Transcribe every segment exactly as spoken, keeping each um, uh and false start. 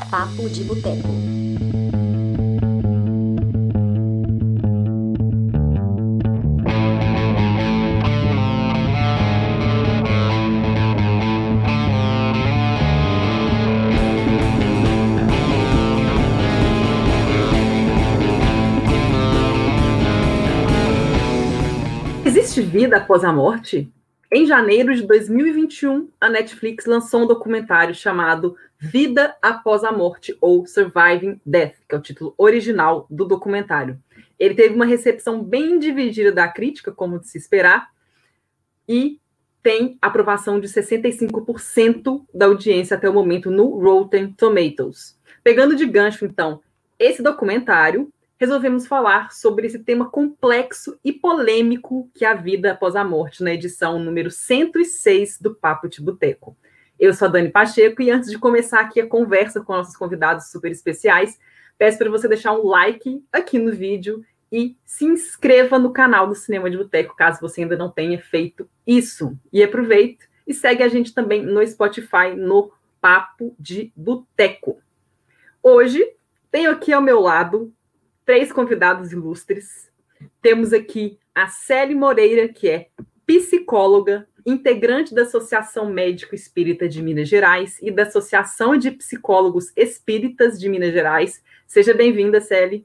Papo de Boteco. Existe vida após a morte? Em janeiro de dois mil e vinte e um, a Netflix lançou um documentário chamado Vida Após a Morte, ou Surviving Death, que é o título original do documentário. Ele teve uma recepção bem dividida da crítica, como de se esperar, e tem aprovação de sessenta e cinco por cento da audiência até o momento no Rotten Tomatoes. Pegando de gancho, então, esse documentário, resolvemos falar sobre esse tema complexo e polêmico que é a vida após a morte, na edição número cento e seis do Papo de Boteco. Eu sou a Dani Pacheco e antes de começar aqui a conversa com nossos convidados super especiais, peço para você deixar um like aqui no vídeo e se inscreva no canal do Cinema de Boteco, caso você ainda não tenha feito isso. E aproveite e segue a gente também no Spotify, no Papo de Boteco. Hoje, tenho aqui ao meu lado três convidados ilustres. Temos aqui a Célia Moreira, que é psicóloga, integrante da Associação Médico Espírita de Minas Gerais e da Associação de Psicólogos Espíritas de Minas Gerais. Seja bem-vinda, Célia.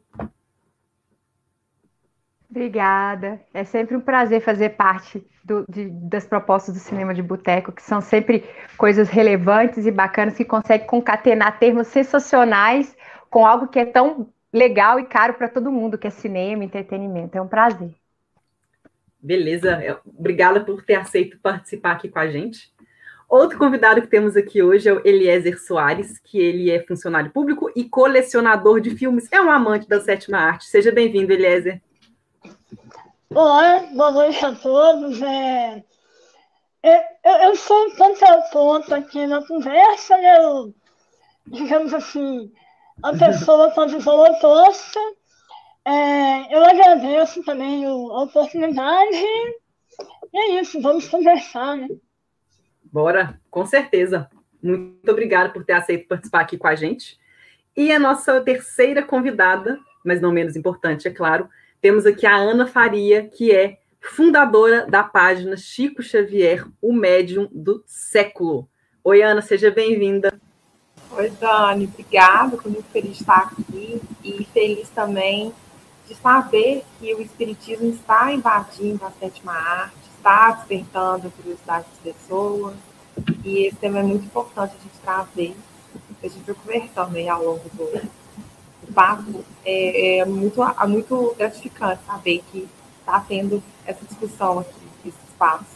Obrigada. É sempre um prazer fazer parte do, de, das propostas do Cinema de Boteco, que são sempre coisas relevantes e bacanas, que conseguem concatenar termos sensacionais com algo que é tão legal e caro para todo mundo, que é cinema, entretenimento. É um prazer. Beleza. Obrigada por ter aceito participar aqui com a gente. Outro convidado que temos aqui hoje é o Eliezer Soares, que ele é funcionário público e colecionador de filmes. É um amante da sétima arte. Seja bem-vindo, Eliezer. Olá, boa noite a todos. É... Eu, eu sou um contraponto aqui na conversa, né? Eu, digamos assim, a pessoa com a visão oposta. É, eu agradeço também o, a oportunidade. E é isso, vamos conversar, né? Bora, com certeza. Muito obrigada por ter aceito participar aqui com a gente. E a nossa terceira convidada, mas não menos importante, é claro, temos aqui a Ana Faria, que é fundadora da página Chico Xavier, o médium do século. Oi, Ana, seja bem-vinda. Oi, Dani, obrigada, estou muito feliz de estar aqui e feliz também de saber que o Espiritismo está invadindo a sétima arte, está despertando a curiosidade das pessoas e esse tema é muito importante a gente trazer, a gente vai conversando aí ao longo do, do papo. É, é, muito, é muito gratificante saber que está tendo essa discussão aqui, esse espaço.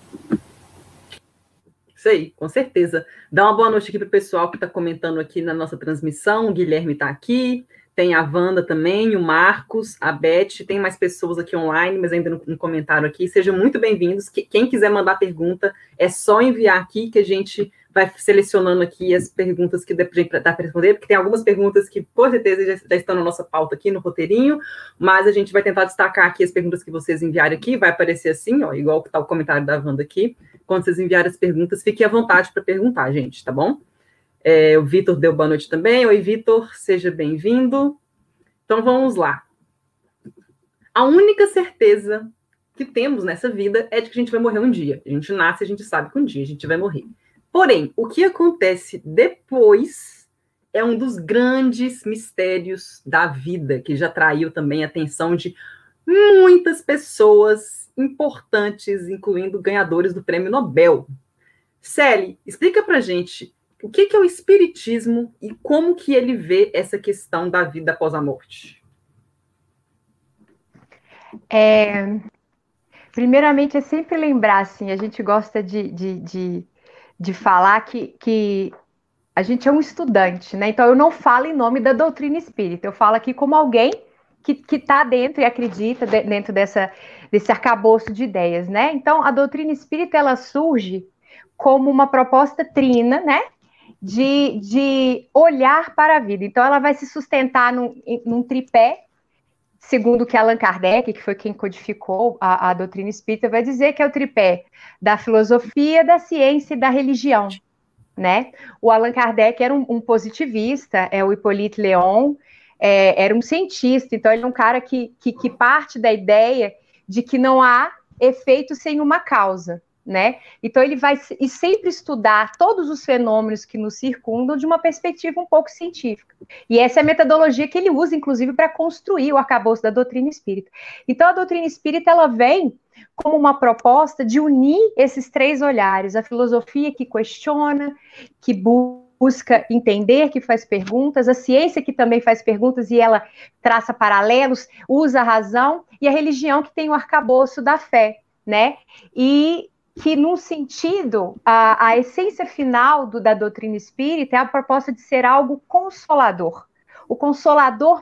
Isso aí, com certeza. Dá uma boa noite aqui para o pessoal que está comentando aqui na nossa transmissão. O Guilherme está aqui, tem a Wanda também, o Marcos, a Beth, tem mais pessoas aqui online, mas ainda não comentaram aqui. Sejam muito bem-vindos. Quem quiser mandar pergunta, é só enviar aqui que a gente vai selecionando aqui as perguntas que dá para responder, porque tem algumas perguntas que, por certeza, já, já estão na nossa pauta aqui, no roteirinho, mas a gente vai tentar destacar aqui as perguntas que vocês enviarem aqui, vai aparecer assim, ó, igual que está o comentário da Wanda aqui. Quando vocês enviarem as perguntas, fiquem à vontade para perguntar, gente, tá bom? É, o Vitor deu boa noite também. Oi, Vitor, seja bem-vindo. Então, vamos lá. A única certeza que temos nessa vida é de que a gente vai morrer um dia. A gente nasce, a gente sabe que um dia a gente vai morrer. Porém, o que acontece depois é um dos grandes mistérios da vida, que já atraiu também a atenção de muitas pessoas importantes, incluindo ganhadores do Prêmio Nobel. Célia, explica pra gente o que é o espiritismo e como que ele vê essa questão da vida após a morte. É, primeiramente, é sempre lembrar, assim, a gente gosta de, de, de, de falar que, que a gente é um estudante, né? Então, eu não falo em nome da doutrina espírita, eu falo aqui como alguém que está dentro e acredita de, dentro dessa, desse arcabouço de ideias, né? Então, a doutrina espírita, ela surge como uma proposta trina, né? De, de olhar para a vida. Então, ela vai se sustentar num, num tripé, segundo que Allan Kardec, que foi quem codificou a, a doutrina espírita, vai dizer que é o tripé da filosofia, da ciência e da religião. né? O Allan Kardec era um, um positivista, é o Hippolyte Léon, é, era um cientista, então ele é um cara que, que, que parte da ideia de que não há efeito sem uma causa, né? Então ele vai e sempre estudar todos os fenômenos que nos circundam de uma perspectiva um pouco científica. E essa é a metodologia que ele usa, inclusive, para construir o arcabouço da doutrina espírita. Então a doutrina espírita, ela vem como uma proposta de unir esses três olhares, a filosofia que questiona, que busca entender, que faz perguntas, a ciência que também faz perguntas e ela traça paralelos, usa a razão, e a religião que tem o arcabouço da fé, né? E que, num sentido, a, a essência final do, da doutrina espírita é a proposta de ser algo consolador. O consolador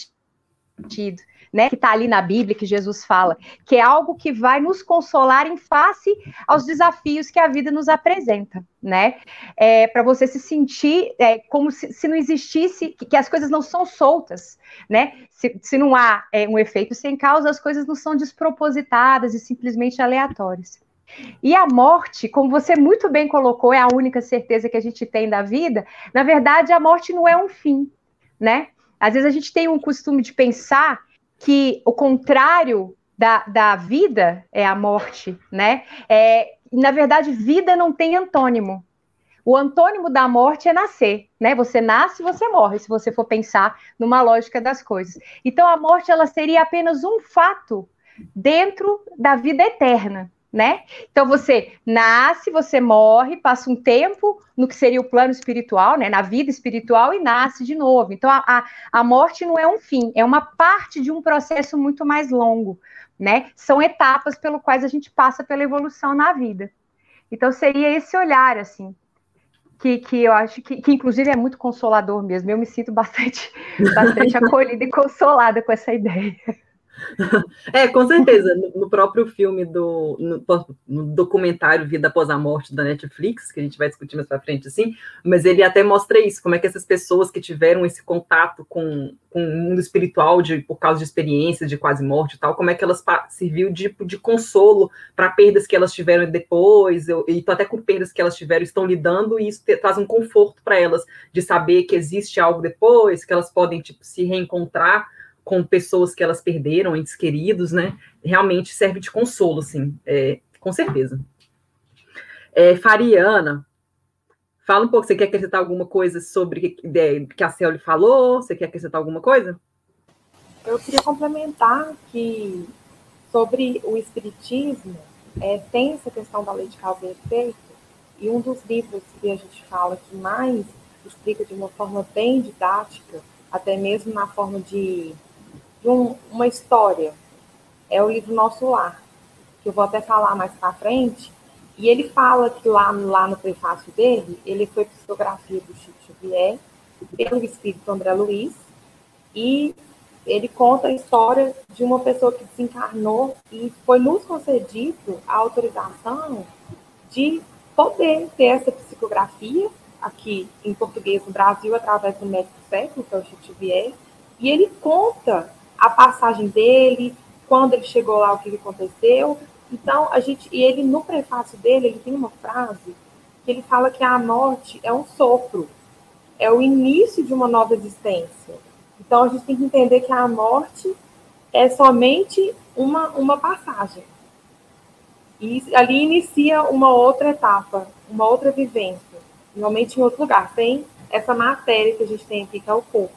prometido, né, que está ali na Bíblia, que Jesus fala, que é algo que vai nos consolar em face aos desafios que a vida nos apresenta, né? É, para você se sentir é, como se, se não existisse, que, que as coisas não são soltas, né? Se, se não há é, um efeito sem causa, as coisas não são despropositadas e simplesmente aleatórias. E a morte, como você muito bem colocou, é a única certeza que a gente tem da vida. Na verdade, a morte não é um fim, né? Às vezes a gente tem um costume de pensar que o contrário da, da vida é a morte, né? É, na verdade, vida não tem antônimo. O antônimo da morte é nascer, né? Você nasce e você morre, se você for pensar numa lógica das coisas. Então, a morte, ela seria apenas um fato dentro da vida eterna, né? Então você nasce, você morre, passa um tempo no que seria o plano espiritual, né? Na vida espiritual, e nasce de novo. Então a, a, a morte não é um fim, é uma parte de um processo muito mais longo, né? São etapas pelo quais a gente passa pela evolução na vida. Então seria esse olhar, assim, que, que eu acho que, que inclusive é muito consolador mesmo. Eu me sinto bastante, bastante acolhida e consolada com essa ideia. É, com certeza, no próprio filme, do, no, no documentário Vida Após a Morte da Netflix, que a gente vai discutir mais para frente, assim, mas ele até mostra isso, como é que essas pessoas que tiveram esse contato com, com o mundo espiritual de, por causa de experiências de quase morte e tal, como é que elas serviu de, de consolo para perdas que elas tiveram depois, eu, e até com perdas que elas tiveram, estão lidando, e isso te, traz um conforto para elas, de saber que existe algo depois, que elas podem, tipo, se reencontrar com pessoas que elas perderam, entes queridos, né? Realmente serve de consolo, assim, é, com certeza. É, Fariana, fala um pouco, você quer acrescentar alguma coisa sobre o é, que a Célia falou? Você quer acrescentar alguma coisa? Eu queria complementar que, sobre o espiritismo, é, tem essa questão da lei de causa e efeito, e um dos livros que a gente fala que mais explica de uma forma bem didática, até mesmo na forma de de um, uma história, é o livro Nosso Lar, que eu vou até falar mais para frente, e ele fala que lá, lá no prefácio dele, ele foi psicografia do Chico Xavier, pelo espírito André Luiz, e ele conta a história de uma pessoa que desencarnou e foi nos concedido a autorização de poder ter essa psicografia aqui em português no Brasil, através do médico século, que é o Chico Xavier, e ele conta a passagem dele, quando ele chegou lá, o que aconteceu. Então, a gente, e ele, no prefácio dele, ele tem uma frase que ele fala que a morte é um sopro, é o início de uma nova existência. Então, a gente tem que entender que a morte é somente uma, uma passagem. E ali inicia uma outra etapa, uma outra vivência, realmente em outro lugar, sem essa matéria que a gente tem aqui, que é o corpo.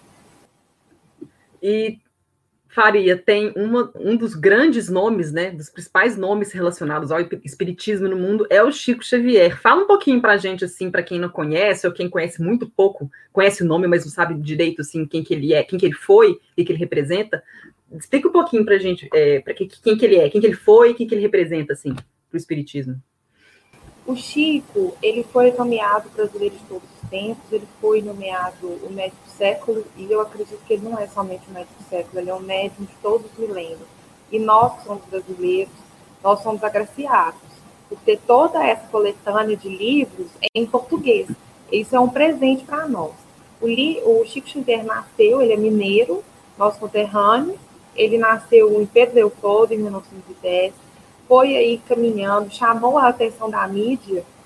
E Faria tem uma, um dos grandes nomes, né, dos principais nomes relacionados ao espiritismo no mundo é o Chico Xavier. Fala um pouquinho para a gente, assim, para quem não conhece, ou quem conhece muito pouco, conhece o nome, mas não sabe direito, assim, quem que ele é, quem que ele foi, o que ele representa. Explica um pouquinho para a gente, é, para que, quem que ele é, quem que ele foi, quem que ele representa, assim, para o espiritismo. O Chico, ele foi nomeado brasileiro de todos os tempos, ele foi nomeado o médico do século, e eu acredito que ele não é somente o médico do século, ele é um médico de todos os milênios. E nós que somos brasileiros, nós somos agraciados por ter toda essa coletânea de livros em português. Isso é um presente para nós. O, Li, o Chico Xavier nasceu, ele é mineiro, nosso conterrâneo, ele nasceu em Pedro Leopoldo, em mil novecentos e dez, foi aí caminhando, chamou a atenção da mídia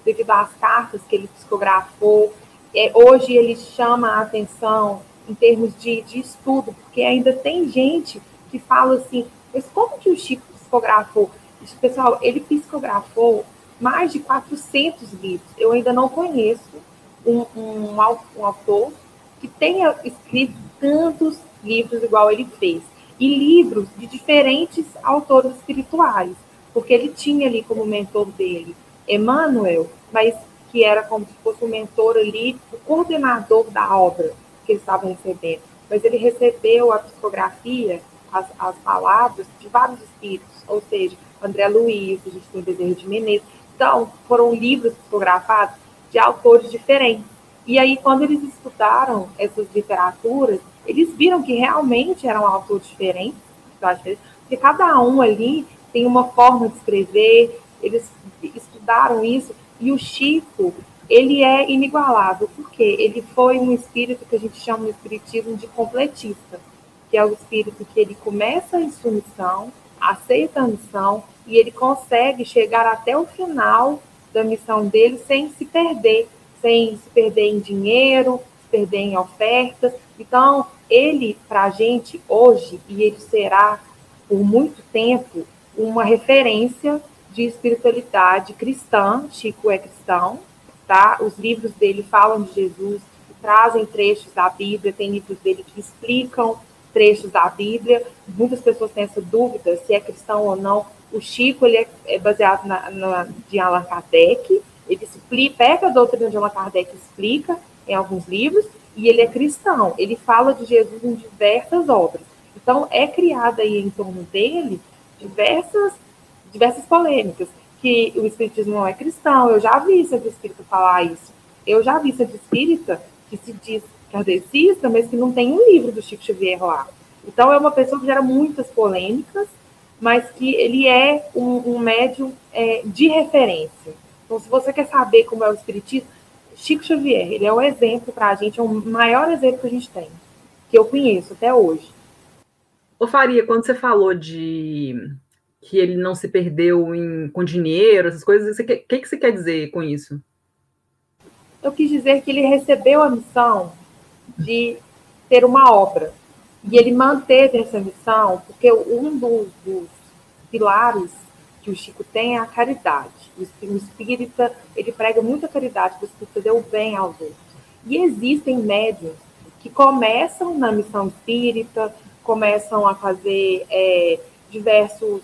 devido às cartas que ele psicografou. É, hoje ele chama a atenção em termos de, de estudo, porque ainda tem gente que fala assim, mas como que o Chico psicografou? Pessoal, ele psicografou mais de quatrocentos livros. Eu ainda não conheço um, um, um autor que tenha escrito tantos livros igual ele fez. E livros de diferentes autores espirituais, porque ele tinha ali como mentor dele Emmanuel, mas que era como se fosse o mentor ali, o coordenador da obra que ele estava recebendo. Mas ele recebeu a psicografia, as, as palavras de vários espíritos, ou seja, André Luiz, a gente tem Bezerra de Menezes. Então, foram livros psicografados de autores diferentes. E aí, quando eles estudaram essas literaturas, eles viram que realmente eram autores diferentes, porque cada um ali tem uma forma de escrever, eles estudaram isso, e o Chico, ele é inigualável, porque ele foi um espírito que a gente chama de espiritismo de completista, que é o espírito que ele começa em sua missão, aceita a missão, e ele consegue chegar até o final da missão dele sem se perder, sem se perder em dinheiro, se perder em ofertas. Então, ele, para a gente, hoje, e ele será por muito tempo, uma referência de espiritualidade cristã. Chico é cristão, tá? Os livros dele falam de Jesus, trazem trechos da Bíblia, tem livros dele que explicam trechos da Bíblia. Muitas pessoas têm essa dúvida se é cristão ou não. O Chico, ele é, é baseado na, na, de Allan Kardec, ele explica, pega a doutrina de Allan Kardec e explica em alguns livros, e ele é cristão, ele fala de Jesus em diversas obras. Então, é criada aí em torno dele diversas, diversas polêmicas, que o espiritismo não é cristão. Eu já vi centro espírita falar isso. Eu já vi centro espírita que se diz kardecista, mas que não tem um livro do Chico Xavier lá. Então, é uma pessoa que gera muitas polêmicas, mas que ele é um, um médium é, de referência. Então, se você quer saber como é o espiritismo, Chico Xavier, ele é um exemplo para a gente, é o maior exemplo que a gente tem, que eu conheço até hoje. Ô Faria, quando você falou de que ele não se perdeu em, com dinheiro, essas coisas, o que, que, que você quer dizer com isso? Eu quis dizer que ele recebeu a missão de ter uma obra, e ele manteve essa missão, porque um dos, dos pilares que o Chico tem é a caridade. O espírita, ele prega muita caridade, o espírita deu bem aos outros. E existem médiuns que começam na missão espírita, começam a fazer é, diversos,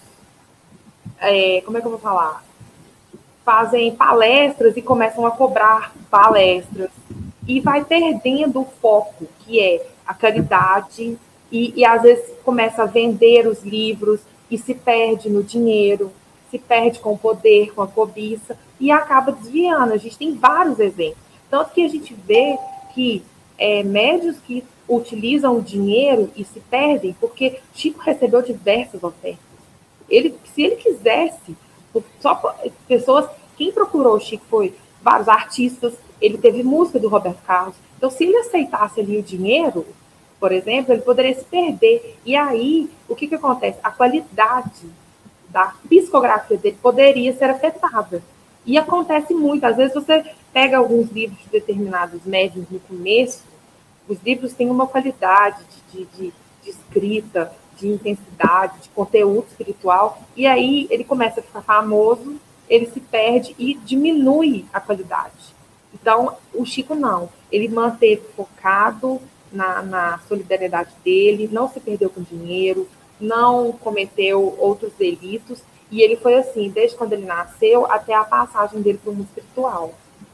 é, como é que eu vou falar? Fazem palestras e começam a cobrar palestras. E vai perdendo o foco, que é a caridade, e, e às vezes começa a vender os livros e se perde no dinheiro, se perde com o poder, com a cobiça, e acaba desviando. A gente tem vários exemplos. Tanto que a gente vê que é, médios que utilizam o dinheiro e se perdem, porque Chico recebeu diversas ofertas. Ele, se ele quisesse, só pessoas, quem procurou o Chico foi vários artistas, ele teve música do Roberto Carlos. Então, se ele aceitasse ali o dinheiro, por exemplo, ele poderia se perder. E aí, o que, que acontece? A qualidade da psicografia dele poderia ser afetada. E acontece muito. Às vezes, você pega alguns livros de determinados médiuns no começo, os livros têm uma qualidade de, de, de escrita, de intensidade, de conteúdo espiritual, e aí ele começa a ficar famoso, ele se perde e diminui a qualidade. Então, o Chico não. Ele manteve focado na, na solidariedade dele, não se perdeu com dinheiro, não cometeu outros delitos, e ele foi assim, desde quando ele nasceu até a passagem dele para o mundo espiritual.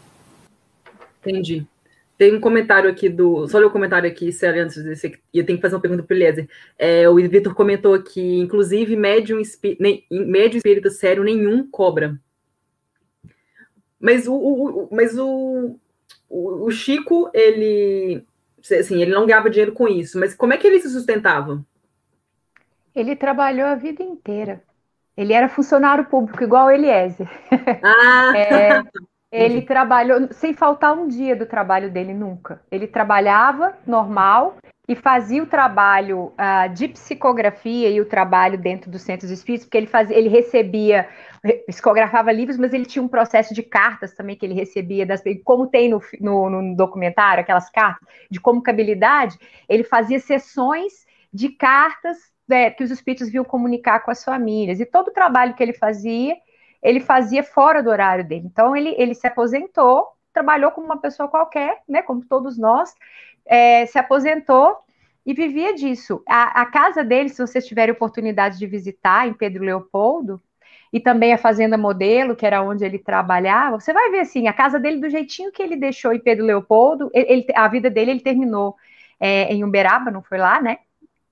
Entendi. Tem um comentário aqui do... Só ler o comentário aqui, Célia, antes de você... E eu tenho que fazer uma pergunta para o Eliezer. É, o Vitor comentou aqui, inclusive, médium, espí... médium espírita sério nenhum cobra. Mas o, o, mas o, o, o Chico, ele... Assim, ele não ganhava dinheiro com isso, mas como é que ele se sustentava? Ele trabalhou a vida inteira. Ele era funcionário público, igual o Eliezer. Ah! É, Ele trabalhou sem faltar um dia do trabalho dele, nunca. Ele trabalhava normal e fazia o trabalho uh, de psicografia e o trabalho dentro dos centros espíritas, porque ele, fazia, ele recebia, psicografava livros, mas ele tinha um processo de cartas também que ele recebia, das, como tem no, no, no documentário, aquelas cartas de comunicabilidade, ele fazia sessões de cartas, né, que os espíritos vinham comunicar com as famílias, e todo o trabalho que ele fazia, ele fazia fora do horário dele. Então, ele, ele se aposentou, trabalhou como uma pessoa qualquer, né, como todos nós, é, se aposentou e vivia disso. A, a casa dele, se vocês tiverem oportunidade de visitar, em Pedro Leopoldo, e também a Fazenda Modelo, que era onde ele trabalhava, você vai ver, assim, a casa dele do jeitinho que ele deixou em Pedro Leopoldo, ele, ele, a vida dele, ele terminou é, em Uberaba, não foi lá, né?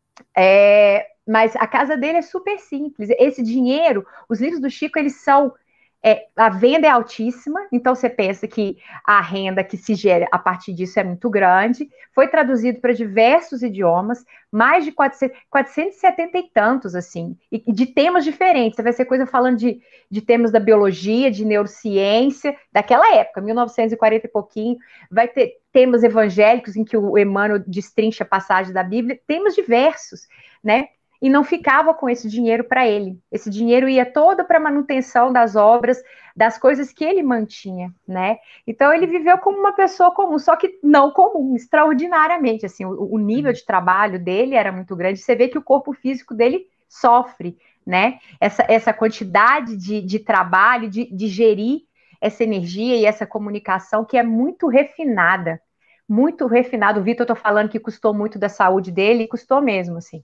É, mas a casa dele é super simples. Esse dinheiro, os livros do Chico, eles são... É, a venda é altíssima, então você pensa que a renda que se gera a partir disso é muito grande. Foi traduzido para diversos idiomas, mais de quatrocentos, quatrocentos e setenta e tantos, assim, e de temas diferentes. Você vai ser coisa falando de, de temas da biologia, de neurociência, daquela época, mil novecentos e quarenta e pouquinho. Vai ter temas evangélicos, em que o Emmanuel destrincha passagem da Bíblia, temas diversos, né? E não ficava com esse dinheiro para ele. Esse dinheiro ia todo para a manutenção das obras, das coisas que ele mantinha, né? Então ele viveu como uma pessoa comum, só que não comum, extraordinariamente. Assim, o, o nível de trabalho dele era muito grande. Você vê que o corpo físico dele sofre, né? Essa, essa quantidade de, de trabalho, de, de gerir essa energia e essa comunicação que é muito refinada, muito refinado. O Vitor, eu tô falando que custou muito da saúde dele, e custou mesmo, assim.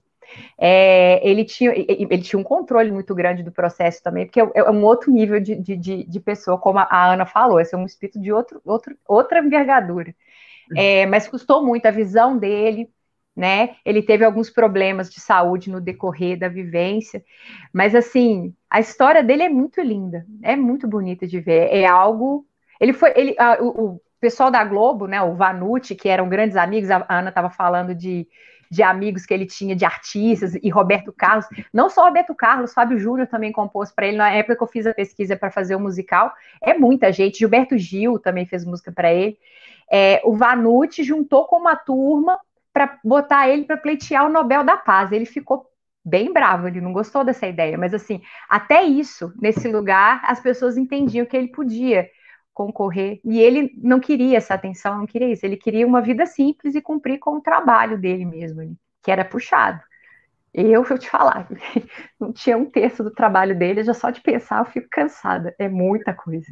É, ele, tinha, ele tinha um controle muito grande do processo também, porque é, é um outro nível de, de, de pessoa, como a Ana falou, esse é um espírito de outro, outro, outra envergadura. É, mas custou muito a visão dele, né? Ele teve alguns problemas de saúde no decorrer da vivência, mas assim, a história dele é muito linda, é muito bonita de ver, é algo... Ele foi... Ele, a, o, o pessoal da Globo, né, o Vanucci, que eram grandes amigos, a Ana estava falando de de amigos que ele tinha, de artistas, e Roberto Carlos, não só Roberto Carlos, Fábio Júnior também compôs para ele, na época que eu fiz a pesquisa para fazer o musical, é muita gente, Gilberto Gil também fez música para ele, é, o Vanucci juntou com uma turma para botar ele para pleitear o Nobel da Paz, ele ficou bem bravo, ele não gostou dessa ideia, mas assim, até isso, nesse lugar, as pessoas entendiam que ele podia concorrer, e ele não queria essa atenção, não queria isso, ele queria uma vida simples e cumprir com o trabalho dele mesmo, que era puxado. Eu, vou te falar, não tinha um terço do trabalho dele, já só de pensar eu fico cansada, é muita coisa.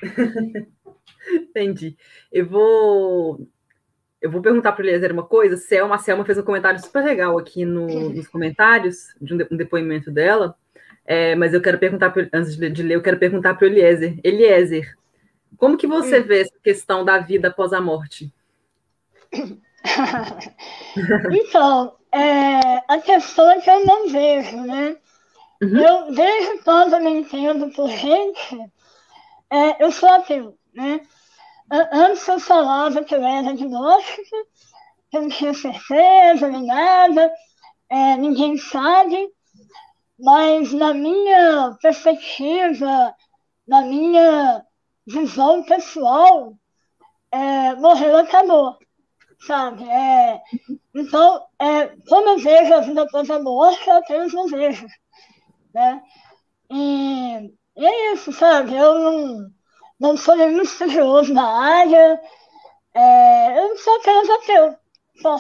Entendi. Eu vou eu vou perguntar para o Eliezer uma coisa. Selma, a Selma fez um comentário super legal aqui no, nos comentários, de um, de, um depoimento dela, é, mas eu quero perguntar, antes de, de ler, eu quero perguntar para o Eliezer. Eliezer, como que você vê essa questão da vida após a morte? Então, é, a questão é que eu não vejo, né? Uhum. Eu, desde quando eu me entendo por gente, é, eu sou ateu, né? Antes eu falava que eu era agnóstica, que eu não tinha certeza nem nada, é, ninguém sabe, mas na minha perspectiva, na minha visão pessoal, é, morreu, acabou, sabe? É, então, é, como eu vejo a vida após a morte, eu apenas não vejo, né? E, e é isso, sabe? Eu não, não sou nenhum estudioso na área, é, eu sou apenas ateu, só.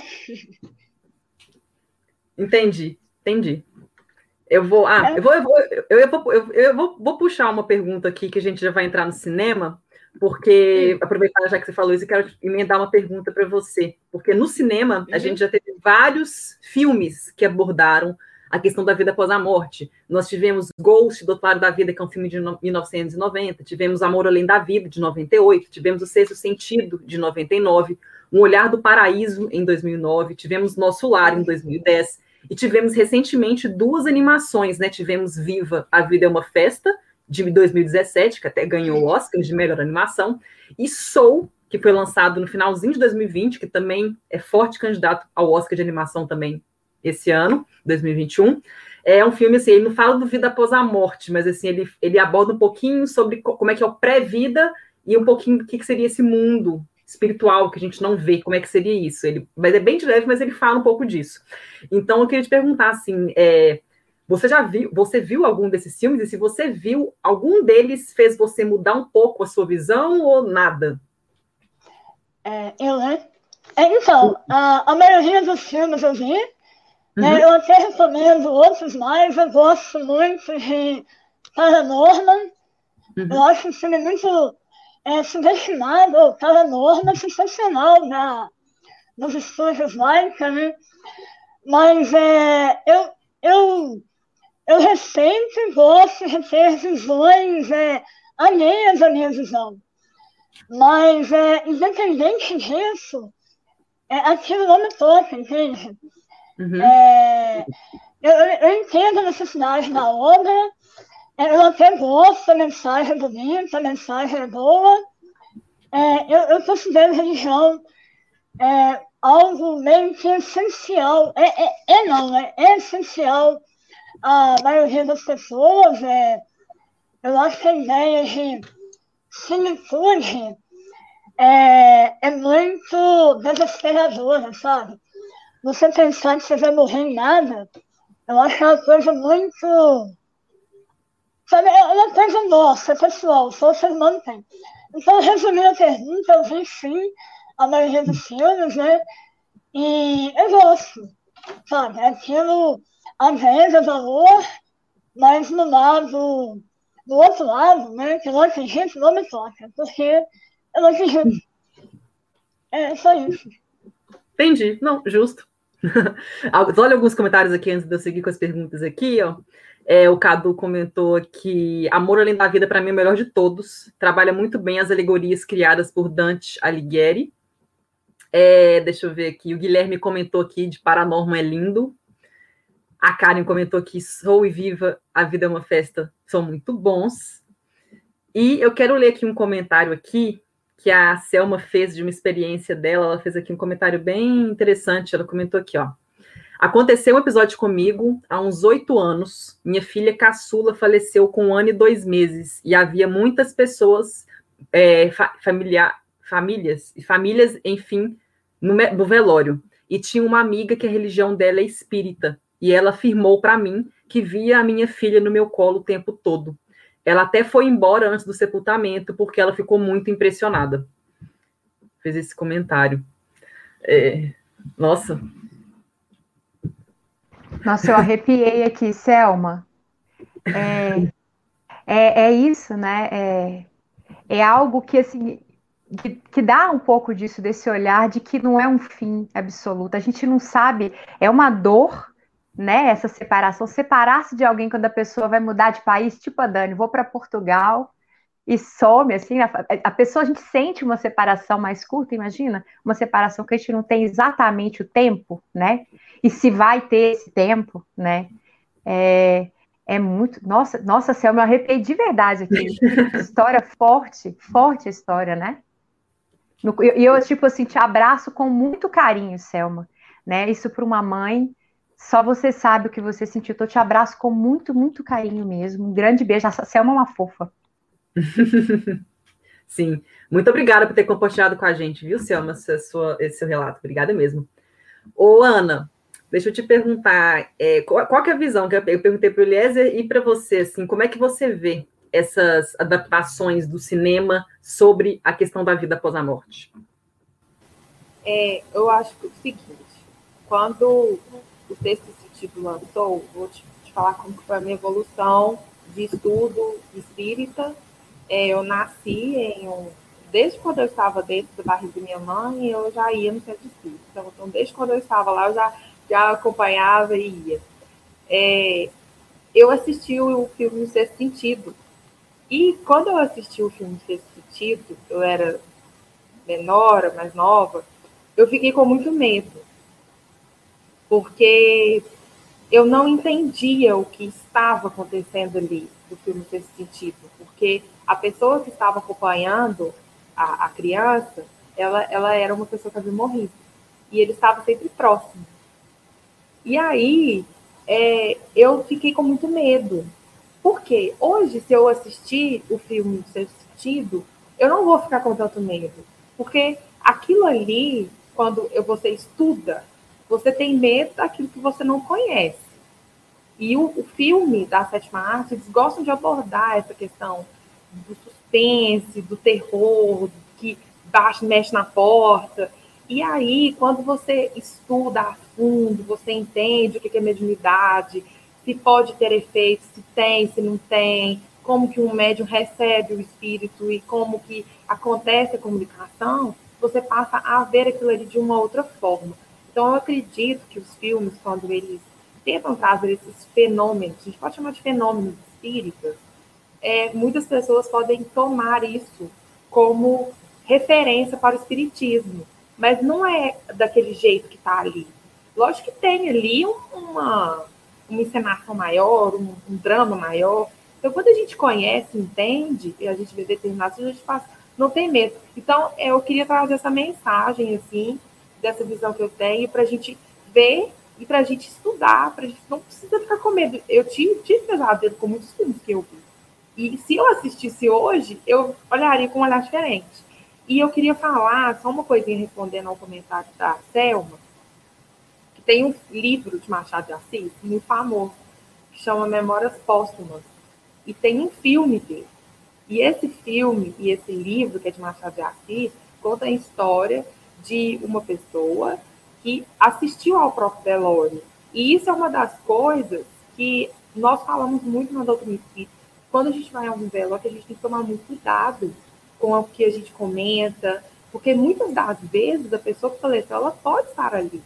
Entendi, entendi. Eu vou, ah, eu vou, eu vou, eu vou, eu, eu vou, vou puxar uma pergunta aqui que a gente já vai entrar no cinema, porque aproveitar já que você falou isso, eu quero emendar uma pergunta para você, porque no cinema a gente já teve vários filmes que abordaram a questão da vida após a morte. Nós tivemos Ghost, do Outro Lado da Vida, que é um filme de mil novecentos e noventa, tivemos Amor Além da Vida, de noventa e oito, tivemos O Sexto Sentido, de noventa e nove, Um Olhar do Paraíso, em dois mil e nove, tivemos Nosso Lar, em dois mil e dez, e tivemos recentemente duas animações, né? Tivemos Viva, A Vida é uma Festa, de dois mil e dezessete, que até ganhou o Oscar de melhor animação, e Soul, que foi lançado no finalzinho de dois mil e vinte, que também é forte candidato ao Oscar de animação também esse ano, dois mil e vinte e um. É um filme, assim, ele não fala do vida após a morte, mas assim, ele, ele aborda um pouquinho sobre como é que é o pré-vida e um pouquinho do que seria esse mundo espiritual que a gente não vê, como é que seria isso. Ele, mas é bem de leve, mas ele fala um pouco disso. Então, eu queria te perguntar, assim, é, você já viu, você viu algum desses filmes? E se você viu, algum deles fez você mudar um pouco a sua visão ou nada? É, eu, né? É, então, a, a maioria dos filmes eu vi, Uhum. né, eu até recomendo outros mais, eu gosto muito de Paranorman, Uhum. eu acho um filme muito é, subestimado, Paranorman, sensacional na, nos estúdios Laika, né? Mas é, eu, eu, eu sempre gosto de ter visões é, alheias à minha visão. Mas, é, independente disso, é, aquilo não me toca, entende? Uhum. É, eu, eu entendo a necessidade da obra, é, eu até gosto, a mensagem é bonita, a mensagem é boa. É, eu, eu considero religião é, algo meio que essencial. É, é, é não, é, é essencial à maioria das pessoas. É, eu acho que a ideia de finitude é, é muito desesperadora, sabe? Você pensar que você vai morrer em nada, eu acho que é uma coisa muito. Sabe, é uma coisa nossa, pessoal, só o ser humano tem. Então, resumindo a pergunta, eu vi sim a maioria dos filmes, né? E eu gosto, sabe? Aquilo agrega valor, mas no lado, do outro lado, né? Que eu não acredito, não me toca, porque eu não acredito. É só isso. Entendi. Não, justo. Olha alguns comentários aqui antes de eu seguir com as perguntas aqui, ó. É, o Cadu comentou que Amor Além da Vida, para mim, é o melhor de todos. Trabalha muito bem as alegorias criadas por Dante Alighieri. É, deixa eu ver aqui. O Guilherme comentou aqui de Paranorman é lindo. A Karen comentou que Sou e Viva, A Vida é uma Festa são muito bons. E eu quero ler aqui um comentário aqui que a Selma fez de uma experiência dela. Ela fez aqui um comentário bem interessante. Ela comentou aqui, ó. Aconteceu um episódio comigo há uns oito anos. Minha filha caçula faleceu com um ano e dois meses. E havia muitas pessoas, é, fa familiar, famílias, famílias, enfim, no, no velório. E tinha uma amiga que a religião dela é espírita. E ela afirmou para mim que via a minha filha no meu colo o tempo todo. Ela até foi embora antes do sepultamento porque ela ficou muito impressionada. Fez esse comentário. É, nossa... Nossa, eu arrepiei aqui, Selma. É, é, é isso, né? É, é algo que, assim, que, que dá um pouco disso, desse olhar de que não é um fim absoluto. A gente não sabe, é uma dor, né? Essa separação. Separar-se de alguém quando a pessoa vai mudar de país, tipo a Dani, vou para Portugal e some, assim, a, a pessoa, a gente sente uma separação mais curta, imagina? Uma separação que a gente não tem exatamente o tempo, né? E se vai ter esse tempo, né? É, é muito... Nossa, nossa, Selma, eu arrepiei de verdade aqui. História forte, forte a história, né? E eu, tipo assim, te abraço com muito carinho, Selma, né? Isso para uma mãe, só você sabe o que você sentiu. Então, eu te abraço com muito, muito carinho mesmo. Um grande beijo. A Selma é uma fofa. Sim, muito obrigada por ter compartilhado com a gente, viu, Selma, esse, sua, esse seu relato. Obrigada mesmo. Ô, Ana, deixa eu te perguntar, é, qual, qual que é a visão que eu, eu perguntei para o Eliezer e para você, assim, como é que você vê essas adaptações do cinema sobre a questão da vida após a morte? É, eu acho que é o seguinte, quando o Sexto Sentido lançou, vou te, te falar como foi a minha evolução de estudo espírita. É, eu nasci em um... Desde quando eu estava dentro da barriga da minha mãe, eu já ia no centro espírita. Então, então, desde quando eu estava lá, eu já, já acompanhava e ia. É, eu assisti o filme No Sexto Sentido. E quando eu assisti o filme No Sexto Sentido, eu era menor, mais nova, eu fiquei com muito medo. Porque eu não entendia o que estava acontecendo ali no filme No Sexto Sentido. Porque a pessoa que estava acompanhando a, a criança, ela, ela era uma pessoa que havia morrido. E ele estava sempre próximo. E aí, é, eu fiquei com muito medo. Por quê? Hoje, se eu assistir o filme No Sexto Sentido, eu não vou ficar com tanto medo, porque aquilo ali, quando você estuda, você tem medo daquilo que você não conhece. E o, o filme da Sétima Arte, eles gostam de abordar essa questão do suspense, do terror, que baixa, mexe na porta. E aí, quando você estuda a fundo, você entende o que é mediunidade, se pode ter efeito, se tem, se não tem, como que um médium recebe o espírito e como que acontece a comunicação, você passa a ver aquilo ali de uma outra forma. Então, eu acredito que os filmes, quando eles tentam trazer esses fenômenos, a gente pode chamar de fenômenos espíritas, é, muitas pessoas podem tomar isso como referência para o espiritismo, mas não é daquele jeito que está ali. Lógico que tem ali uma, uma encenação maior, um, um drama maior. Então, quando a gente conhece, entende, e a gente vê determinados, a gente faz, não tem medo. Então, eu queria trazer essa mensagem, assim, dessa visão que eu tenho, para a gente ver e para a gente estudar, para a gente não precisa ficar com medo. Eu tive, tive pesadelo com muitos filmes que eu vi. E se eu assistisse hoje, eu olharia com um olhar diferente. E eu queria falar, só uma coisinha respondendo ao comentário da Selma, que tem um livro de Machado de Assis, muito famoso, que chama Memórias Póstumas. E tem um filme dele. E esse filme e esse livro, que é de Machado de Assis, conta a história de uma pessoa que assistiu ao próprio velório. E isso é uma das coisas que nós falamos muito na doutrina espírita. Quando a gente vai a um velório, a gente tem que tomar muito cuidado com o que a gente comenta, porque muitas das vezes a pessoa que faleceu, ela pode estar ali.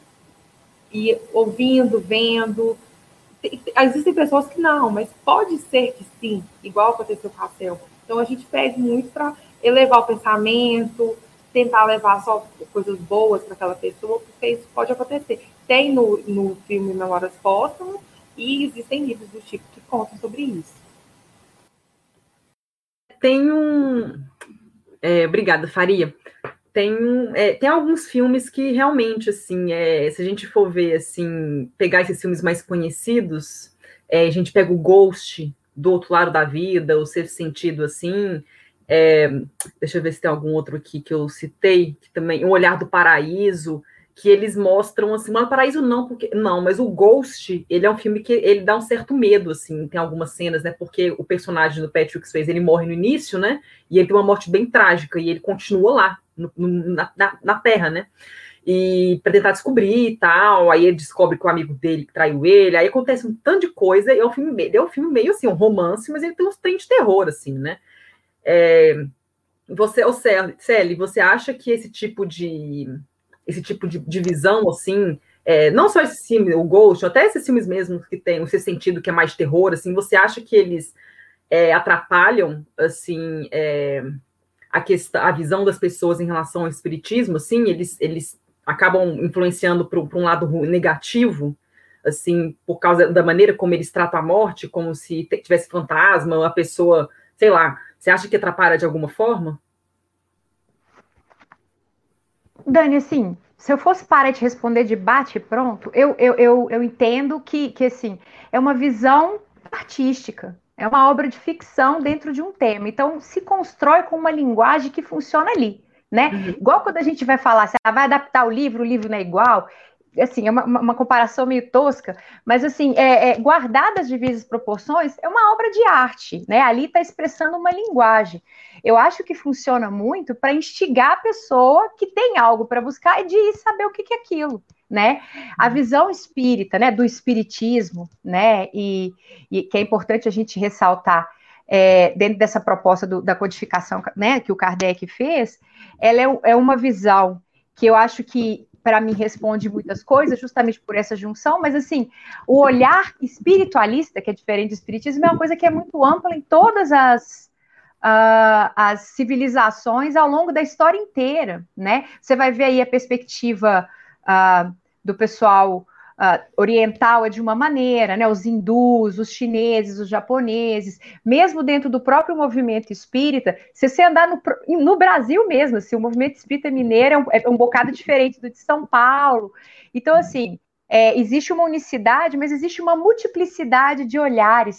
E ouvindo, vendo. Existem pessoas que não, mas pode ser que sim, igual aconteceu com a Selma. Então a gente pede muito para elevar o pensamento, tentar levar só coisas boas para aquela pessoa, porque isso pode acontecer. Tem no, no filme Memórias Póstumas e existem livros do tipo que contam sobre isso. Tem um... É, obrigada, Faria. Tem, um, é, tem alguns filmes que realmente, assim, é, se a gente for ver, assim, pegar esses filmes mais conhecidos, é, a gente pega o Ghost, Do Outro Lado da Vida, O Sexto Sentido, assim, é, deixa eu ver se tem algum outro aqui que eu citei, que também, O Olhar do Paraíso, que eles mostram, assim, mas o Paraíso não, porque, não, mas o Ghost, ele é um filme que ele dá um certo medo, assim, tem algumas cenas, né, porque o personagem do Patrick Swayze, ele morre no início, né, e ele tem uma morte bem trágica, e ele continua lá, no, no, na, na Terra, né, e para tentar descobrir e tal, aí ele descobre que o amigo dele traiu ele, aí acontece um tanto de coisa, e é um filme, é um filme meio, assim, um romance, mas ele tem uns trem de terror, assim, né, é, você, ô Celi, você acha que esse tipo de... esse tipo de, de visão, assim, é, não só esse filme, o Ghost, até esses filmes mesmo que tem o seu sentido, que é mais terror, assim, você acha que eles é, atrapalham, assim, é, a, questão, a visão das pessoas em relação ao espiritismo, assim, eles, eles acabam influenciando para um lado negativo, assim, por causa da maneira como eles tratam a morte, como se tivesse fantasma, a pessoa, sei lá, você acha que atrapalha de alguma forma? Dani, assim, se eu fosse parar de responder de bate e pronto, eu, eu, eu, eu entendo que, que, assim, é uma visão artística, é uma obra de ficção dentro de um tema. Então, se constrói com uma linguagem que funciona ali, né? Uhum. Igual quando a gente vai falar, assim, ah, vai adaptar o livro, o livro não é igual. Assim, é uma, uma comparação meio tosca, mas, assim, é, é, guardada as devidas proporções, é uma obra de arte, né? Ali está expressando uma linguagem. Eu acho que funciona muito para instigar a pessoa que tem algo para buscar e de ir saber o que, que é aquilo, né? A visão espírita, né, do espiritismo, né, e, e que é importante a gente ressaltar, é, dentro dessa proposta do, da codificação, né, que o Kardec fez, ela é, é uma visão que eu acho que, para mim, responde muitas coisas, justamente por essa junção, mas, assim, o olhar espiritualista, que é diferente do espiritismo, é uma coisa que é muito ampla em todas as, uh, as civilizações ao longo da história inteira, né? Você vai ver aí a perspectiva uh, do pessoal uh, oriental é de uma maneira, né? Os hindus, os chineses, os japoneses, mesmo dentro do próprio movimento espírita, se você andar no, no Brasil mesmo, assim, o movimento espírita mineiro é um, é um bocado diferente do de São Paulo. Então, assim, é, existe uma unicidade, mas existe uma multiplicidade de olhares,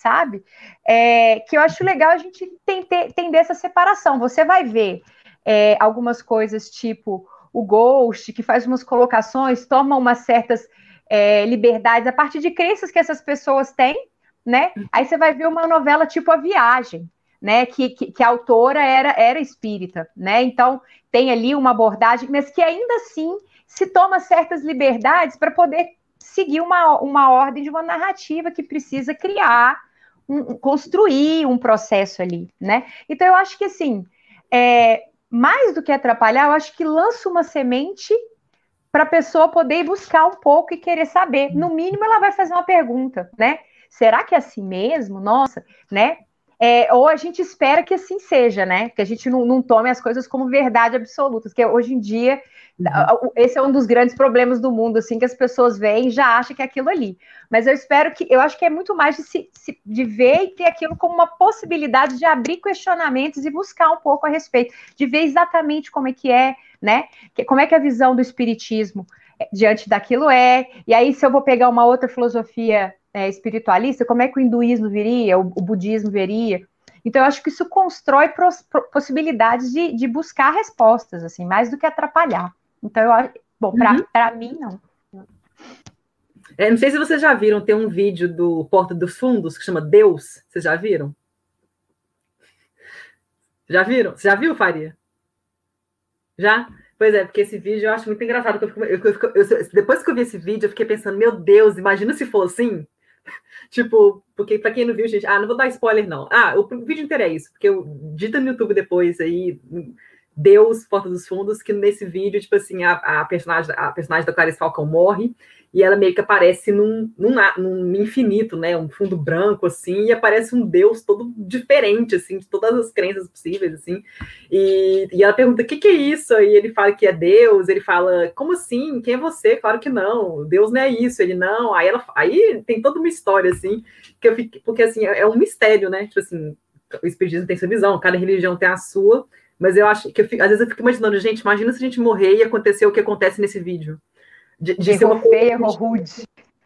sabe? É, que eu acho legal a gente entender essa separação. Você vai ver é, algumas coisas tipo o Ghost, que faz umas colocações, toma umas certas é, liberdades a partir de crenças que essas pessoas têm, né? Aí você vai ver uma novela tipo A Viagem, né? Que, que, que a autora era, era espírita, né? Então tem ali uma abordagem, mas que ainda assim se toma certas liberdades para poder seguir uma, uma ordem de uma narrativa que precisa criar, um, construir um processo ali, né? Então eu acho que assim, é, mais do que atrapalhar, eu acho que lança uma semente para a pessoa poder ir buscar um pouco e querer saber. No mínimo, ela vai fazer uma pergunta, né? Será que é assim mesmo? Nossa, né? É, ou a gente espera que assim seja, né? Que a gente não, não tome as coisas como verdade absoluta, porque hoje em dia, uhum. esse é um dos grandes problemas do mundo, assim, que as pessoas veem e já acham que é aquilo ali. Mas eu espero que, eu acho que é muito mais de, se, de ver e ter aquilo como uma possibilidade de abrir questionamentos e buscar um pouco a respeito, de ver exatamente como é que é, né? Como é que a visão do espiritismo diante daquilo é, e aí se eu vou pegar uma outra filosofia é, espiritualista, como é que o hinduísmo viria, o, o budismo viria? Então eu acho que isso constrói pros, possibilidades de, de buscar respostas, assim, mais do que atrapalhar. Então eu acho, bom, para uhum. mim não. É, não sei se vocês já viram, tem um vídeo do Porta dos Fundos que chama Deus, vocês já viram? Já viram? Você já viu, Faria? Já? Pois é, porque esse vídeo eu acho muito engraçado. Que eu fico, eu, eu, eu, depois que eu vi esse vídeo, eu fiquei pensando, meu Deus, imagina se for assim. Tipo, porque para quem não viu, gente, ah, não vou dar spoiler, não. Ah, o, o vídeo inteiro é isso, porque eu dita no YouTube depois aí, Deus, Porta dos Fundos, que nesse vídeo, tipo assim, a, a, personagem, a personagem da Clarice Falcão morre e ela meio que aparece num, num, num infinito, né? Um fundo branco, assim, e aparece um Deus todo diferente, assim, de todas as crenças possíveis, assim. E, e ela pergunta, o que, que é isso? E ele fala que é Deus, ele fala, como assim? Quem é você? Claro que não, Deus não é isso. Ele, não. Aí, ela, aí tem toda uma história, assim, que eu fico, porque, assim, é um mistério, né? Tipo assim, o espiritismo tem sua visão, cada religião tem a sua, mas eu acho que, eu fico, às vezes eu fico imaginando, gente, imagina se a gente morrer e acontecer o que acontece nesse vídeo. De, de ser uma feia, coisa rude.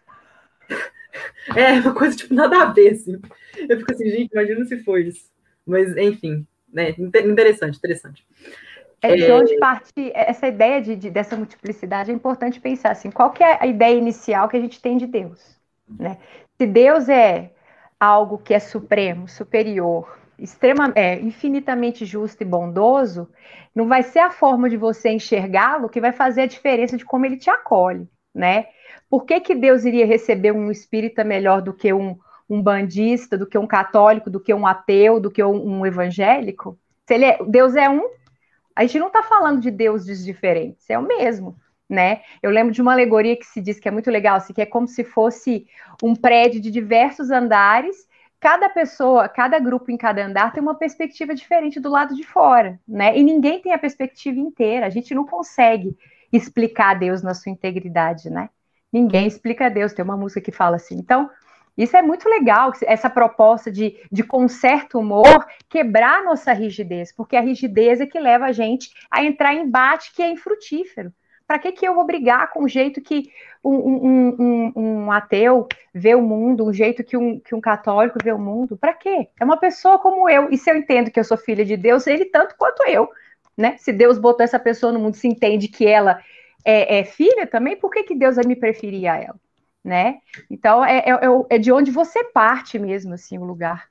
É, uma coisa, tipo, nada a ver, assim. Eu fico assim, gente, imagina se for isso. Mas, enfim, né, interessante, interessante. É, de é... onde parte essa ideia de, de, dessa multiplicidade, é importante pensar, assim, qual que é a ideia inicial que a gente tem de Deus, né? Se Deus é algo que é supremo, superior, extrema, é, infinitamente justo e bondoso, não vai ser a forma de você enxergá-lo que vai fazer a diferença de como ele te acolhe, né? Por que que Deus iria receber um espírita melhor do que um, um bandista, do que um católico, do que um ateu, do que um, um evangélico? Se ele é, Deus é um, a gente não está falando de deuses diferentes, é o mesmo, né? Eu lembro de uma alegoria que se diz que é muito legal, assim, que é como se fosse um prédio de diversos andares. Cada pessoa, cada grupo em cada andar tem uma perspectiva diferente do lado de fora, né? E ninguém tem a perspectiva inteira. A gente não consegue explicar Deus na sua integridade, né? Ninguém explica Deus. Tem uma música que fala assim. Então, isso é muito legal, essa proposta de, de com certo humor, quebrar nossa rigidez, porque a rigidez é que leva a gente a entrar em embate que é infrutífero. Para que, que eu vou brigar com o jeito que um, um, um, um ateu vê o mundo, um jeito que um, que um católico vê o mundo? Para quê? É uma pessoa como eu. E se eu entendo que eu sou filha de Deus, ele tanto quanto eu, né? Se Deus botou essa pessoa no mundo, se entende que ela é, é filha também, por que, que Deus vai me preferir a ela? Né? Então, é, é, é de onde você parte mesmo, assim, o lugar.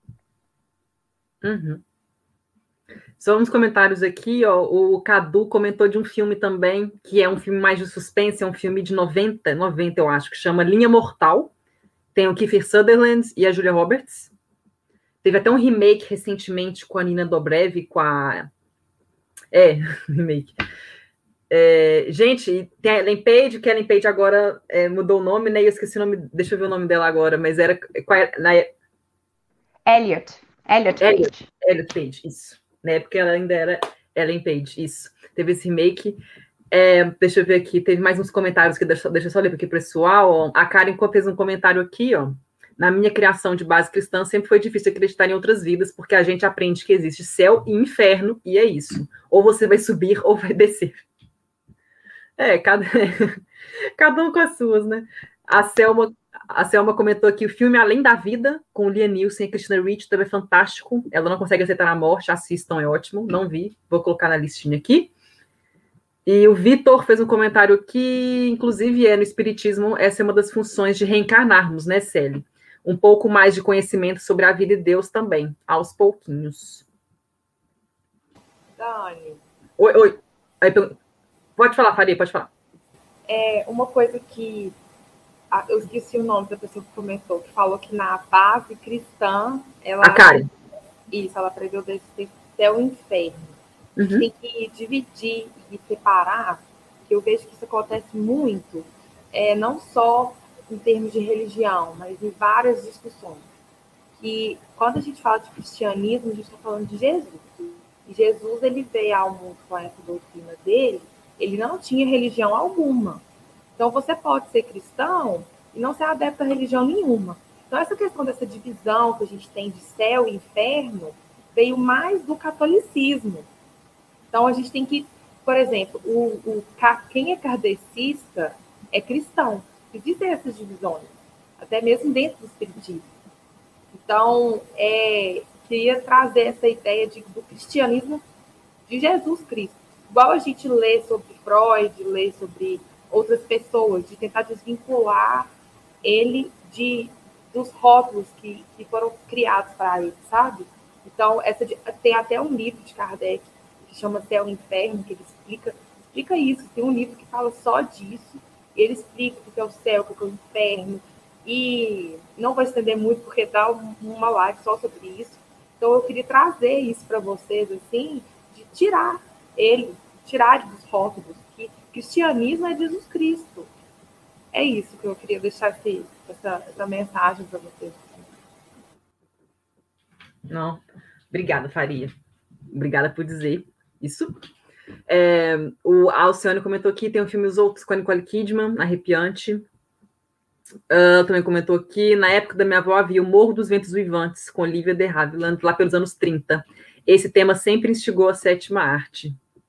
Uhum. Só uns comentários aqui, ó, o Cadu comentou de um filme também, que é um filme mais de suspense, é um filme de noventa, noventa eu acho, que chama Linha Mortal, tem o Kiefer Sutherland e a Julia Roberts, teve até um remake recentemente com a Nina Dobrev, com a... É, remake. É, gente, tem a Ellen Page, que a Ellen Page agora é, mudou o nome, né, eu esqueci o nome, deixa eu ver o nome dela agora, mas era... Na... Elliot. Elliot Page. Elliot, Elliot Page, isso. Né, porque ela ainda era Ellen Page, isso. Teve esse remake. É, deixa eu ver aqui, teve mais uns comentários que deixa, deixa eu só ler aqui, pessoal. Ó. A Karen fez um comentário aqui, ó. Na minha criação de base cristã, sempre foi difícil acreditar em outras vidas, porque a gente aprende que existe céu e inferno, e é isso. Ou você vai subir ou vai descer. É, cada, cada um com as suas, né? A Selma, A Selma comentou aqui o filme Além da Vida, com Liam Neeson e Christina Ricci, também é fantástico. Ela não consegue aceitar a morte, assistam, é ótimo. Não vi, vou colocar na listinha aqui. E o Vitor fez um comentário que, inclusive, é no Espiritismo, essa é uma das funções de reencarnarmos, né, Célia? Um pouco mais de conhecimento sobre a vida e Deus também, aos pouquinhos. Dani. Oi, oi. Aí, pode falar, Faria, pode falar. É uma coisa que eu esqueci o nome da pessoa que comentou, que falou que na base cristã, ela... A Karen. Isso, ela preveu desse céu e inferno. A gente Uhum. tem que dividir e separar, que eu vejo que isso acontece muito, é, não só em termos de religião, mas em várias discussões. Que quando a gente fala de cristianismo, a gente está falando de Jesus. E Jesus, ele veio ao mundo com essa doutrina dele, ele não tinha religião alguma. Então, você pode ser cristão e não ser adepto a religião nenhuma. Então, essa questão dessa divisão que a gente tem de céu e inferno veio mais do catolicismo. Então, a gente tem que, por exemplo, o, o, quem é kardecista é cristão. Existem essas divisões, até mesmo dentro do espiritismo. Então, é, queria trazer essa ideia de, do cristianismo de Jesus Cristo. Igual a gente lê sobre Freud, lê sobre outras pessoas, de tentar desvincular ele de, dos rótulos que, que foram criados para ele, sabe? Então, essa, tem até um livro de Kardec que chama Céu e Inferno, que ele explica, explica isso. Tem um livro que fala só disso, ele explica o que é o céu, o que é o inferno, e não vou estender muito, porque dá uma live só sobre isso. Então, eu queria trazer isso para vocês, assim, de tirar ele, tirar ele dos rótulos, que cristianismo é Jesus Cristo. É isso que eu queria deixar esse, essa, essa mensagem para vocês. Não, obrigada, Faria. Obrigada por dizer isso. É, o Alcione comentou aqui, tem o filme Os Outros com a Nicole Kidman, arrepiante. Uh, também comentou aqui, na época da minha avó havia o Morro dos Ventos Vivantes, com Olivia de Havilland, lá pelos anos trinta. Esse tema sempre instigou a sétima arte.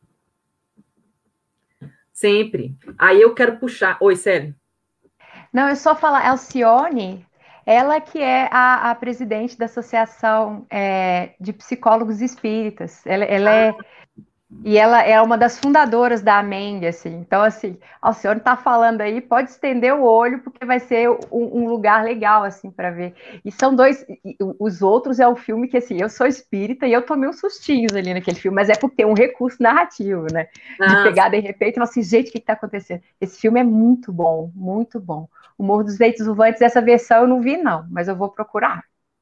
Sempre. Aí eu quero puxar... Oi, Célia. Não, eu só falar, Alcione, ela que é a, a presidente da Associação é, de Psicólogos Espíritas. Ela, ela é... E ela é uma das fundadoras da Amende, assim. Então, assim, a Alcione está falando aí, pode estender o olho, porque vai ser um, um lugar legal, assim, para ver. E são dois... Os Outros é um filme que, assim, eu sou espírita e eu tomei uns sustinhos ali naquele filme, mas é porque tem um recurso narrativo, né? De Ah, pegar, de repente, e falar assim, gente, o que está acontecendo? Esse filme é muito bom, muito bom. O Morro dos Ventos Vivantes, essa versão eu não vi, não, mas eu vou procurar.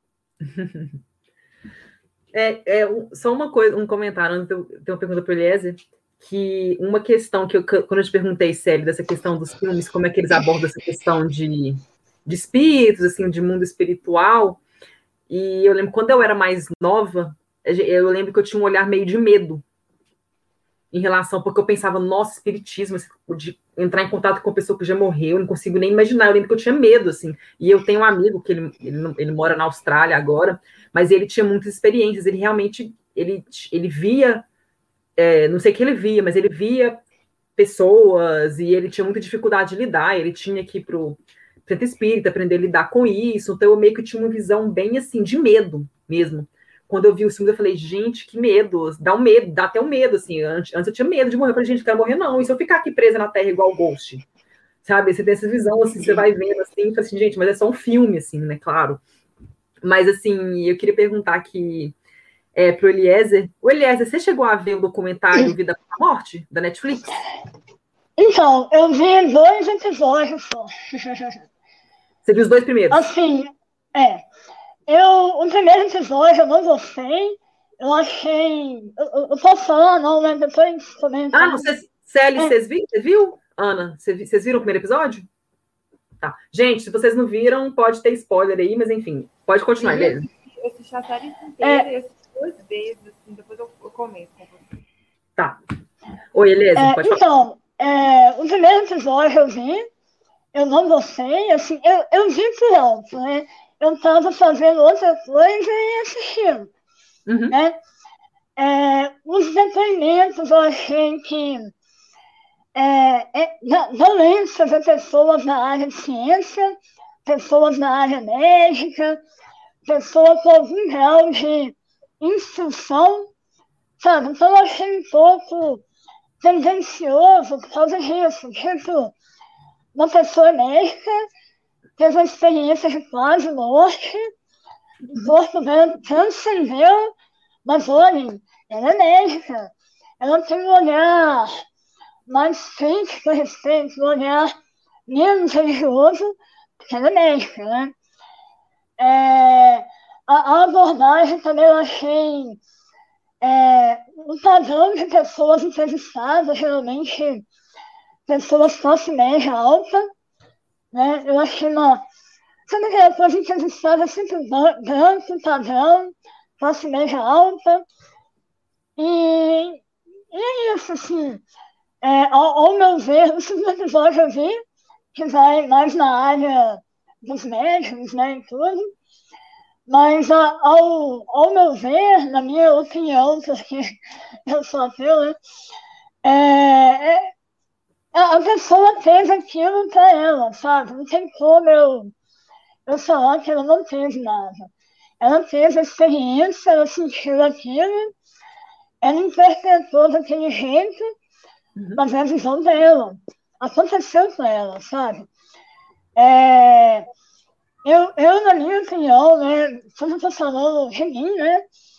É, é, só uma coisa, um comentário, antes eu tenho uma pergunta para o Eliezer, que uma questão que eu, quando eu te perguntei, Célia, dessa questão dos filmes, como é que eles abordam essa questão de, de espíritos, assim, de mundo espiritual, e eu lembro, quando eu era mais nova, eu lembro que eu tinha um olhar meio de medo em relação, porque eu pensava, nossa, espiritismo, de entrar em contato com uma pessoa que já morreu, eu não consigo nem imaginar, eu lembro que eu tinha medo, assim, e eu tenho um amigo, que ele, ele, ele mora na Austrália agora, mas ele tinha muitas experiências, ele realmente, ele, ele via, é, não sei o que ele via, mas ele via pessoas, e ele tinha muita dificuldade de lidar, ele tinha que ir pro centro espírita, aprender a lidar com isso, então eu meio que tinha uma visão bem, assim, de medo mesmo. Quando eu vi os filmes, eu falei, gente, que medo, dá um medo, dá até um medo, assim, antes, antes eu tinha medo de morrer, eu falei, gente, não quero morrer não, e se eu ficar aqui presa na Terra igual Ghost, sabe, você tem essa visão, assim, você vai vendo, assim, e fala assim, gente, mas é só um filme, assim, né, claro, mas, assim, eu queria perguntar aqui é, pro Eliezer, o Eliezer, você chegou a ver o documentário Vida após a Morte, da Netflix? Então, eu vi dois episódios só. Você viu os dois primeiros? Assim, é. Eu, o primeiro episódio eu não gostei. Eu achei. Eu, eu, eu posso falar, não, né? Depois comentar. Ah, vocês, Célia, é. vocês viram? Você viu? Ana, vocês viram o primeiro episódio? Tá. Gente, se vocês não viram, pode ter spoiler aí, mas enfim, pode continuar, beleza? Eu assisti a série inteira, é. eu assisti duas vezes, assim, depois eu, eu comento com você. Tá. Oi, Eliezer, é, pode então, falar. É, o primeiro episódio eu vi, eu não gostei, assim, eu, eu vi por alto, né? Eu tava fazendo outra coisa e assistindo, uhum. né? É, os depoimentos eu achei que é, é, da valência das pessoas na área de ciência pessoas na área médica, pessoas com algum grau de instrução, sabe? Então eu achei um pouco tendencioso por causa disso. Tipo, uma pessoa médica teve uma experiência de quase morte, o corpo dela transcendeu, mas olha, ela é médica, ela tem um olhar mais crítico a respeito, um olhar menos religioso, porque ela é médica, né? É, a, a abordagem também eu achei é, o padrão de pessoas entrevistadas, geralmente pessoas classe média alta, né? Eu achei uma. Sabe aquela coisa entrevistada sempre branco, padrão, classe média alta. E, e é isso, assim. É, ao, ao meu ver, no segundo episódio eu vi que vai mais na área dos médicos, né, e tudo. Mas, a, ao, ao meu ver, na minha opinião, porque eu sou ateu, né, é, é, a pessoa teve aquilo pra ela, sabe? Não tem como eu, eu falar que ela não teve nada. Ela teve a experiência, ela sentiu aquilo, ela interpretou daquele jeito, mas é a visão dela. Aconteceu com ela, sabe? É, eu, eu, na minha opinião, né, quando eu estou falando de mim, né,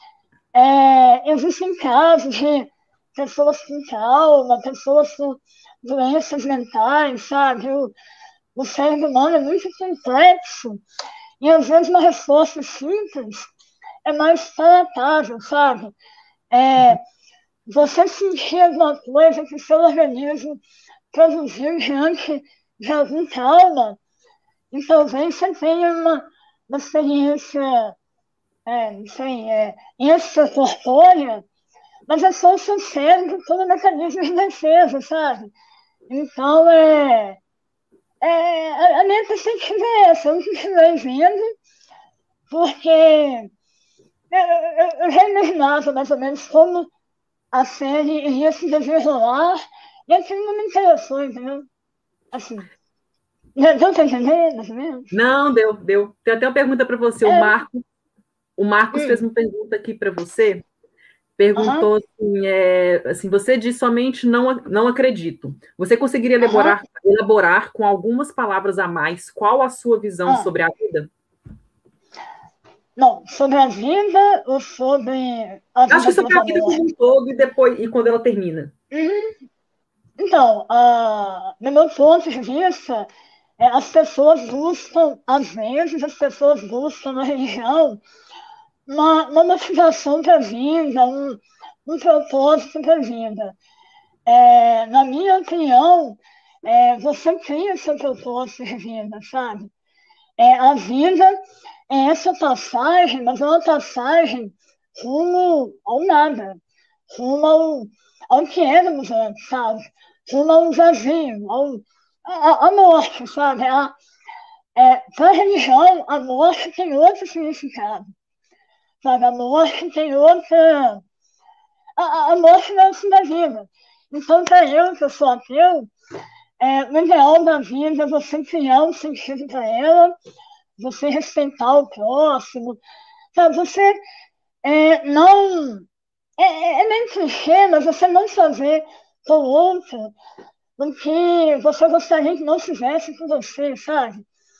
é, existem casos de pessoas com trauma, pessoas com doenças mentais, sabe? O, o cérebro humano é muito complexo e, às vezes, uma resposta simples é mais palatável, sabe? É, você sentir alguma coisa que o seu organismo produziu diante de algum trauma, e talvez você tenha uma, uma experiência, é, não sei, é, extracorpórea, mas é só o seu cérebro todo mecanismo de defesa, sabe? Então, é, é, a minha perspectiva é essa, eu não continuei vendo, porque eu, eu, eu já imaginava mais ou menos como a série iria se desenrolar, e aquilo não me interessou, entendeu? Assim, deu pra entender, mais ou menos? Não, deu, deu. Tem até uma pergunta para você. É. O Marcos, o Marcos hum. fez uma pergunta aqui para você. Perguntou uhum. assim, é, assim, você diz somente não, não acredito. Você conseguiria elaborar, uhum. elaborar com algumas palavras a mais qual a sua visão uhum. sobre a vida? Não, sobre a vida ou sobre a vida? Acho que sobre a vida como um todo e depois e quando ela termina. Uhum. Então, uh, no meu ponto de vista, é, as pessoas buscam, às vezes, as pessoas buscam na religião uma, uma motivação para a vida, um, um propósito para a vida. É, na minha opinião, é, você cria seu propósito de vida, sabe? É, a vida é essa passagem, mas é uma passagem rumo ao nada, rumo ao, ao que éramos antes, sabe? Rumo ao vazio, ao, a, a morte, sabe? A, é, para a religião, a morte tem outro significado, sabe? A morte tem outra... A, a morte não é o fim da vida. Então, para eu, que eu sou ateu, é, o ideal da vida é você criar um sentido para ela, você respeitar o próximo, sabe? Você é, não... É, é, é meio clichê, mas você não fazer com o outro o que você gostaria que não fizesse com você, sabe?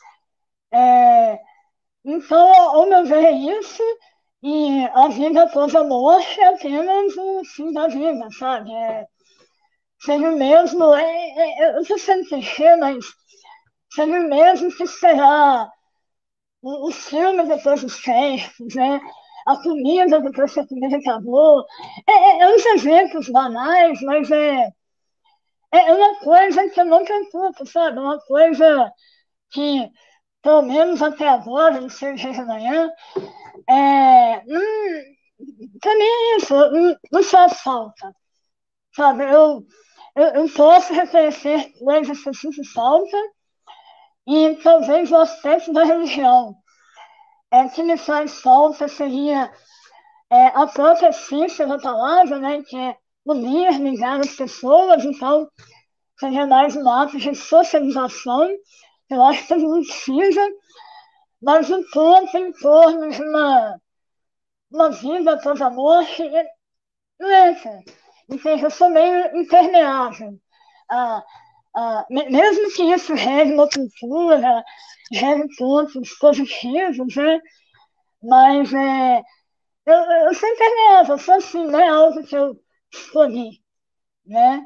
É, então, ao meu ver, é isso. E a vida após a morte é apenas o fim da vida, sabe? É, seria o mesmo... É, é, eu estou sendo clichê, mas seria o mesmo que esperar o, o filme depois dos créditos, né? A comida depois que a comida acabou. É, é, é uns exemplos banais, mas é, é uma coisa que eu não preocupo, sabe? Uma coisa que, pelo menos até agora, não sei o dia de amanhã, é, hum, pra mim é isso, não, não faz falta, sabe? Eu, eu, eu posso reconhecer coisas que eu sinto falta, e talvez o aspecto da religião é, que me faz falta seria é, a própria essência da palavra, né, que é unir, ligar as pessoas, então seria mais um ato de socialização Eu acho que todo mundo precisa, mas o tempo em torno de uma, uma vida após a morte, não é essa. Então, eu sou meio impermeável. Ah, ah, mesmo que isso gere uma cultura, gere pontos positivos, né? Mas é, eu, eu sou impermeável, sou assim, não é algo que eu escolhi, né?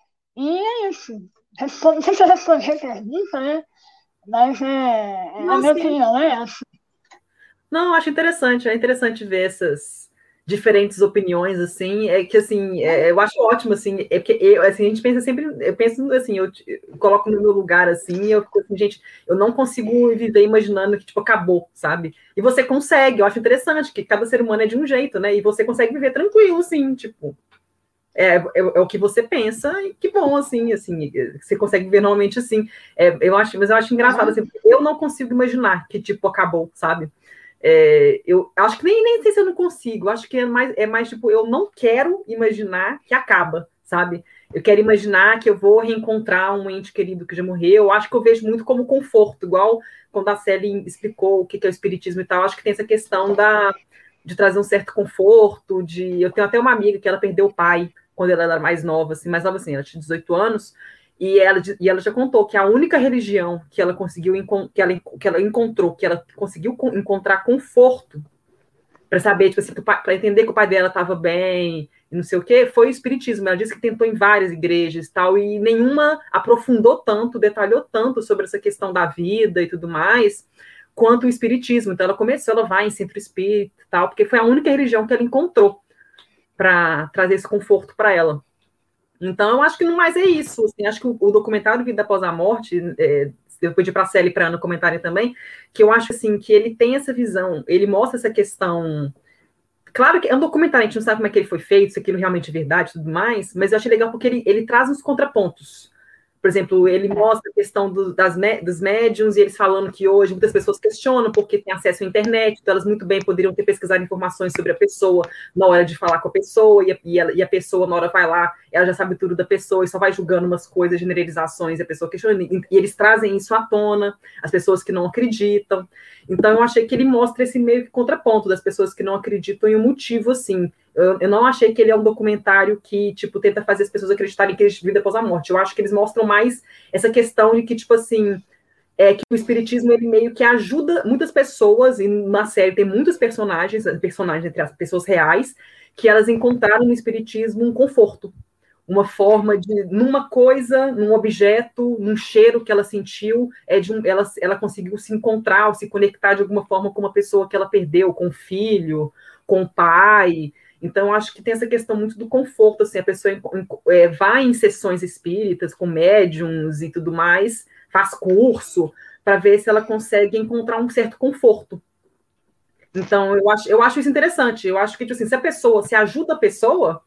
E é isso. Respondo, não sei se eu respondi a pergunta, né? Mas é, a Não, minha sim. opinião é essa. Não, eu acho interessante, é interessante ver essas diferentes opiniões, assim, é que, assim, é, eu acho ótimo, assim, é porque eu, assim, a gente pensa sempre, eu penso, assim, eu, eu coloco no meu lugar, assim, e eu fico assim, gente, eu não consigo viver imaginando que, tipo, acabou, sabe? E você consegue, eu acho interessante que cada ser humano é de um jeito, né? E você consegue viver tranquilo, assim, tipo, é, é, é o que você pensa, e que bom, assim, assim, você consegue viver normalmente assim. É, eu acho, mas eu acho engraçado, assim, porque eu não consigo imaginar que, tipo, acabou, sabe? É, eu acho que nem, nem sei se eu não consigo, acho que é mais, é mais tipo, eu não quero imaginar que acaba, sabe? Eu quero imaginar que eu vou reencontrar um ente querido que já morreu. Eu acho que eu vejo muito como conforto, igual quando a Célia explicou o que é o espiritismo e tal. Acho que tem essa questão da, de trazer um certo conforto. De, eu tenho até uma amiga que ela perdeu o pai quando ela era mais nova, assim, mais nova assim, ela tinha dezoito anos. E ela, e ela já contou que a única religião que ela conseguiu que ela, que ela encontrou, que ela conseguiu encontrar conforto para saber, tipo assim, para entender que o pai dela estava bem e não sei o quê, foi o espiritismo. Ela disse que tentou em várias igrejas e tal, e nenhuma aprofundou tanto, detalhou tanto sobre essa questão da vida e tudo mais, quanto o espiritismo. Então ela começou, ela vai em centro espírita e tal, porque foi a única religião que ela encontrou para trazer esse conforto para ela. Então, eu acho que não mais é isso. Assim, acho que o, o documentário Vida Após a Morte, é, eu pedi para a Célia e para a Ana comentarem também, que eu acho assim, que ele tem essa visão, ele mostra essa questão. Claro que é um documentário, a gente não sabe como é que ele foi feito, se aquilo realmente é verdade e tudo mais, mas eu achei legal porque ele, ele traz uns contrapontos. Por exemplo, ele mostra a questão do, das, dos médiums, e eles falando que hoje muitas pessoas questionam porque têm acesso à internet, então elas muito bem poderiam ter pesquisado informações sobre a pessoa na hora de falar com a pessoa, e a, e a, e a pessoa, na hora vai lá, ela já sabe tudo da pessoa, e só vai julgando umas coisas, generalizações, e a pessoa questiona, e, e eles trazem isso à tona, as pessoas que não acreditam. Então, eu achei que ele mostra esse meio que contraponto das pessoas que não acreditam em um motivo, assim. Eu, eu não achei que ele é um documentário que, tipo, tenta fazer as pessoas acreditarem que existe vida após a morte. Eu acho que eles mostram mais essa questão de que, tipo assim, é que o espiritismo, ele meio que ajuda muitas pessoas, e na série tem muitos personagens, personagens entre as pessoas reais, que elas encontraram no espiritismo um conforto, uma forma de, numa coisa, num objeto, num cheiro que ela sentiu, é de um, ela, ela conseguiu se encontrar, ou se conectar de alguma forma com uma pessoa que ela perdeu, com o filho, com o pai. Então, acho que tem essa questão muito do conforto, assim, a pessoa é, vai em sessões espíritas, com médiums e tudo mais, faz curso, para ver se ela consegue encontrar um certo conforto. Então, eu acho, eu acho isso interessante. Eu acho que, tipo assim, se a pessoa, se ajuda a pessoa,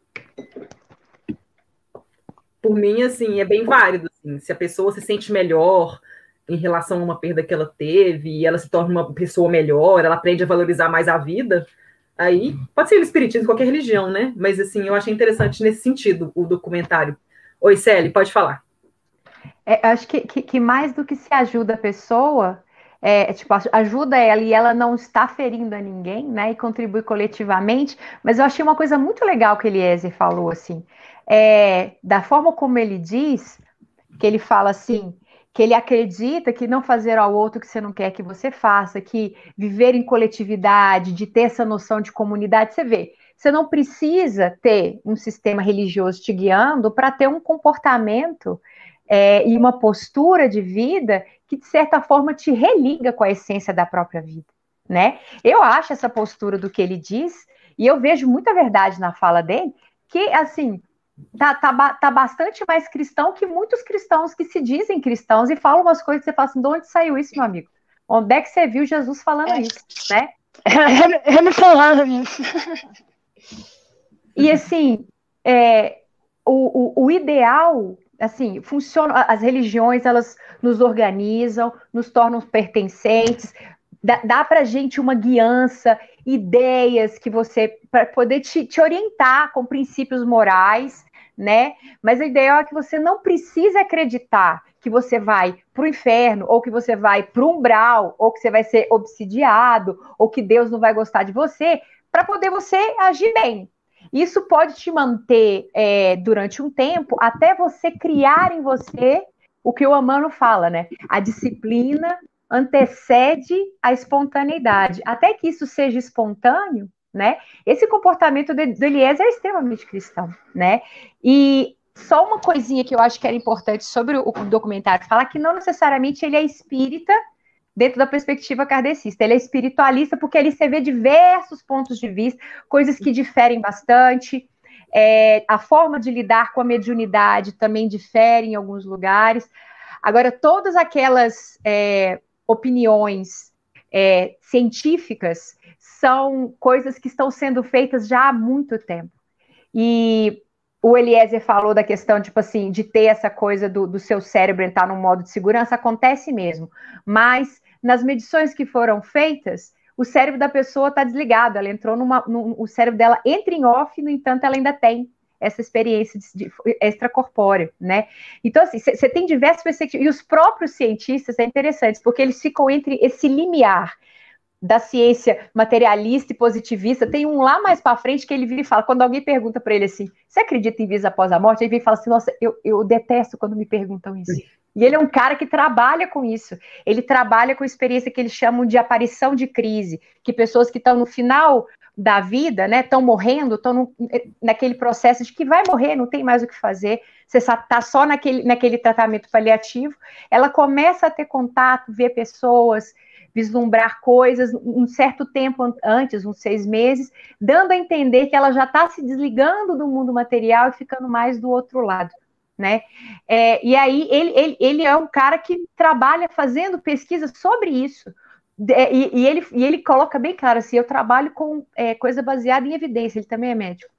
por mim, assim, é bem válido. Assim, se a pessoa se sente melhor em relação a uma perda que ela teve, e ela se torna uma pessoa melhor, ela aprende a valorizar mais a vida, aí pode ser o espiritismo, qualquer religião, né? Mas, assim, eu achei interessante nesse sentido o documentário. Oi, Célia, pode falar. É, acho que, que, que mais do que se ajuda a pessoa, é, tipo, ajuda ela e ela não está ferindo a ninguém, né? E contribui coletivamente. Mas eu achei uma coisa muito legal que Eliezer falou, assim, é, da forma como ele diz, que ele fala assim, que ele acredita que não fazer ao outro o que você não quer que você faça, que viver em coletividade, de ter essa noção de comunidade, você vê. Você não precisa ter um sistema religioso te guiando para ter um comportamento é, e uma postura de vida que, de certa forma, te religa com a essência da própria vida, né? Eu acho essa postura do que ele diz, e eu vejo muita verdade na fala dele, que, assim, tá, tá, tá bastante mais cristão que muitos cristãos que se dizem cristãos e falam umas coisas que você fala assim, de onde saiu isso, meu amigo? Onde é que você viu Jesus falando é. isso, né? Eu me falava isso. E, assim, é, o, o, o ideal... Assim, funciona, as religiões, elas nos organizam, nos tornam pertencentes, dá, dá para a gente uma guiança, ideias que você, para poder te, te orientar com princípios morais, né? Mas a ideia é que você não precisa acreditar que você vai para o inferno, ou que você vai para o umbral, ou que você vai ser obsidiado, ou que Deus não vai gostar de você, para poder você agir bem. Isso pode te manter é, durante um tempo, até você criar em você o que o Emmanuel fala, né? A disciplina antecede a espontaneidade. Até que isso seja espontâneo, né? Esse comportamento do Eliezer é extremamente cristão, né? E só uma coisinha que eu acho que era importante sobre o documentário, falar que não necessariamente ele é espírita dentro da perspectiva kardecista, ele é espiritualista porque ali você vê diversos pontos de vista, coisas que diferem bastante, é, a forma de lidar com a mediunidade também difere em alguns lugares. Agora, todas aquelas é, opiniões é, científicas são coisas que estão sendo feitas já há muito tempo. E o Eliezer falou da questão, tipo assim, de ter essa coisa do, do seu cérebro entrar num modo de segurança, acontece mesmo. Mas, nas medições que foram feitas, o cérebro da pessoa está desligado, ela entrou numa... Num, o cérebro dela entra em off, no entanto, ela ainda tem essa experiência de, de, extracorpórea, né? Então, assim, você tem diversas perspectivas. E os próprios cientistas é interessante, porque eles ficam entre esse limiar da ciência materialista e positivista. Tem um lá mais para frente que ele vira e fala, quando alguém pergunta para ele assim, você acredita em vida após a morte? Ele vem e fala assim, nossa, eu, eu detesto quando me perguntam isso. E ele é um cara que trabalha com isso. Ele trabalha com a experiência que eles chamam de aparição de crise, que pessoas que estão no final da vida, né, estão morrendo, estão naquele processo de que vai morrer, não tem mais o que fazer, você está só naquele, naquele tratamento paliativo, ela começa a ter contato, ver pessoas, vislumbrar coisas um certo tempo antes, uns seis meses, dando a entender que ela já está se desligando do mundo material e ficando mais do outro lado, né? É, e aí ele, ele, ele é um cara que trabalha fazendo pesquisa sobre isso, e, e, ele, e ele coloca bem claro assim, eu trabalho com é, coisa baseada em evidência, ele também é médico.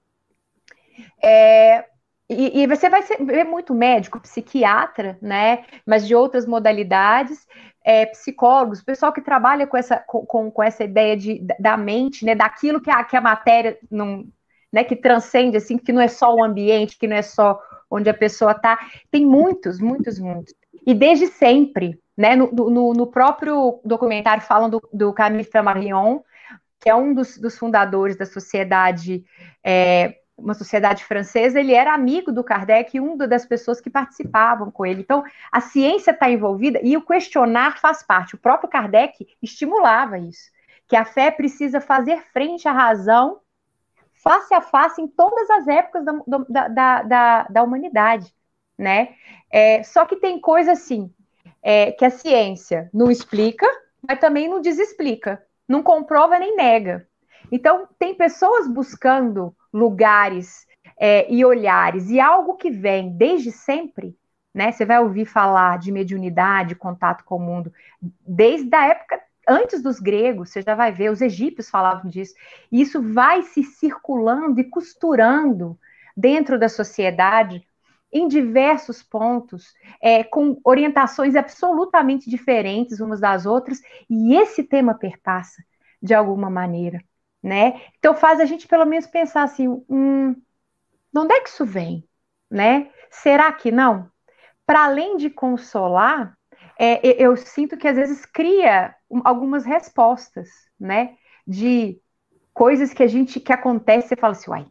É, e, e você vai ser, ver muito médico, psiquiatra, né? Mas de outras modalidades, é, psicólogos, pessoal que trabalha com essa, com, com essa ideia de, da mente, né? Daquilo que a, que a matéria não, né? Que transcende, assim, que não é só o ambiente, que não é só onde a pessoa está. Tem muitos, muitos, muitos. E desde sempre, né? No, no, no próprio documentário falam do, do Camille Flammarion, que é um dos, dos fundadores da sociedade, é, uma sociedade francesa, ele era amigo do Kardec e uma das pessoas que participavam com ele. Então, a ciência está envolvida e o questionar faz parte. O próprio Kardec estimulava isso, que a fé precisa fazer frente à razão, face a face, em todas as épocas da, da, da, da humanidade, né? É, só que tem coisa assim, é, que a ciência não explica, mas também não desexplica, não comprova nem nega. Então, tem pessoas buscando lugares é, e olhares, e algo que vem desde sempre, né? Você vai ouvir falar de mediunidade, contato com o mundo, desde a época, antes dos gregos, você já vai ver, os egípcios falavam disso, e isso vai se circulando e costurando dentro da sociedade, em diversos pontos, é, com orientações absolutamente diferentes umas das outras, e esse tema perpassa de alguma maneira, né? Então faz a gente pelo menos pensar assim, hum, de onde é que isso vem, né? Será que não? Para além de consolar, é, eu sinto que às vezes cria algumas respostas, né? De coisas que a gente, que acontece, você fala assim, uai,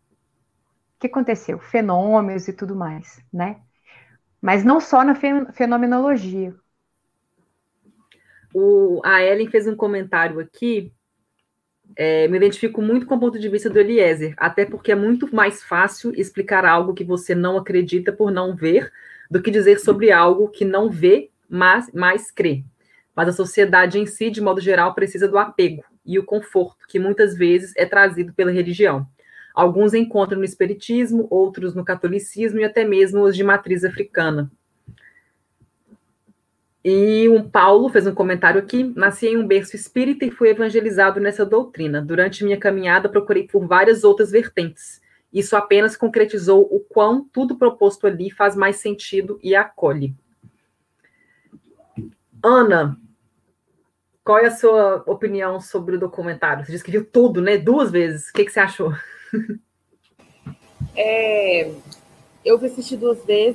o que aconteceu? Fenômenos e tudo mais, né? Mas não só na fenomenologia. O, a Ellen fez um comentário aqui, é, me identifico muito com o ponto de vista do Eliezer, até porque é muito mais fácil explicar algo que você não acredita por não ver, do que dizer sobre algo que não vê, mas mais crê. Mas a sociedade em si, de modo geral, precisa do apego e o conforto, que muitas vezes é trazido pela religião. Alguns encontram no espiritismo, outros no catolicismo e até mesmo os de matriz africana. E o Paulo fez um comentário aqui, nasci em um berço espírita e fui evangelizado nessa doutrina. Durante minha caminhada, procurei por várias outras vertentes. Isso apenas concretizou o quão tudo proposto ali faz mais sentido e acolhe. Ana, qual é a sua opinião sobre o documentário? Você disse que viu tudo, né? Duas vezes. O que, que você achou? É, eu assisti duas vezes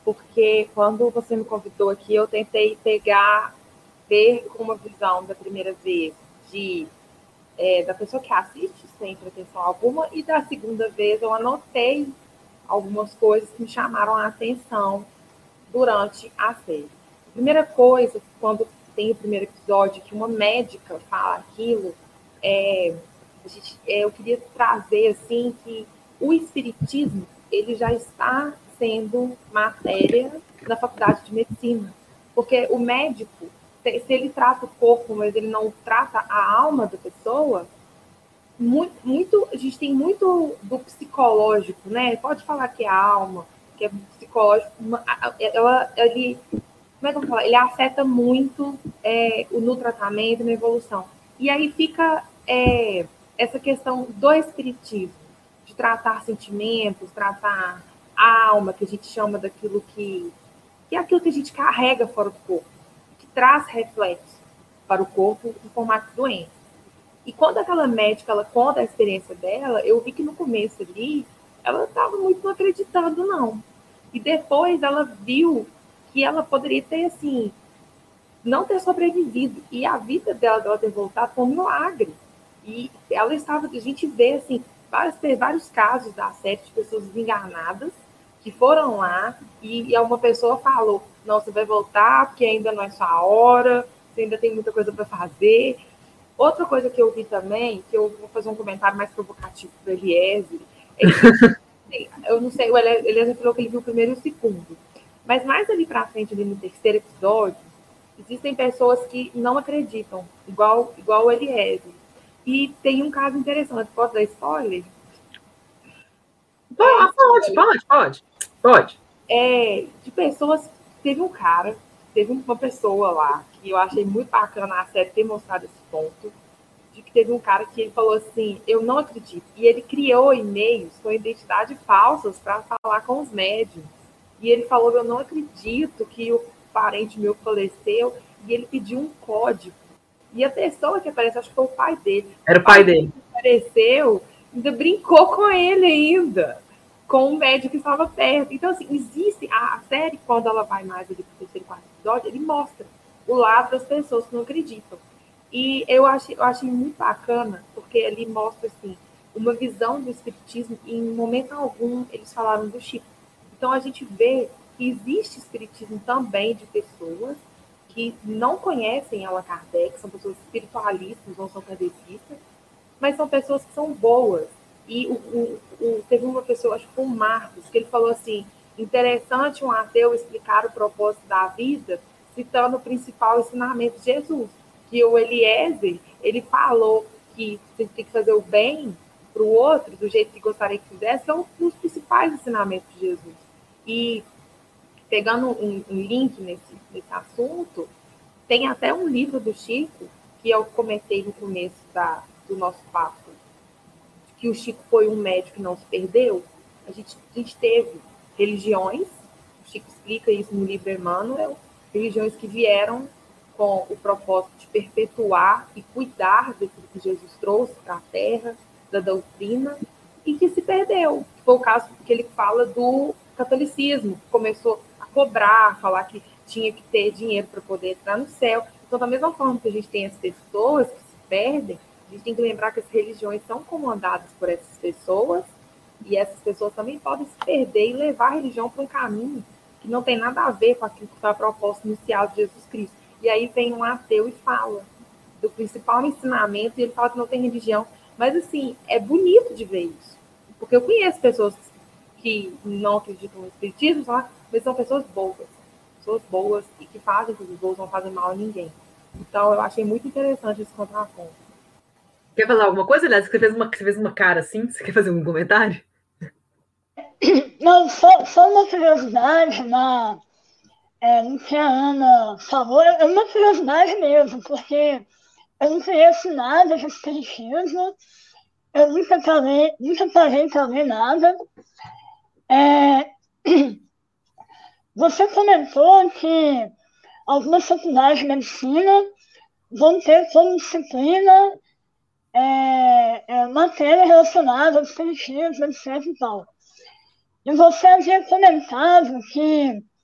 porque quando você me convidou aqui, eu tentei pegar, ver com uma visão da primeira vez de, é, da pessoa que assiste, sem pretensão alguma, e da segunda vez eu anotei algumas coisas que me chamaram a atenção durante a série. A primeira coisa, quando tem o primeiro episódio, que uma médica fala aquilo, é, a gente, é, eu queria trazer assim que o espiritismo ele já está sendo matéria na faculdade de medicina, porque o médico, se ele trata o corpo, mas ele não trata a alma da pessoa, muito, muito, a gente tem muito do psicológico, né? Pode falar que é a alma, que é psicológico, ela, ele, como é que eu falo? Ele afeta muito é, no tratamento, na evolução. E aí fica é, essa questão do espiritismo, de tratar sentimentos, tratar a alma, que a gente chama daquilo que, que é aquilo que a gente carrega fora do corpo, que traz reflexos para o corpo em formato de doença. E quando aquela médica ela conta a experiência dela, eu vi que no começo ali, ela estava muito não acreditando, não. E depois ela viu que ela poderia ter, assim, não ter sobrevivido. E a vida dela, dela ter voltado foi um milagre. E ela estava, a gente vê, assim, vários, vários casos da série de pessoas enganadas, que foram lá e, e uma pessoa falou, não, você vai voltar porque ainda não é sua hora, você ainda tem muita coisa para fazer. Outra coisa que eu vi também, que eu vou fazer um comentário mais provocativo para o Eliezer, é que, eu não sei, o Eliezer falou que ele viu o primeiro e o segundo, mas mais ali para frente, ali no terceiro episódio, existem pessoas que não acreditam, igual, igual o Eliezer. E tem um caso interessante, posso dar spoiler? Ah, pode, pode, pode, pode. É, de pessoas, teve um cara, teve uma pessoa lá, que eu achei muito bacana a série ter mostrado esse ponto, de que teve um cara que ele falou assim, eu não acredito. E ele criou e-mails com identidade falsas para falar com os médiums. E ele falou, eu não acredito que o parente meu faleceu, e ele pediu um código. E a pessoa que apareceu, acho que foi o pai dele. Era o pai dele. Que apareceu, ainda brincou com ele ainda, com o médico que estava perto. Então, assim, existe, a, a série, quando ela vai mais ali para o terceiro e quarto episódio, ele mostra o lado das pessoas que não acreditam. E eu achei, eu achei muito bacana, porque ele mostra, assim, uma visão do espiritismo, e em momento algum eles falaram do Chico. Então, a gente vê que existe espiritismo também de pessoas que não conhecem Allan Kardec, são pessoas espiritualistas, não são kardecistas, mas são pessoas que são boas. E o, o, o, teve uma pessoa, acho que foi o Marcos, que ele falou assim, interessante um ateu explicar o propósito da vida, citando o principal ensinamento de Jesus. Que o Eliezer, ele falou que você tem que fazer o bem para o outro, do jeito que gostaria que fizesse, são os principais ensinamentos de Jesus. E pegando um, um link nesse, nesse assunto, tem até um livro do Chico, que eu comentei no começo da, do nosso papo, que o Chico foi um médico que não se perdeu. A gente, a gente teve religiões, o Chico explica isso no livro Emmanuel, religiões que vieram com o propósito de perpetuar e cuidar daquilo que Jesus trouxe para a Terra, da doutrina, e que se perdeu. Foi o caso que ele fala do catolicismo, que começou a cobrar, falar que tinha que ter dinheiro para poder entrar no céu. Então, da mesma forma que a gente tem as pessoas que se perdem, a gente tem que lembrar que as religiões são comandadas por essas pessoas, e essas pessoas também podem se perder e levar a religião para um caminho que não tem nada a ver com aquilo que foi a proposta inicial de Jesus Cristo. E aí vem um ateu e fala do principal ensinamento, e ele fala que não tem religião. Mas, assim, é bonito de ver isso. Porque eu conheço pessoas que não acreditam no espiritismo, mas são pessoas boas. Pessoas boas e que fazem coisas boas, não fazem mal a ninguém. Então, eu achei muito interessante esse contraponto. Quer falar alguma coisa, aliás? Você fez uma, você fez uma cara assim? Você quer fazer um comentário? Não, só, só uma curiosidade na, é, no que a Ana falou. É uma curiosidade mesmo, porque eu não conheço nada de espiritismo, eu nunca parei, nunca parei para ler nada. É, você comentou que algumas faculdades de medicina vão ter como disciplina é, é, matéria relacionada ao espiritismo, etc e tal. E você havia comentado que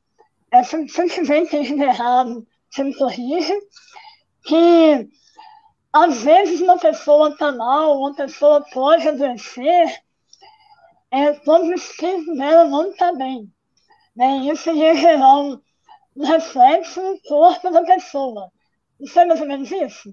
é, se, se eu tiver entendido errado, você me corrige, que às vezes uma pessoa está mal, uma pessoa pode adoecer, é, quando o espírito dela não está bem. Né? Isso ia gerar um, um reflexo no corpo da pessoa. Isso é mais ou menos isso?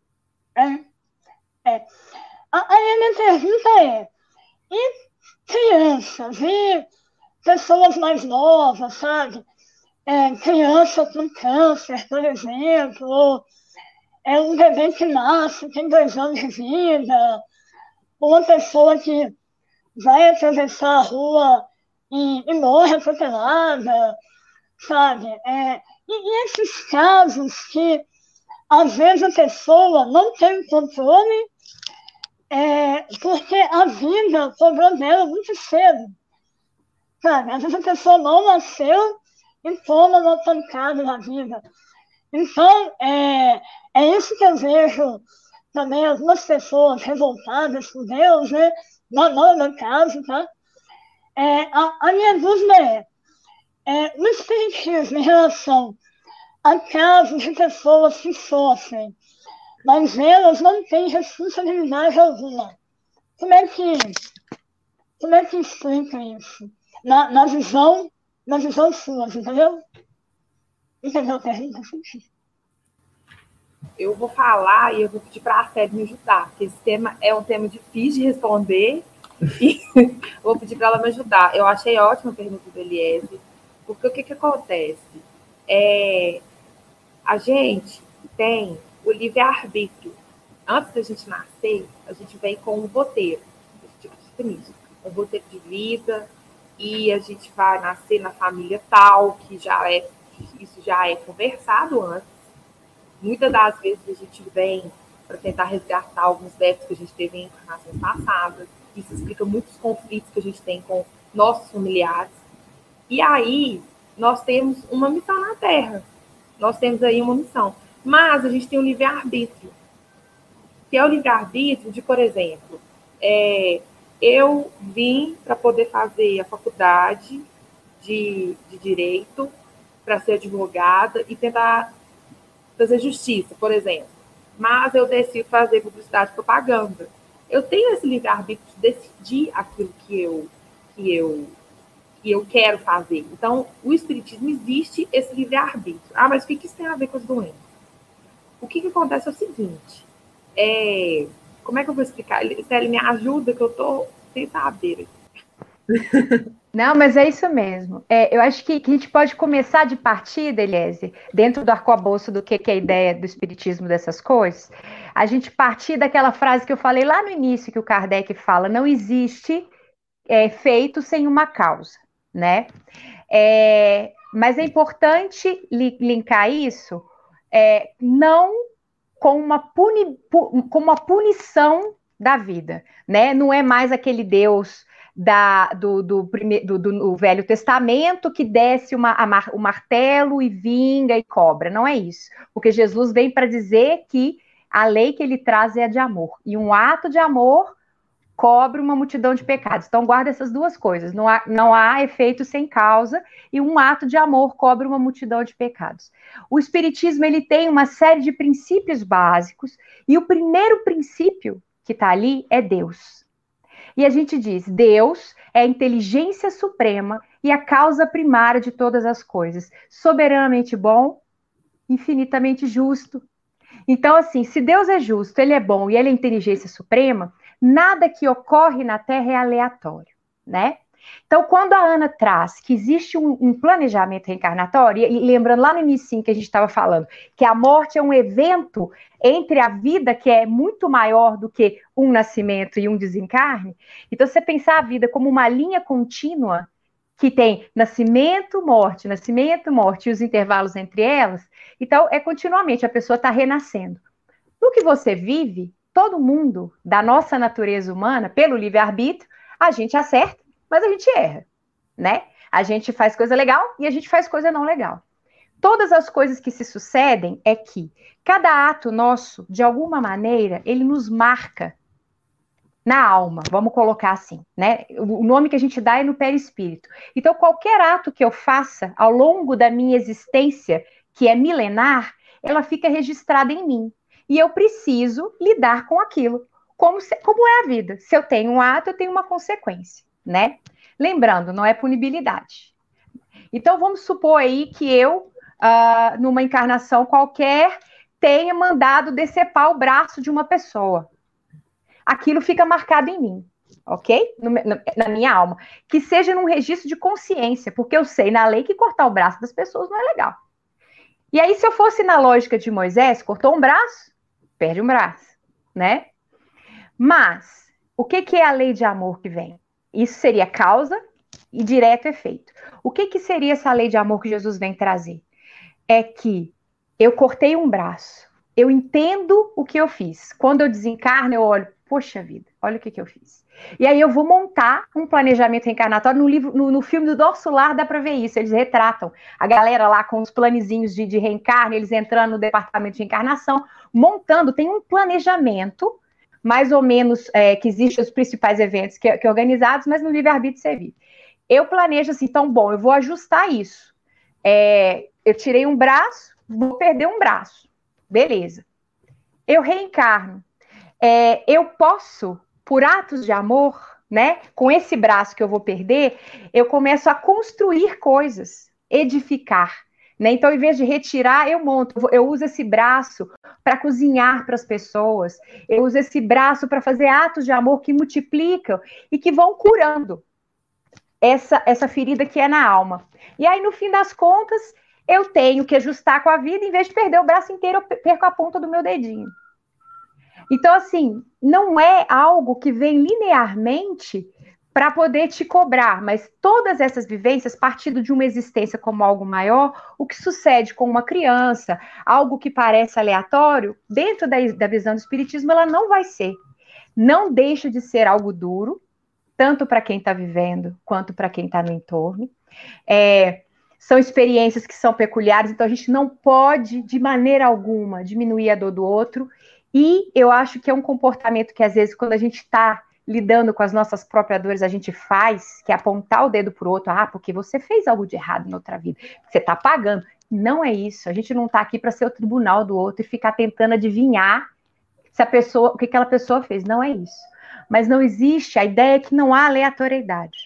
É. É. Aí a minha pergunta é, e crianças, e pessoas mais novas, sabe? É, criança com câncer, por exemplo, ou é um bebê que nasce, tem dois anos de vida, ou uma pessoa que vai atravessar a rua e, e morre atropelada, sabe? É, e, e esses casos que, às vezes, a pessoa não tem controle é, porque a vida cobrou dela muito cedo, sabe? Às vezes a pessoa não nasceu e toma uma pancada na vida. Então, é, é isso que eu vejo também algumas pessoas revoltadas com Deus, né? Não, não é meu caso, tá? É, a, a minha dúvida é, é, no espiritismo, em relação a casos de pessoas que sofrem, mas elas não têm responsabilidade alguma. Como é que, como é que explica isso? Na, na visão, na visão sua, entendeu? Entendeu a pergunta? Eu vou falar e eu vou pedir para a Célia me ajudar, porque esse tema é um tema difícil de responder e vou pedir para ela me ajudar. Eu achei ótima a pergunta do Eliezer, porque o que, que acontece? É, a gente tem o livre-arbítrio. Antes da gente nascer, a gente vem com um roteiro, um roteiro de vida, e a gente vai nascer na família tal, que já é, isso já é conversado antes. Muitas das vezes a gente vem para tentar resgatar alguns débitos que a gente teve em encarnações passadas. Isso explica muitos conflitos que a gente tem com nossos familiares. E aí, nós temos uma missão na Terra. Nós temos aí uma missão. Mas a gente tem um livre-arbítrio. Que é o livre-arbítrio de, por exemplo, é, eu vim para poder fazer a faculdade de, de Direito, para ser advogada e tentar fazer justiça, por exemplo. Mas eu decido fazer publicidade e propaganda. Eu tenho esse livre-arbítrio de decidir aquilo que eu, que, eu, que eu quero fazer. Então, o espiritismo existe esse livre-arbítrio. Ah, mas o que isso tem a ver com as doenças? O que, que acontece é o seguinte, é, como é que eu vou explicar? Célia, me ajuda, que eu estou sem saber. Não, mas é isso mesmo. É, eu acho que, que a gente pode começar de partida, Eliezer, dentro do arcabouço do que, que é a ideia do espiritismo dessas coisas, a gente partir daquela frase que eu falei lá no início, que o Kardec fala, não existe é, feito sem uma causa, né? É, mas é importante li, linkar isso é, não com uma, puni, pu, com uma punição da vida, né? Não é mais aquele Deus Da, do, do, do, do Velho Testamento que desce uma, a, o martelo e vinga e cobra. Não é isso. Porque Jesus vem para dizer que a lei que ele traz é a de amor. E um ato de amor cobre uma multidão de pecados. Então guarda essas duas coisas. Não há, não há efeito sem causa e um ato de amor cobre uma multidão de pecados. O Espiritismo ele tem uma série de princípios básicos e o primeiro princípio que está ali é Deus. E a gente diz, Deus é a inteligência suprema e a causa primária de todas as coisas. Soberanamente bom, infinitamente justo. Então, assim, se Deus é justo, ele é bom e ele é a inteligência suprema, nada que ocorre na Terra é aleatório, né? Então, quando a Ana traz que existe um, um planejamento reencarnatório, e lembrando lá no início que a gente estava falando, que a morte é um evento entre a vida que é muito maior do que um nascimento e um desencarne, então você pensar a vida como uma linha contínua, que tem nascimento, morte, nascimento, morte e os intervalos entre elas, então é continuamente, a pessoa está renascendo. No que você vive, todo mundo da nossa natureza humana, pelo livre-arbítrio, a gente acerta, mas a gente erra, né? A gente faz coisa legal e a gente faz coisa não legal. Todas as coisas que se sucedem é que cada ato nosso, de alguma maneira, ele nos marca na alma, vamos colocar assim, né? O nome que a gente dá é no perispírito. Então, qualquer ato que eu faça ao longo da minha existência, que é milenar, ela fica registrada em mim. E eu preciso lidar com aquilo, como, se, como é a vida. Se eu tenho um ato, eu tenho uma consequência, né? Lembrando, não é punibilidade. Então, vamos supor aí que eu, uh, numa encarnação qualquer, tenha mandado decepar o braço de uma pessoa. Aquilo fica marcado em mim, ok? No, na, na minha alma. Que seja num registro de consciência, porque eu sei na lei que cortar o braço das pessoas não é legal. E aí, se eu fosse na lógica de Moisés, cortou um braço, perde um braço, né? Mas, o que, que é a lei de amor que vem? Isso seria causa e direto efeito. O que, que seria essa lei de amor que Jesus vem trazer? É que eu cortei um braço, eu entendo o que eu fiz. Quando eu desencarno, eu olho, poxa vida, olha o que, que eu fiz. E aí eu vou montar um planejamento reencarnatório. No livro, no, no filme do Dorso Lar dá para ver isso. Eles retratam a galera lá com os planezinhos de, de reencarno, eles entrando no departamento de encarnação, montando, tem um planejamento, mais ou menos, é, que existem os principais eventos que, que organizados, mas no livre-arbítrio servir. Eu planejo assim, então, bom, eu vou ajustar isso. É, eu tirei um braço, vou perder um braço. Beleza. Eu reencarno. É, eu posso, por atos de amor, né, com esse braço que eu vou perder, eu começo a construir coisas, edificar. Né? Então, em vez de retirar, eu monto. Eu uso esse braço para cozinhar para as pessoas. Eu uso esse braço para fazer atos de amor que multiplicam e que vão curando essa, essa ferida que é na alma. E aí, no fim das contas, eu tenho que ajustar com a vida. Em vez de perder o braço inteiro, eu perco a ponta do meu dedinho. Então, assim, não é algo que vem linearmente para poder te cobrar, mas todas essas vivências, partindo de uma existência como algo maior, o que sucede com uma criança, algo que parece aleatório, dentro da, da visão do espiritismo, ela não vai ser. Não deixa de ser algo duro, tanto para quem está vivendo, quanto para quem está no entorno. É, são experiências que são peculiares, então a gente não pode, de maneira alguma, diminuir a dor do outro. E eu acho que é um comportamento que, às vezes, quando a gente está lidando com as nossas próprias dores, a gente faz, que é apontar o dedo para o outro, ah, porque você fez algo de errado na outra vida, você está pagando. Não é isso, a gente não está aqui para ser o tribunal do outro e ficar tentando adivinhar se a pessoa, o que aquela pessoa fez. Não é isso. Mas não existe, a ideia é que não há aleatoriedade.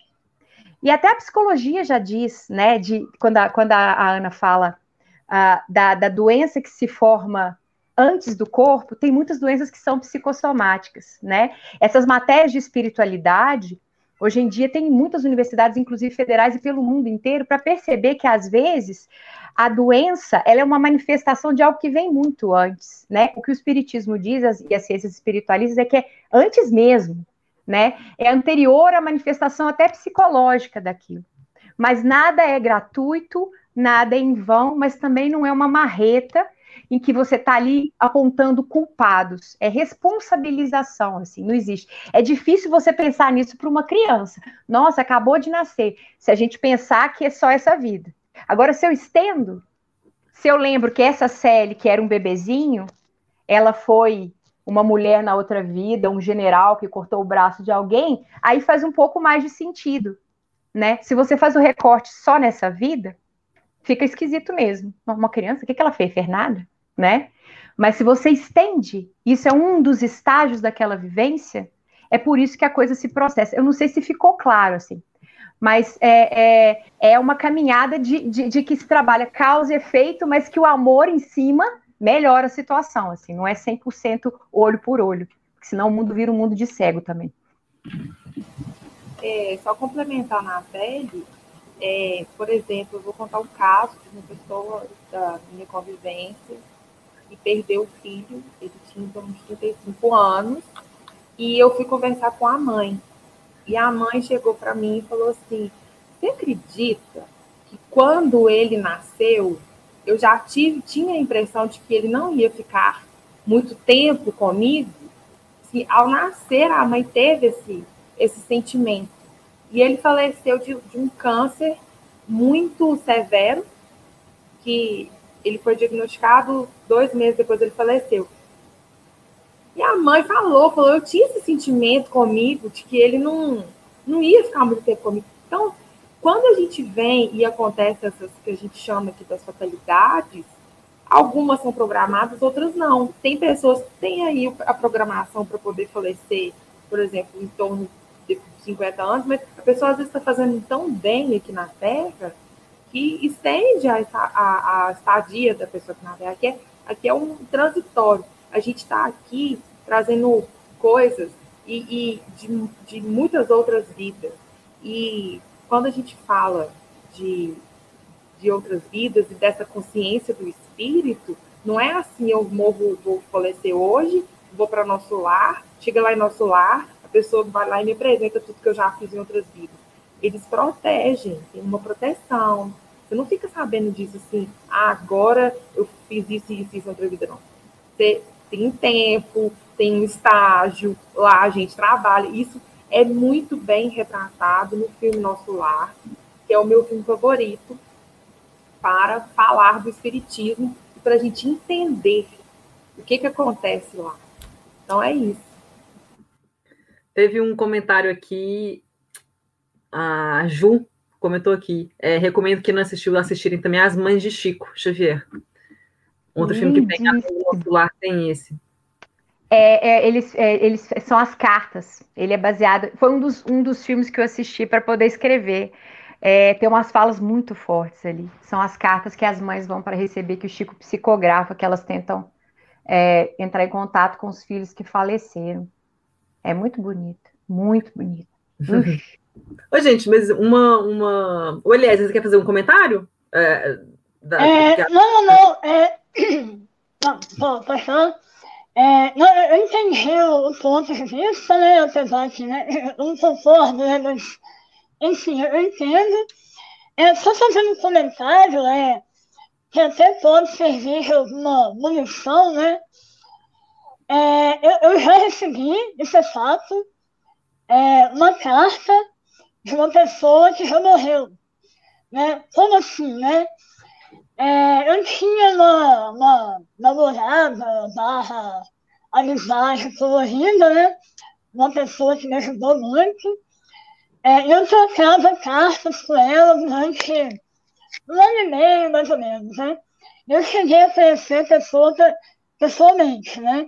E até a psicologia já diz, né, de, quando, a, quando a, a Ana fala uh, da, da doença que se forma antes do corpo, tem muitas doenças que são psicossomáticas, né? Essas matérias de espiritualidade, hoje em dia tem muitas universidades, inclusive federais e pelo mundo inteiro, para perceber que, às vezes, a doença, ela é uma manifestação de algo que vem muito antes, né? O que o espiritismo diz, e as ciências espiritualistas, é que é antes mesmo, né? É anterior à manifestação até psicológica daquilo. Mas nada é gratuito, nada é em vão, mas também não é uma marreta em que você está ali apontando culpados. É responsabilização, assim, não existe. É difícil você pensar nisso para uma criança. Nossa, acabou de nascer. Se a gente pensar que é só essa vida. Agora, se eu estendo, se eu lembro que essa Célia, que era um bebezinho, ela foi uma mulher na outra vida, um general que cortou o braço de alguém, aí faz um pouco mais de sentido, né? Se você faz o recorte só nessa vida, fica esquisito mesmo. Uma criança, o que ela fez? Fez nada? Né? Mas se você estende, isso é um dos estágios daquela vivência, é por isso que a coisa se processa. Eu não sei se ficou claro, assim, mas é, é, é uma caminhada de, de, de que se trabalha causa e efeito, mas que o amor em cima melhora a situação, assim, não é cem por cento olho por olho, porque senão o mundo vira um mundo de cego também. É, só complementar na pele, é, por exemplo, eu vou contar um caso de uma pessoa da minha convivência e perdeu o filho, ele tinha uns trinta e cinco anos, e eu fui conversar com a mãe. E a mãe chegou para mim e falou assim, você acredita que quando ele nasceu, eu já tive, tinha a impressão de que ele não ia ficar muito tempo comigo? Que ao nascer, a mãe teve esse, esse sentimento. E ele faleceu de, de um câncer muito severo, que ele foi diagnosticado, dois meses depois ele faleceu. E a mãe falou, falou, eu tinha esse sentimento comigo de que ele não, não ia ficar muito tempo comigo. Então, quando a gente vem e acontece essas que a gente chama aqui das fatalidades, algumas são programadas, outras não. Tem pessoas que têm aí a programação para poder falecer, por exemplo, em torno de cinquenta anos, mas a pessoa às vezes está fazendo tão bem aqui na Terra que estende a, a, a estadia da pessoa aqui na Terra. Aqui é, aqui é um transitório. A gente está aqui trazendo coisas e, e de, de muitas outras vidas. E quando a gente fala de, de outras vidas e dessa consciência do espírito, não é assim, eu morro, vou falecer hoje, vou para nosso lar, chega lá em nosso lar, a pessoa vai lá e me apresenta tudo que eu já fiz em outras vidas. Eles protegem, tem uma proteção. Você não fica sabendo disso assim, ah, agora eu fiz isso e isso, isso em outra vida, não. Você tem tempo, tem um estágio, lá a gente trabalha. Isso é muito bem retratado no filme Nosso Lar, que é o meu filme favorito, para falar do espiritismo e para a gente entender o que, que acontece lá. Então é isso. Teve um comentário aqui, a Ju comentou aqui, é, recomendo que não assistiu, assistirem também As Mães de Chico Xavier. Outro filme que tem no Nosso Lar tem esse. É, é, eles, é, eles são as cartas. Ele é baseado. Foi um dos, um dos filmes que eu assisti para poder escrever. É, tem umas falas muito fortes ali. São as cartas que as mães vão para receber, que o Chico psicografa, que elas tentam é, entrar em contato com os filhos que faleceram. É muito bonito, muito bonito. Ô, gente, mas uma. uma... O Eliezer, você quer fazer um comentário? É, da... é, não, não, não. É... Não, pô, pode falar? É, não, eu entendi o ponto de vista, né, apesar que, né, eu não concordo, né, mas, enfim, eu entendo. É, só fazendo um comentário, é, que até pode servir de alguma munição, né, é, eu, eu já recebi, isso é fato, é, uma carta de uma pessoa que já morreu, né, como assim, né? É, eu tinha uma, uma namorada barra amizade colorida, né? Uma pessoa que me ajudou muito. É, eu trocava cartas com ela durante um ano e meio, mais ou menos, né? Eu cheguei a conhecer a pessoa pessoalmente, né?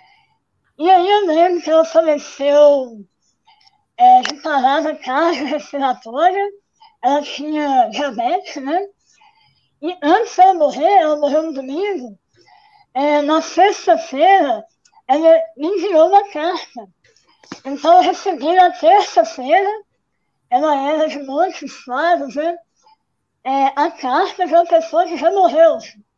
E aí eu lembro que ela faleceu é, de parada cardiorrespiratória. Ela tinha diabetes, né? E antes dela morrer, ela morreu no domingo, é, na sexta-feira, ela me enviou uma carta. Então eu recebi na terça-feira, ela era de Montes Claros, né? É, a carta de uma pessoa que já morreu.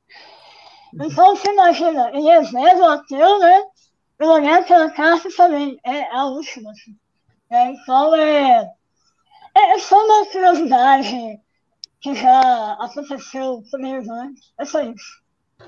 Então você imagina, Eliezer, o ateu, né? Eu olhei aquela carta e falei, é a última. É, então é, é só uma curiosidade que já aconteceu comigo, né? É só isso.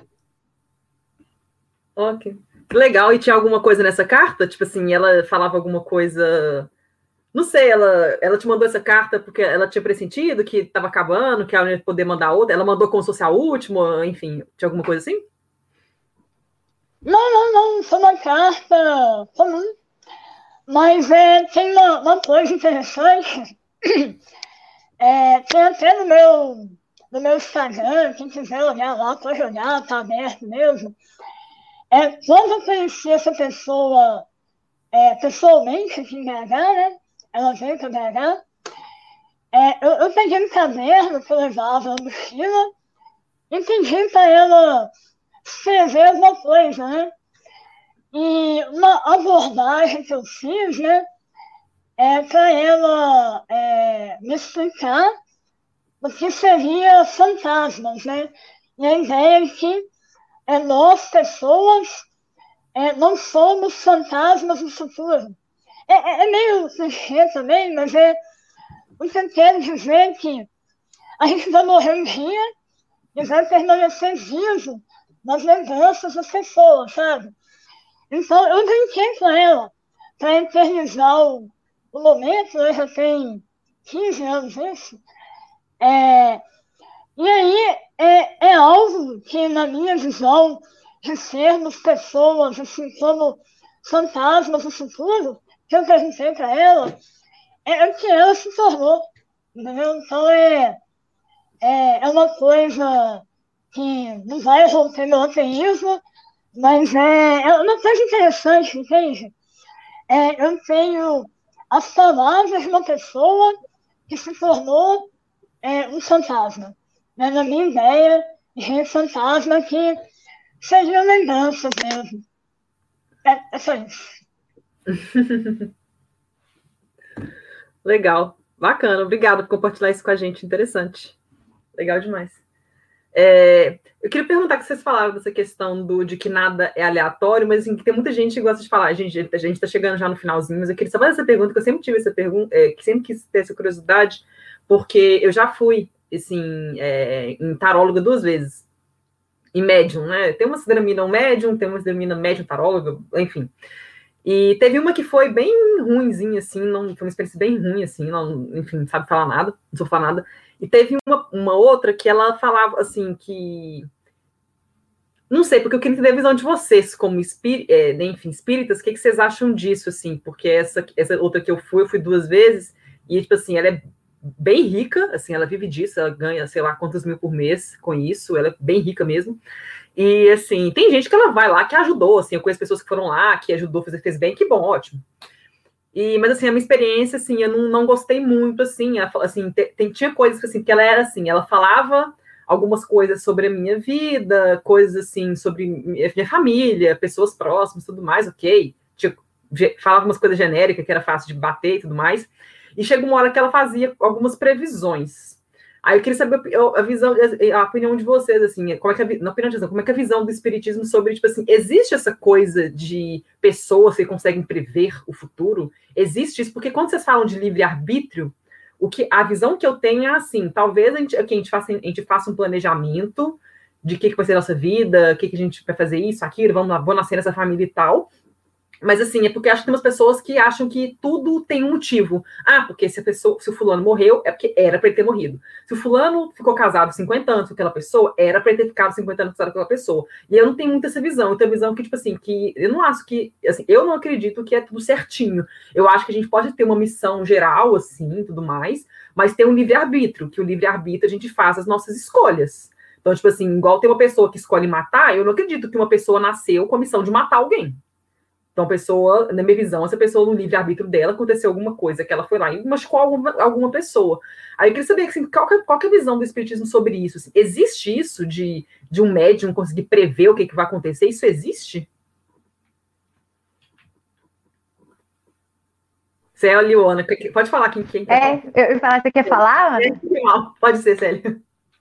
Ok. Legal. E tinha alguma coisa nessa carta? Tipo assim, ela falava alguma coisa... Não sei, ela, ela te mandou essa carta porque ela tinha pressentido que estava acabando, que ela não ia poder mandar outra. Ela mandou como se fosse a última, enfim. Tinha alguma coisa assim? Não, não, não. Foi uma carta comum. Mas é, tem uma, uma coisa interessante... É, tem até no meu, no meu Instagram, quem quiser olhar lá, pode olhar, tá aberto mesmo. É, quando eu conheci essa pessoa é, pessoalmente aqui em B H, né? Ela veio para B H. É, eu, eu peguei um caderno que eu levava na mochila e pedi para ela escrever alguma coisa, né? E uma abordagem que eu fiz, né? É para ela é, me explicar o que seria fantasmas, né? E a ideia é que é, nós, pessoas, é, não somos fantasmas no futuro. É, é, é meio clichê também, mas é o que eu quero dizer que a gente vai morrer um dia e vai permanecer vivo nas lembranças das pessoas, sabe? Então eu brinquei com ela para eternizar o o momento, né, já tem quinze anos isso, é, e aí é, é algo que, na minha visão, de sermos pessoas, assim, como fantasmas do futuro, que eu perguntei para ela, é o que ela se tornou, entendeu? Então é, é, é uma coisa que não vai romper meu ateísmo, mas é, é uma coisa interessante, entende? É, eu tenho as palavras de uma pessoa que se tornou é, um fantasma. Né? Na minha ideia de fantasma que seria lembranças mesmo. É, é só isso. Legal, bacana, obrigada por compartilhar isso com a gente, interessante. Legal demais. É, eu queria perguntar que vocês falaram dessa questão do, de que nada é aleatório, mas assim, que tem muita gente que gosta de falar, gente, a gente está chegando já no finalzinho, mas eu queria saber essa pergunta, que eu sempre tive essa pergunta, é, que sempre quis ter essa curiosidade, porque eu já fui, assim, é, em taróloga duas vezes, em médium, né? Tem uma que denomina médium, tem uma que denomina médium taróloga, enfim. E teve uma que foi bem ruinzinha, assim, não, foi uma experiência bem ruim, assim, não, enfim, não sabe falar nada, não soube falar nada. E teve uma, uma outra que ela falava, assim, que... Não sei, porque eu queria entender a visão de vocês, como espí... é, enfim, espíritas, o que, que vocês acham disso, assim? Porque essa, essa outra que eu fui, eu fui duas vezes, e, tipo assim, ela é bem rica, assim, ela vive disso, ela ganha, sei lá, quantos mil por mês com isso, ela é bem rica mesmo. E, assim, tem gente que ela vai lá, que ajudou, assim, eu conheço pessoas que foram lá, que ajudou, fez, fez bem, que bom, ótimo. E, mas, assim, a minha experiência, assim, eu não, não gostei muito, assim, ela, assim tem, tinha coisas, assim, que ela era, assim, ela falava algumas coisas sobre a minha vida, coisas, assim, sobre minha família, pessoas próximas, tudo mais, ok. Tinha, falava umas coisas genéricas, que era fácil de bater e tudo mais. E chega uma hora que ela fazia algumas previsões. Aí eu queria saber a visão, a opinião de vocês, assim, como é que a, na opinião de vocês, como é que a visão do espiritismo sobre, tipo assim, existe essa coisa de pessoas que conseguem prever o futuro? Existe isso? Porque quando vocês falam de livre-arbítrio, o que, a visão que eu tenho é assim, talvez a gente, que a, gente faça, a gente faça um planejamento de o que, que vai ser a nossa vida, o que, que a gente vai fazer isso, aquilo, vamos lá, vou nascer nessa família e tal. Mas, assim, é porque acho que tem umas pessoas que acham que tudo tem um motivo. Ah, porque se a pessoa, se o fulano morreu, é porque era para ele ter morrido. Se o fulano ficou casado cinquenta anos com aquela pessoa, era para ele ter ficado cinquenta anos casado com aquela pessoa. E eu não tenho muito essa visão. Eu tenho a visão que, tipo assim, que eu não acho que, assim, eu não acredito que é tudo certinho. Eu acho que a gente pode ter uma missão geral, assim, tudo mais, mas ter um livre-arbítrio, que o livre-arbítrio a gente faz as nossas escolhas. Então, tipo assim, igual tem uma pessoa que escolhe matar, eu não acredito que uma pessoa nasceu com a missão de matar alguém. Então, a pessoa, na minha visão, essa pessoa, no livre-arbítrio dela, aconteceu alguma coisa, que ela foi lá e machucou alguma, alguma pessoa. Aí eu queria saber, assim, qual, que, qual que é a visão do espiritismo sobre isso? Assim, existe isso de, de um médium conseguir prever o que, que vai acontecer? Isso existe? Célia, Liona, pode falar quem, quem quer é, falar. Eu ia falar, você quer falar, Ana? Pode ser, Célia.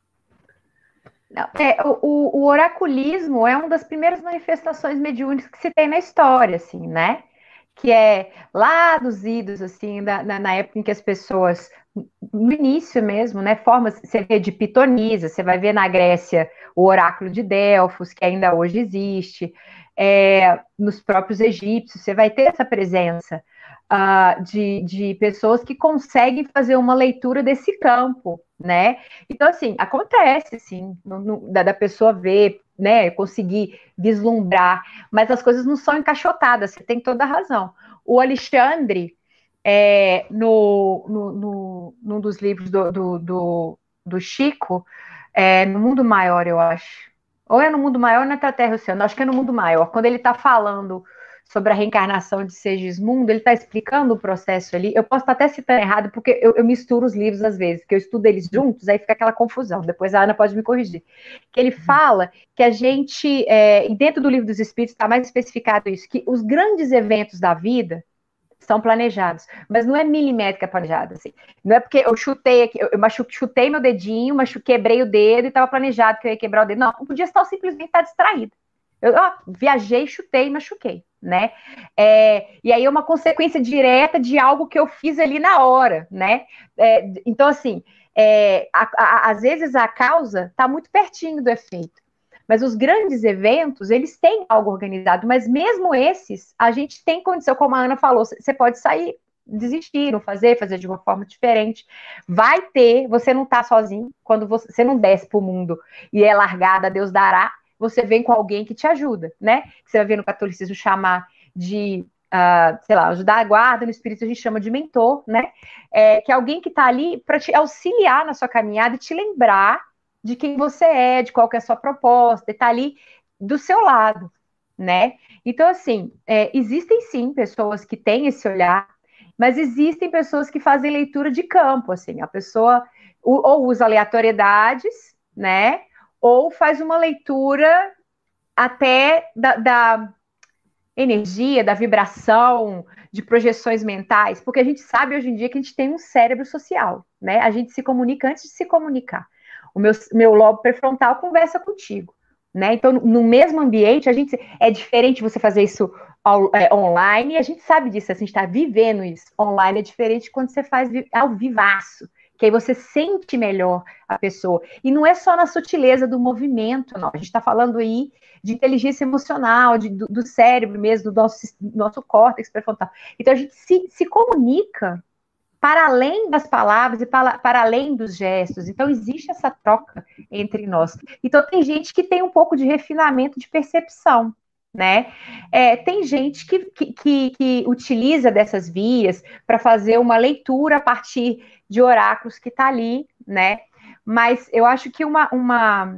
Não, é, o, o oraculismo é uma das primeiras manifestações mediúnicas que se tem na história, assim, né? Que é lá dos idos, assim, da, na, na época em que as pessoas, no início mesmo, né? Formas, você vê de pitonisa, você vai ver na Grécia o oráculo de Delfos, que ainda hoje existe, é, nos próprios egípcios, você vai ter essa presença uh, de, de pessoas que conseguem fazer uma leitura desse campo, né? Então, assim, acontece, assim, no, no, da, da pessoa ver, né, conseguir vislumbrar, mas as coisas não são encaixotadas, você tem toda a razão. O Alexandre, é, no, no, no, num dos livros do, do, do, do Chico, é, No Mundo Maior, eu acho, ou é No Mundo Maior ou na Terra Oceano, acho que é No Mundo Maior, quando ele está falando sobre a reencarnação de Segismundo, ele está explicando o processo ali. Eu posso estar até citando errado, porque eu, eu misturo os livros às vezes, porque eu estudo eles juntos, aí fica aquela confusão. Depois a Ana pode me corrigir. Que ele fala que a gente, é, e dentro do Livro dos Espíritos está mais especificado isso, que os grandes eventos da vida são planejados, mas não é milimétrica planejada, assim. Não é porque eu chutei aqui, eu machu, chutei meu dedinho, machu, quebrei o dedo e estava planejado que eu ia quebrar o dedo. Não, não podia só simplesmente estar distraído. Eu ó, viajei, chutei e machuquei, né? É, e aí é uma consequência direta de algo que eu fiz ali na hora, né? É, então, assim, é, a, a, às vezes a causa está muito pertinho do efeito. Mas os grandes eventos, eles têm algo organizado, mas mesmo esses, a gente tem condição, como a Ana falou, você pode sair, desistir, não fazer, fazer de uma forma diferente. Vai ter, você não está sozinho, quando você, você não desce para o mundo e é largada, Deus dará, você vem com alguém que te ajuda, né? Você vai ver no catolicismo chamar de uh, sei lá, ajudar a guarda, no espírito a gente chama de mentor, né? É, que é alguém que está ali para te auxiliar na sua caminhada e te lembrar de quem você é, de qual que é a sua proposta, e tá ali do seu lado, né? Então, assim, é, existem sim pessoas que têm esse olhar, mas existem pessoas que fazem leitura de campo, assim, a pessoa ou usa aleatoriedades, né? Ou faz uma leitura até da, da energia, da vibração, de projeções mentais, porque a gente sabe hoje em dia que a gente tem um cérebro social, né? A gente se comunica antes de se comunicar. O meu, meu lobo pré-frontal conversa contigo, né? Então, no mesmo ambiente, a gente é diferente você fazer isso ao, é, online, e a gente sabe disso, a gente está vivendo isso. Online é diferente quando você faz ao vivaço, que aí você sente melhor a pessoa. E não é só na sutileza do movimento, não. A gente está falando aí de inteligência emocional, de, do, do cérebro mesmo, do nosso, do nosso córtex pré-frontal. Então, a gente se, se comunica para além das palavras e para, para além dos gestos. Então, existe essa troca entre nós. Então, tem gente que tem um pouco de refinamento de percepção, né? É, tem gente que, que, que, que utiliza dessas vias para fazer uma leitura a partir de oráculos que está ali, né? Mas eu acho que uma, uma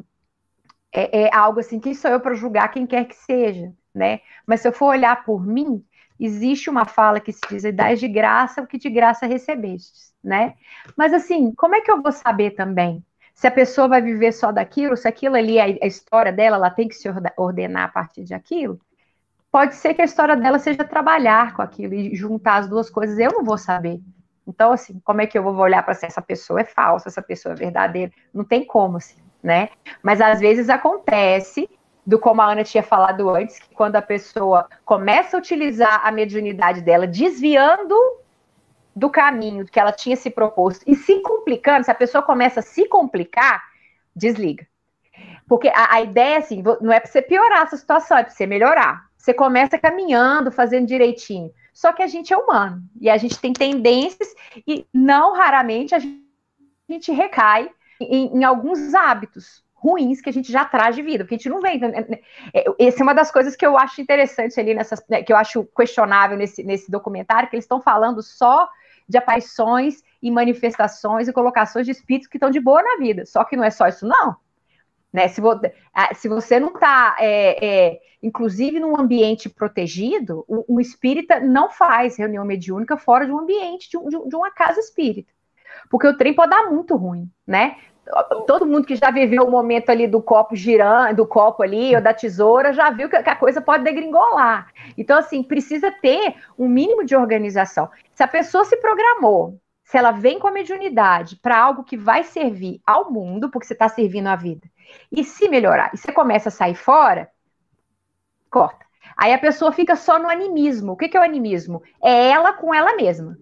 é, é algo assim, quem sou eu para julgar quem quer que seja, né? Mas se eu for olhar por mim, existe uma fala que se diz, dai de graça o que de graça recebestes, né? Mas assim, como é que eu vou saber também? Se a pessoa vai viver só daquilo, se aquilo ali é a história dela, ela tem que se ordenar a partir de aquilo? Pode ser que a história dela seja trabalhar com aquilo e juntar as duas coisas, eu não vou saber. Então, assim, como é que eu vou olhar para se essa pessoa é falsa, essa pessoa é verdadeira? Não tem como, assim, né? Mas às vezes acontece, do como a Ana tinha falado antes, que quando a pessoa começa a utilizar a mediunidade dela, desviando do caminho que ela tinha se proposto e se complicando, se a pessoa começa a se complicar, desliga. Porque a, a ideia, assim, não é para você piorar essa situação, é para você melhorar. Você começa caminhando, fazendo direitinho. Só que a gente é humano, e a gente tem tendências, e não raramente a gente, a gente recai em, em alguns hábitos ruins que a gente já traz de vida, porque a gente não vem. Essa é uma das coisas que eu acho interessante ali, nessas, que eu acho questionável nesse, nesse documentário, que eles estão falando só de aparições e manifestações e colocações de espíritos que estão de boa na vida. Só que não é só isso, não. Né? Se, vo, se você não está, é, é, inclusive, num ambiente protegido, um, um espírita não faz reunião mediúnica fora de um ambiente, de, um, de uma casa espírita. Porque o trem pode dar muito ruim, né? Todo mundo que já viveu o momento ali do copo girando, do copo ali, ou da tesoura, já viu que a coisa pode degringolar. Então, assim, precisa ter um mínimo de organização. Se a pessoa se programou, se ela vem com a mediunidade para algo que vai servir ao mundo, porque você está servindo a vida, e se melhorar, e você começa a sair fora, corta. Aí a pessoa fica só no animismo. O que, que é o animismo? É ela com ela mesma.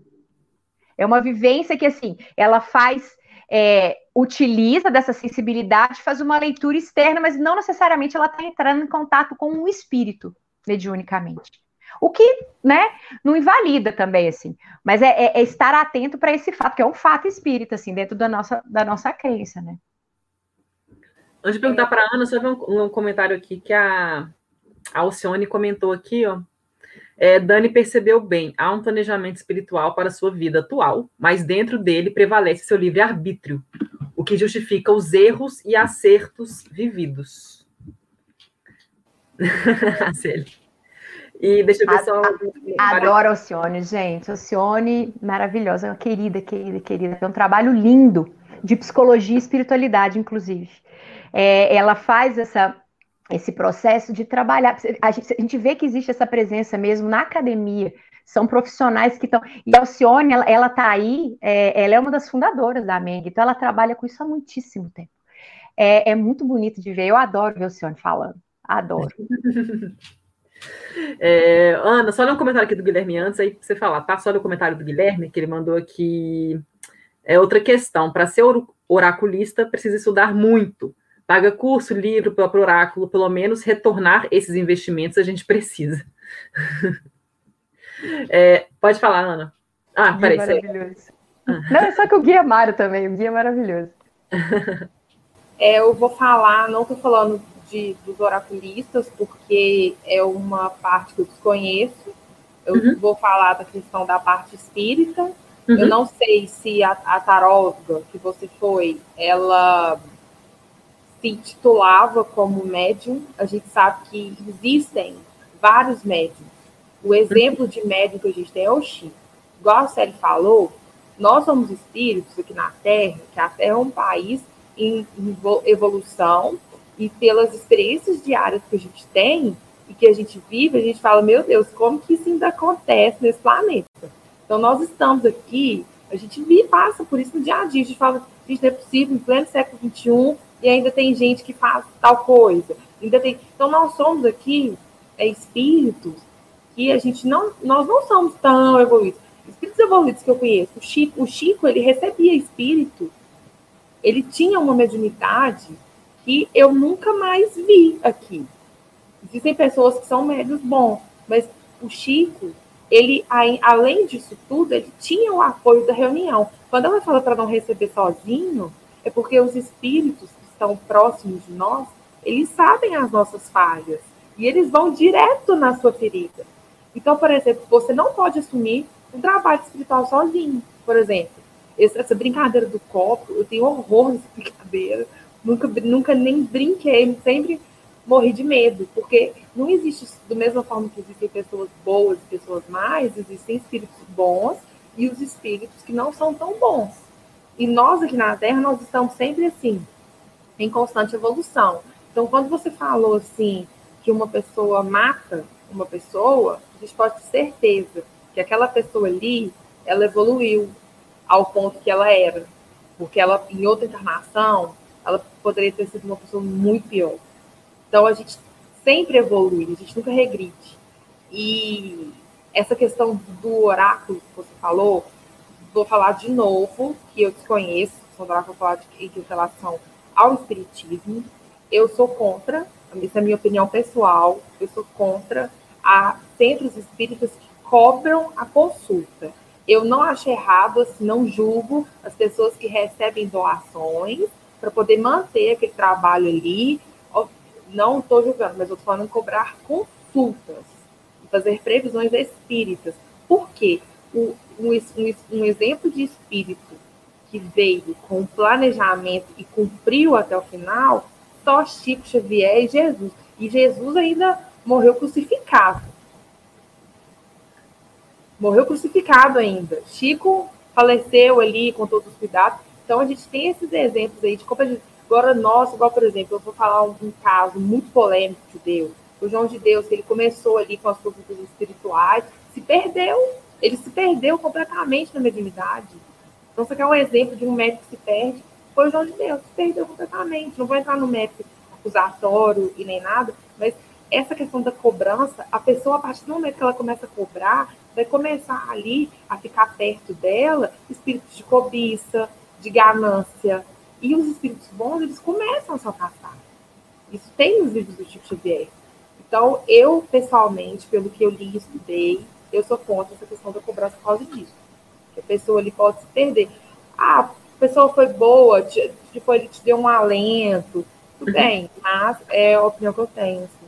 É uma vivência que, assim, ela faz... É, utiliza dessa sensibilidade, faz uma leitura externa, mas não necessariamente ela está entrando em contato com um espírito mediunicamente. O que, né, não invalida também, assim, mas é, é, é estar atento para esse fato, que é um fato espírita, assim, dentro da nossa, da nossa crença, né? Antes de perguntar para a Ana, só um, um comentário aqui que a, a Alcione comentou aqui, ó. É, Dani percebeu bem, há um planejamento espiritual para a sua vida atual, mas dentro dele prevalece seu livre-arbítrio, o que justifica os erros e acertos vividos. E deixa eu ver só... Adoro a Alcione, gente. Alcione, maravilhosa, uma querida, querida, querida. Tem um trabalho lindo de psicologia e espiritualidade, inclusive. É, ela faz essa... esse processo de trabalhar, a gente, a gente vê que existe essa presença mesmo na academia, são profissionais que estão, e a Alcione, ela, ela tá aí, é, ela é uma das fundadoras da Meng, então ela trabalha com isso há muitíssimo tempo, é, é muito bonito de ver, eu adoro ver a Alcione falando, adoro. É, Ana, só ler um comentário aqui do Guilherme antes, aí pra você falar, tá? Só ler o comentário do Guilherme, que ele mandou aqui, é outra questão, para ser oraculista precisa estudar muito, paga curso, livro, para o oráculo, pelo menos retornar esses investimentos a gente precisa. É, pode falar, Ana. Ah, peraí. Maravilhoso. Ah. Não, é só que o Gui é Mário também, o Gui é maravilhoso. É, eu vou falar, não estou falando de, dos oraculistas, porque é uma parte que eu desconheço. Eu uhum. vou falar da questão da parte espírita. Uhum. Eu não sei se a, a taróloga que você foi, ela se titulava como médium. A gente sabe que existem vários médiums. O exemplo de médium que a gente tem é o Chico. Igual a Célia falou, nós somos espíritos aqui na Terra, que a Terra é um país em evolução, e pelas experiências diárias que a gente tem e que a gente vive, a gente fala, meu Deus, como que isso ainda acontece nesse planeta? Então, nós estamos aqui, a gente vive, passa por isso no dia a dia, a gente fala, gente, não é possível, em pleno século vinte e um, e ainda tem gente que faz tal coisa. Ainda tem... Então, nós somos aqui é, espíritos que a gente não, nós não somos tão evoluídos. Espíritos evoluídos que eu conheço, o Chico, o Chico, ele recebia espírito, ele tinha uma mediunidade que eu nunca mais vi aqui. Existem pessoas que são médios bons, mas o Chico, ele, além disso tudo, ele tinha o apoio da reunião. Quando ela fala para não receber sozinho, é porque os espíritos que estão próximos de nós, eles sabem as nossas falhas, e eles vão direto na sua ferida. Então, por exemplo, você não pode assumir um trabalho espiritual sozinho. Por exemplo, essa brincadeira do copo, eu tenho horror dessa brincadeira, nunca, nunca nem brinquei, sempre morri de medo, porque não existe, da mesma forma que existem pessoas boas e pessoas más, existem espíritos bons e os espíritos que não são tão bons. E nós aqui na Terra, nós estamos sempre assim, em constante evolução. Então, quando você falou assim, que uma pessoa mata uma pessoa, a gente pode ter certeza que aquela pessoa ali, ela evoluiu ao ponto que ela era. Porque ela, em outra encarnação, ela poderia ter sido uma pessoa muito pior. Então, a gente sempre evolui, a gente nunca regride. E essa questão do oráculo que você falou, vou falar de novo, que eu desconheço, vou falar de, de relação ao espiritismo. Eu sou contra, essa é a minha opinião pessoal, eu sou contra a centros espíritas que cobram a consulta. Eu não acho errado, assim, não julgo as pessoas que recebem doações para poder manter aquele trabalho ali. Não estou julgando, mas eu estou falando em cobrar consultas, fazer previsões espíritas. Por quê? Um, um, um exemplo de espírito que veio com planejamento e cumpriu até o final, só Chico Xavier e Jesus. E Jesus ainda morreu crucificado. Morreu crucificado ainda. Chico faleceu ali com todos os cuidados. Então, a gente tem esses exemplos aí de como a gente... Agora, nós, igual, por exemplo, eu vou falar um, um caso muito polêmico de Deus. O João de Deus, que ele começou ali com as coisas espirituais, se perdeu. Ele se perdeu completamente na mediunidade. Então, você quer um exemplo de um médico que se perde? Foi o João de Deus, se perdeu completamente. Não vou entrar no médico acusatório e nem nada, mas essa questão da cobrança, a pessoa, a partir do momento que ela começa a cobrar, vai começar ali a ficar perto dela espíritos de cobiça, de ganância. E os espíritos bons, eles começam a se afastar. Isso tem nos livros do Chico Xavier. Então, eu, pessoalmente, pelo que eu li e estudei, eu sou contra essa questão da cobrança por causa disso. Que a pessoa ali pode se perder. Ah, a pessoa foi boa, te, tipo, ele te deu um alento, tudo uhum. bem, mas é a opinião que eu tenho, assim.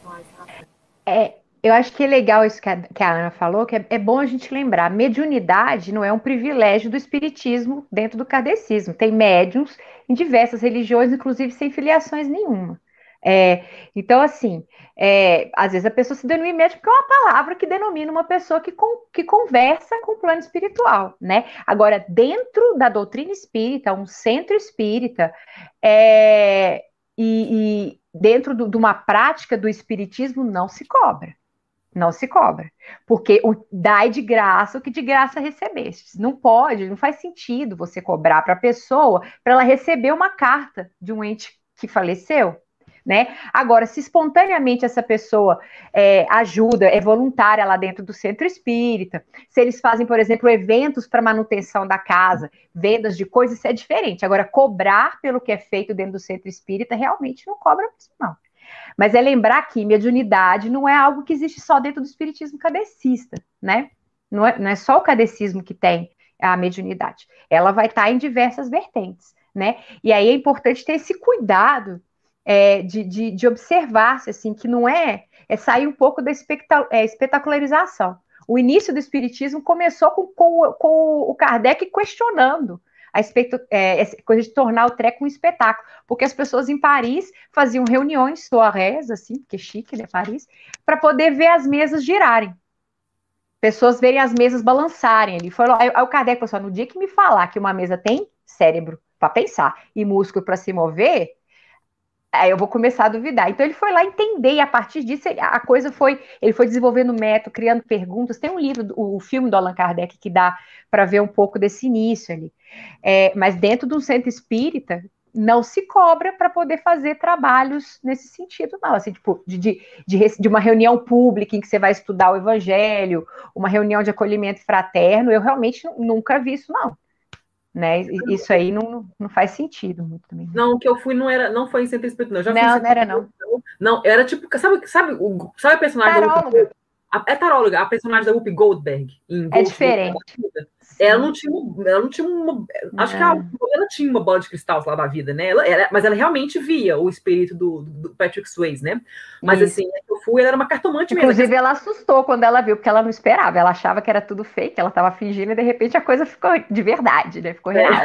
É, eu acho que é legal isso que a, que a Ana falou, que é, é bom a gente lembrar, mediunidade não é um privilégio do espiritismo dentro do kardecismo. Tem médiums em diversas religiões, inclusive sem filiações nenhuma. É, então, assim, é, às vezes a pessoa se denomina médium porque é uma palavra que denomina uma pessoa que, com, que conversa com o plano espiritual, né? Agora, dentro da doutrina espírita, um centro espírita, é, e, e dentro do, de uma prática do espiritismo, não se cobra. Não se cobra. Porque o dai de graça o que de graça recebeste. Não pode, não faz sentido você cobrar para a pessoa para ela receber uma carta de um ente que faleceu. Né? Agora, se espontaneamente essa pessoa é, ajuda, é voluntária lá dentro do centro espírita, se eles fazem, por exemplo, eventos para manutenção da casa, vendas de coisas, isso é diferente. Agora, cobrar pelo que é feito dentro do centro espírita, realmente não cobra mesmo, não. Mas é lembrar que mediunidade não é algo que existe só dentro do espiritismo kardecista, né? Não é, não é só o kardecismo que tem a mediunidade. Ela vai estar em diversas vertentes, né? E aí é importante ter esse cuidado é, de, de, de observar-se, assim, que não é, é sair um pouco da especta, é, espetacularização. O início do espiritismo começou com, com, com o Kardec questionando a especto, é, coisa de tornar o treco um espetáculo, porque as pessoas em Paris faziam reuniões, soirées, assim, porque é chique, né, Paris, para poder ver as mesas girarem. Pessoas verem as mesas balançarem ali. Foi, aí, aí o Kardec falou assim, no dia que me falar que uma mesa tem cérebro para pensar e músculo para se mover, aí eu vou começar a duvidar. Então ele foi lá entender, e a partir disso a coisa foi, ele foi desenvolvendo método, criando perguntas. Tem um livro, o filme do Allan Kardec, que dá para ver um pouco desse início ali. É, mas dentro de um centro espírita, não se cobra para poder fazer trabalhos nesse sentido, não. Assim, tipo, de, de, de, de uma reunião pública em que você vai estudar o evangelho, uma reunião de acolhimento fraterno, eu realmente nunca vi isso, não. Né? Isso aí não, não faz sentido muito também. Não, o que eu fui não era, não foi em centro espírita, não. Eu já não, fui não era, não. Não, era tipo, sabe, sabe, o, sabe a personagem taróloga. da Whoopi, a, é taróloga, a personagem da Whoopi Goldberg. Em é diferente. Ela não tinha, ela não tinha uma, acho que ela, ela tinha uma bola de cristal lá da vida, né? Ela, ela, mas ela realmente via o espírito do, do Patrick Swayze, né? Mas Isso. assim, eu fui, ela era uma cartomante mesmo. Inclusive, ela assustou quando ela viu, porque ela não esperava, ela achava que era tudo fake, ela estava fingindo e de repente a coisa ficou de verdade, né? Ficou real.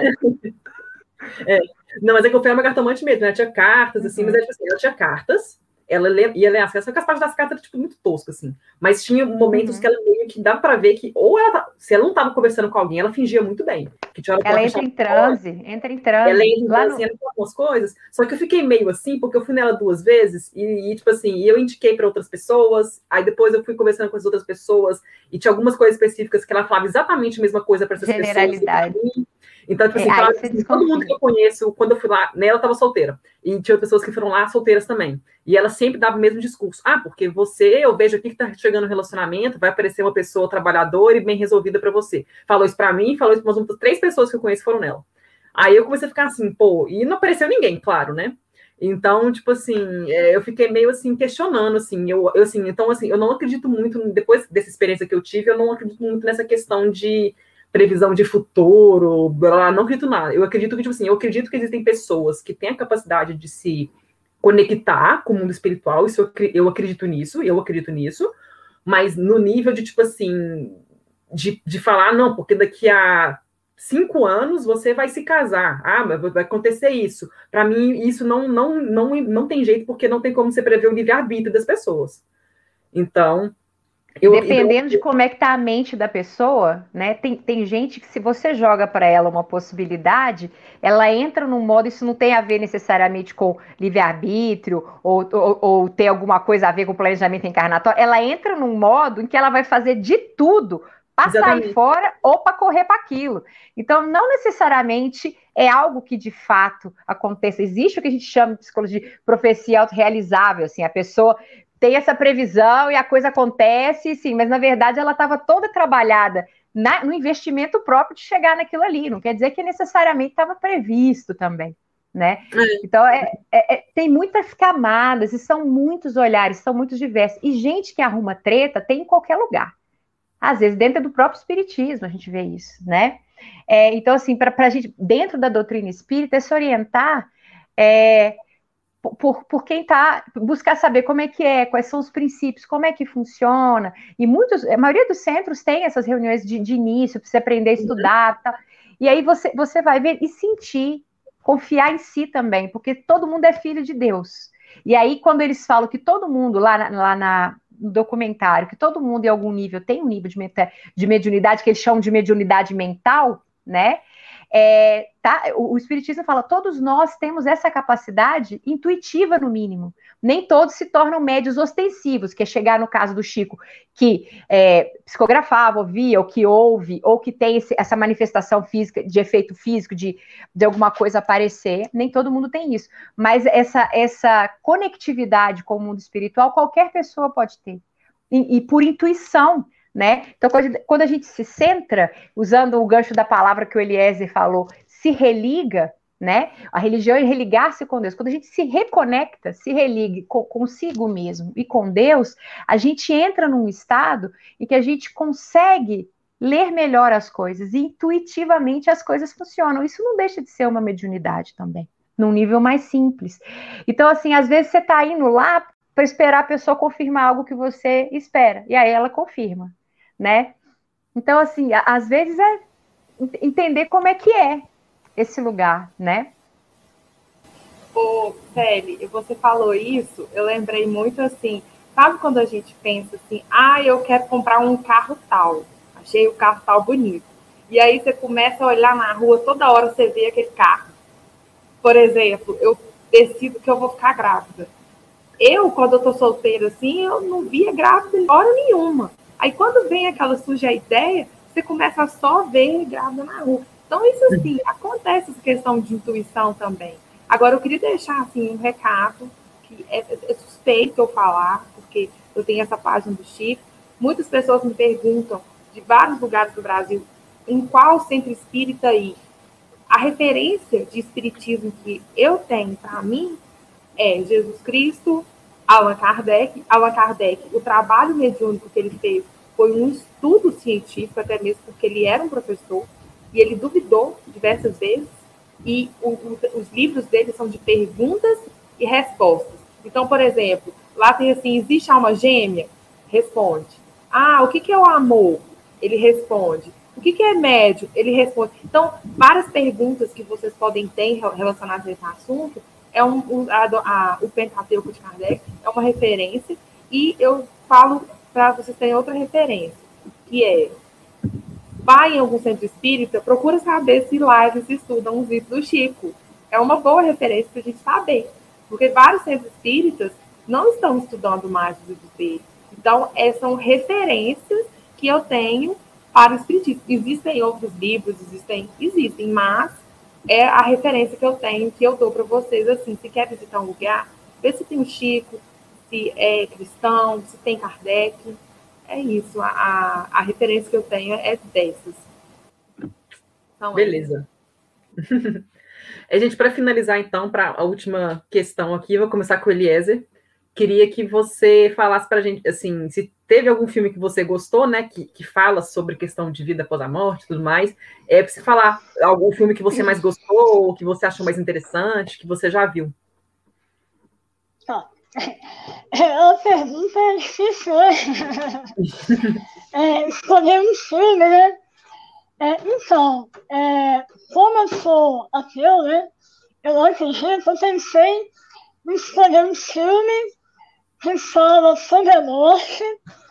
É. É. Não, mas é que eu fui uma cartomante mesmo, né? Ela tinha cartas, assim, uhum. mas ela, assim, ela tinha cartas. Ela ia ler as cartas, só que as partes das cartas eram tipo, muito toscas, assim. Mas tinha momentos uhum. que ela meio que dá pra ver que, ou ela, se ela não tava conversando com alguém, ela fingia muito bem. Que tinha ela entra em transe, entra em transe. Ela entra em transe, no... ela fala algumas coisas. Só que eu fiquei meio assim, porque eu fui nela duas vezes, e, e tipo assim, eu indiquei pra outras pessoas, aí depois eu fui conversando com as outras pessoas, e tinha algumas coisas específicas que ela falava exatamente a mesma coisa pra essas Generalidade. pessoas. Então, tipo assim, é, falava, assim todo mundo que eu conheço, quando eu fui lá, né, ela tava solteira. E tinha pessoas que foram lá solteiras também. E ela sempre dava o mesmo discurso. Ah, porque você, eu vejo aqui que tá chegando no relacionamento, vai aparecer uma pessoa trabalhadora e bem resolvida para você. Falou isso para mim, falou isso para umas três pessoas que eu conheço foram nela. Aí eu comecei a ficar assim, pô, e não apareceu ninguém, claro, né? Então, tipo assim, é, eu fiquei meio assim, questionando, assim, eu, eu assim, então assim, eu não acredito muito, depois dessa experiência que eu tive, eu não acredito muito nessa questão de previsão de futuro, blá, não acredito nada. Eu acredito que, tipo assim, eu acredito que existem pessoas que têm a capacidade de se conectar com o mundo espiritual, isso eu, eu acredito nisso, eu acredito nisso, mas no nível de, tipo assim, de, de falar, não, porque daqui a cinco anos você vai se casar, ah, mas vai acontecer isso. Para mim, isso não, não, não, não tem jeito, porque não tem como você prever o livre-arbítrio das pessoas. Então... Eu, Dependendo eu... de como é que tá a mente da pessoa, né? Tem, tem gente que, se você joga para ela uma possibilidade, ela entra num modo, isso não tem a ver necessariamente com livre-arbítrio ou, ou, ou ter alguma coisa a ver com planejamento encarnatório, ela entra num modo em que ela vai fazer de tudo para sair fora ou para correr para aquilo. Então, não necessariamente é algo que de fato aconteça. Existe o que a gente chama de psicologia de profecia autorrealizável, assim, a pessoa tem essa previsão e a coisa acontece, sim, mas na verdade ela estava toda trabalhada na, no investimento próprio de chegar naquilo ali, não quer dizer que necessariamente estava previsto também, né? Então, é, é, é, tem muitas camadas e são muitos olhares, são muitos diversos, e gente que arruma treta tem em qualquer lugar, às vezes dentro do próprio espiritismo a gente vê isso, né? É, então, assim, para a gente, dentro da doutrina espírita, é se orientar é, Por, por quem está, buscar saber como é que é, quais são os princípios, como é que funciona, e muitos, a maioria dos centros tem essas reuniões de, de início, para você aprender a estudar, tá? E aí você, você vai ver e sentir, confiar em si também, porque todo mundo é filho de Deus, e aí quando eles falam que todo mundo, lá, na, lá na, no documentário, que todo mundo em algum nível tem um nível de, de mediunidade, que eles chamam de mediunidade mental, né? É, tá? O, o Espiritismo fala, todos nós temos essa capacidade intuitiva, no mínimo. Nem todos se tornam médios ostensivos, que é chegar no caso do Chico, que é, psicografava, ouvia, ou que ouve, ou que tem esse, essa manifestação física, de efeito físico, de, de alguma coisa aparecer. Nem todo mundo tem isso. Mas essa, essa conectividade com o mundo espiritual, qualquer pessoa pode ter. E, e por intuição, né? Então, quando a gente se centra, usando o gancho da palavra que o Eliezer falou, se religa, né? A religião é religar-se com Deus. Quando a gente se reconecta, se religue com, consigo mesmo e com Deus, a gente entra num estado em que a gente consegue ler melhor as coisas e intuitivamente as coisas funcionam. Isso não deixa de ser uma mediunidade também, num nível mais simples. Então, assim, às vezes você está indo lá para esperar a pessoa confirmar algo que você espera, e aí ela confirma, né? Então, assim, às vezes é entender como é que é esse lugar, né? Ô, Celi, você falou isso, eu lembrei muito assim, sabe quando a gente pensa assim, ah, eu quero comprar um carro tal, achei o carro tal bonito. E aí você começa a olhar na rua, toda hora você vê aquele carro. Por exemplo, eu decido que eu vou ficar grávida. Eu, quando eu tô solteira assim, eu não via grávida hora nenhuma. Aí quando vem aquela suja ideia, você começa a só ver grávida na rua. Então isso assim, acontece essa questão de intuição também. Agora eu queria deixar assim um recado, que é, é suspeito eu falar, porque eu tenho essa página do Chico. Muitas pessoas me perguntam de vários lugares do Brasil em qual centro espírita ir. A referência de espiritismo que eu tenho para mim é Jesus Cristo, Allan Kardec. Allan Kardec, o trabalho mediúnico que ele fez foi um estudo científico, até mesmo porque ele era um professor, e ele duvidou diversas vezes, e o, o, os livros dele são de perguntas e respostas. Então, por exemplo, lá tem assim, existe alma gêmea? Responde. Ah, o que, que é o amor? Ele responde. O que, que é médio? Ele responde. Então, várias perguntas que vocês podem ter relacionadas a esse assunto, é um, um, a, a, o Pentateuco de Kardec é uma referência, e eu falo para vocês terem outra referência, que é, vai em algum centro espírita, procura saber se lá eles estudam os livros do Chico. É uma boa referência para a gente saber, porque vários centros espíritas não estão estudando mais os livros dele. Então, essas são referências que eu tenho para o espiritismo. Existem outros livros, existem, existem, mas é a referência que eu tenho, que eu dou para vocês, assim, se quer visitar um lugar, vê se tem o Chico, se é cristão, se tem Kardec. É isso, a, a referência que eu tenho é dessas. Então, beleza. É, gente, para finalizar, então, para a última questão aqui, eu vou começar com o Eliezer. Queria que você falasse para a gente, assim, se teve algum filme que você gostou, né, que, que fala sobre questão de vida após a morte e tudo mais, é para você falar algum filme que você mais gostou, ou que você achou mais interessante, que você já viu. Tá. É uma pergunta difícil, né? é, escolher um filme, né? É, então, é, como eu sou ateu, né? Eu não acredito, eu pensei em escolher um filme que fala sobre a morte,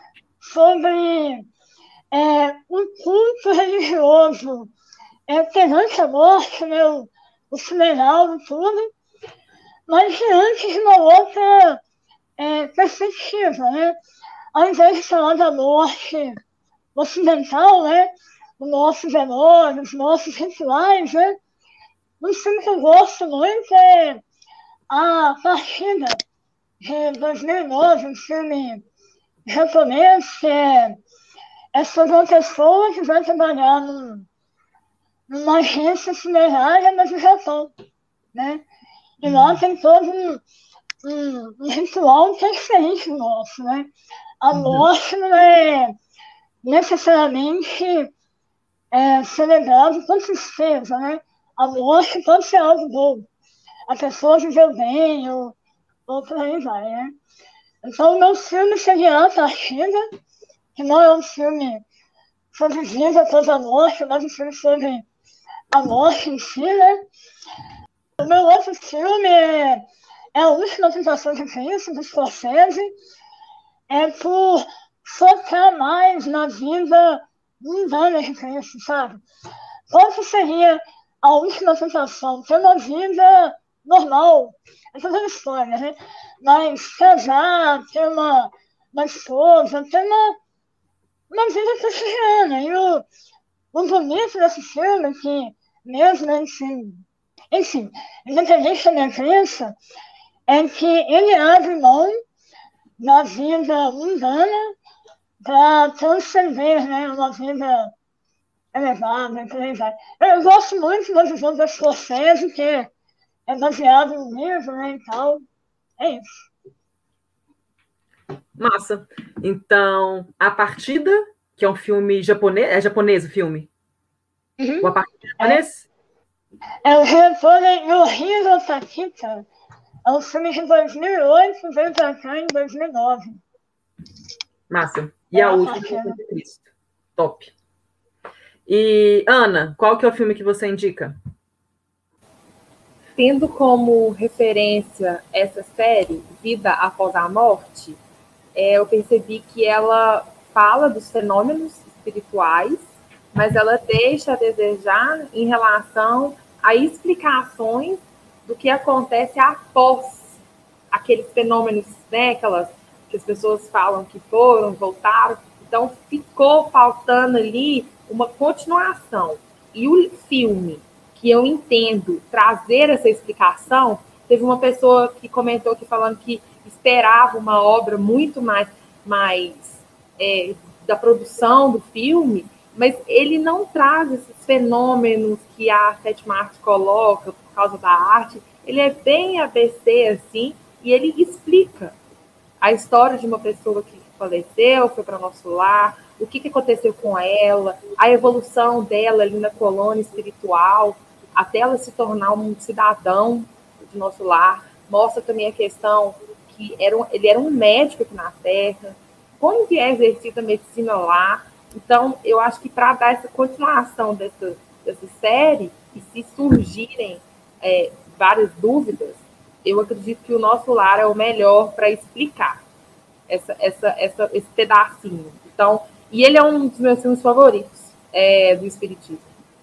sobre é, um culto religioso é, perante a morte, né, o, o funeral e tudo, mas diante de uma outra é, perspectiva, né? Ao invés de falar da morte ocidental, né, o nosso velório, os nossos rituais, né, um filme que eu gosto muito é A Partida, de dois mil e nove, um filme japonês que é, é sobre uma pessoa que vai trabalhar num, numa agência funerária, mas no Japão, né? E lá tem todo um, um, um ritual que é diferente do nosso, né? A morte não é necessariamente é, celebrada com tristeza, né? A morte pode ser algo bom. A pessoa viveu bem, ou, ou por aí vai, né? Então, o meu filme seria A Partida, que não é um filme sobre vida após a morte, mas um filme sobre a morte em si, né? O meu outro filme é, é A Última Tentação de Cristo, do Scorsese, é por focar mais na vida mundana de Cristo, sabe? Qual que seria a última tentação? Ter uma vida normal, é toda a história, né? Mas casar, ter uma, uma esposa, ter uma, uma vida cotidiana. E o, o bonito desse filme é que, mesmo assim, enfim, independente da minha crença, é que ele abre mão da vida mundana para transcender, né, uma vida elevada, por aí vai. Eu gosto muito da visão da Scorsese, que é baseado no livro, né, e tal. É isso. Massa. Então, A Partida, que é um filme japonês. É japonês o filme? Uhum. O A Partida é japonês? É o diretor do Rio Takita. É um filme de dois mil e oito, veio pra cá em dois mil e nove. Massa. E É a a última, Tatiana. de Cristo. Top. E, Ana, qual que é o filme que você indica? Tendo como referência essa série, Vida Após a Morte, é, eu percebi que ela fala dos fenômenos espirituais, mas ela deixa a desejar em relação a explicações do que acontece após aqueles fenômenos, né, aquelas que as pessoas falam que foram, voltaram. Então, ficou faltando ali uma continuação. E o filme, que eu entendo trazer essa explicação, teve uma pessoa que comentou aqui falando que esperava uma obra muito mais, mais é, da produção do filme, mas ele não traz esses fenômenos que a sétima arte coloca por causa da arte. Ele é bem A B C, assim, e ele explica a história de uma pessoa que faleceu, foi para o nosso lar, o que, que aconteceu com ela, a evolução dela ali na colônia espiritual, até ela se tornar um cidadão do nosso lar. Mostra também a questão que era um, ele era um médico aqui na Terra, como que é exercida a medicina lá. Então, eu acho que para dar essa continuação dessa, dessa série, e se surgirem é, várias dúvidas, eu acredito que o nosso lar é o melhor para explicar essa, essa, essa, esse pedacinho. Então, e ele é um dos meus filmes favoritos é, do Espiritismo.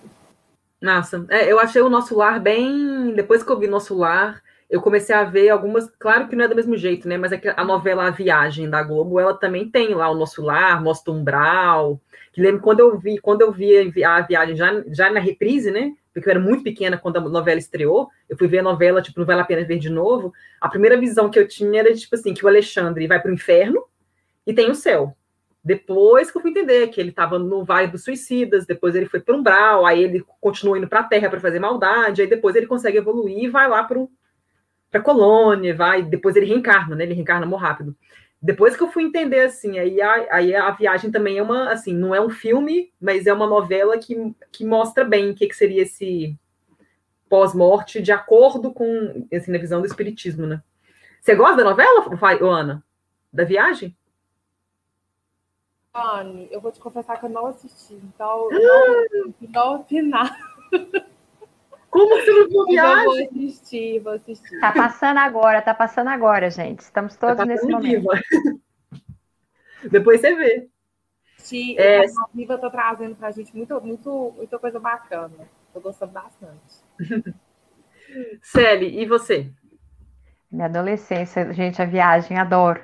Massa. É, eu achei o Nosso Lar bem... Depois que eu vi Nosso Lar, eu comecei a ver algumas... Claro que não é do mesmo jeito, né? Mas é que a novela A Viagem da Globo, ela também tem lá o Nosso Lar, mostra o Umbral. Que lembro quando eu vi, quando eu vi a Viagem já, já na reprise, né? Porque eu era muito pequena quando a novela estreou. Eu fui ver a novela, tipo, não vale a pena ver de novo. A primeira visão que eu tinha era, tipo assim, que o Alexandre vai para o inferno e tem o céu. Depois que eu fui entender que ele estava no Vale dos Suicidas, depois ele foi para o Umbral, aí ele continuou indo para a Terra para fazer maldade, aí depois ele consegue evoluir e vai lá para a colônia, vai, depois ele reencarna, né? Ele reencarna muito rápido. Depois que eu fui entender, assim, aí a, aí a viagem também é uma, assim, não é um filme, mas é uma novela que, que mostra bem o que, que seria esse pós-morte de acordo com, assim, na visão do espiritismo, né? Você gosta da novela, Ana? Da viagem? Anne, eu vou te confessar que eu não assisti, então eu não, não opinar. Como que você não viu Viagem? Eu vou assistir, vou assistir. Tá passando agora, tá passando agora, gente. Estamos todos tá nesse momento. Viva. Depois você vê. Assistir, é... A Viva tá trazendo pra gente muito, muito, muita coisa bacana. Tô gostando bastante. Celi, e você? Minha adolescência, gente, a viagem, adoro.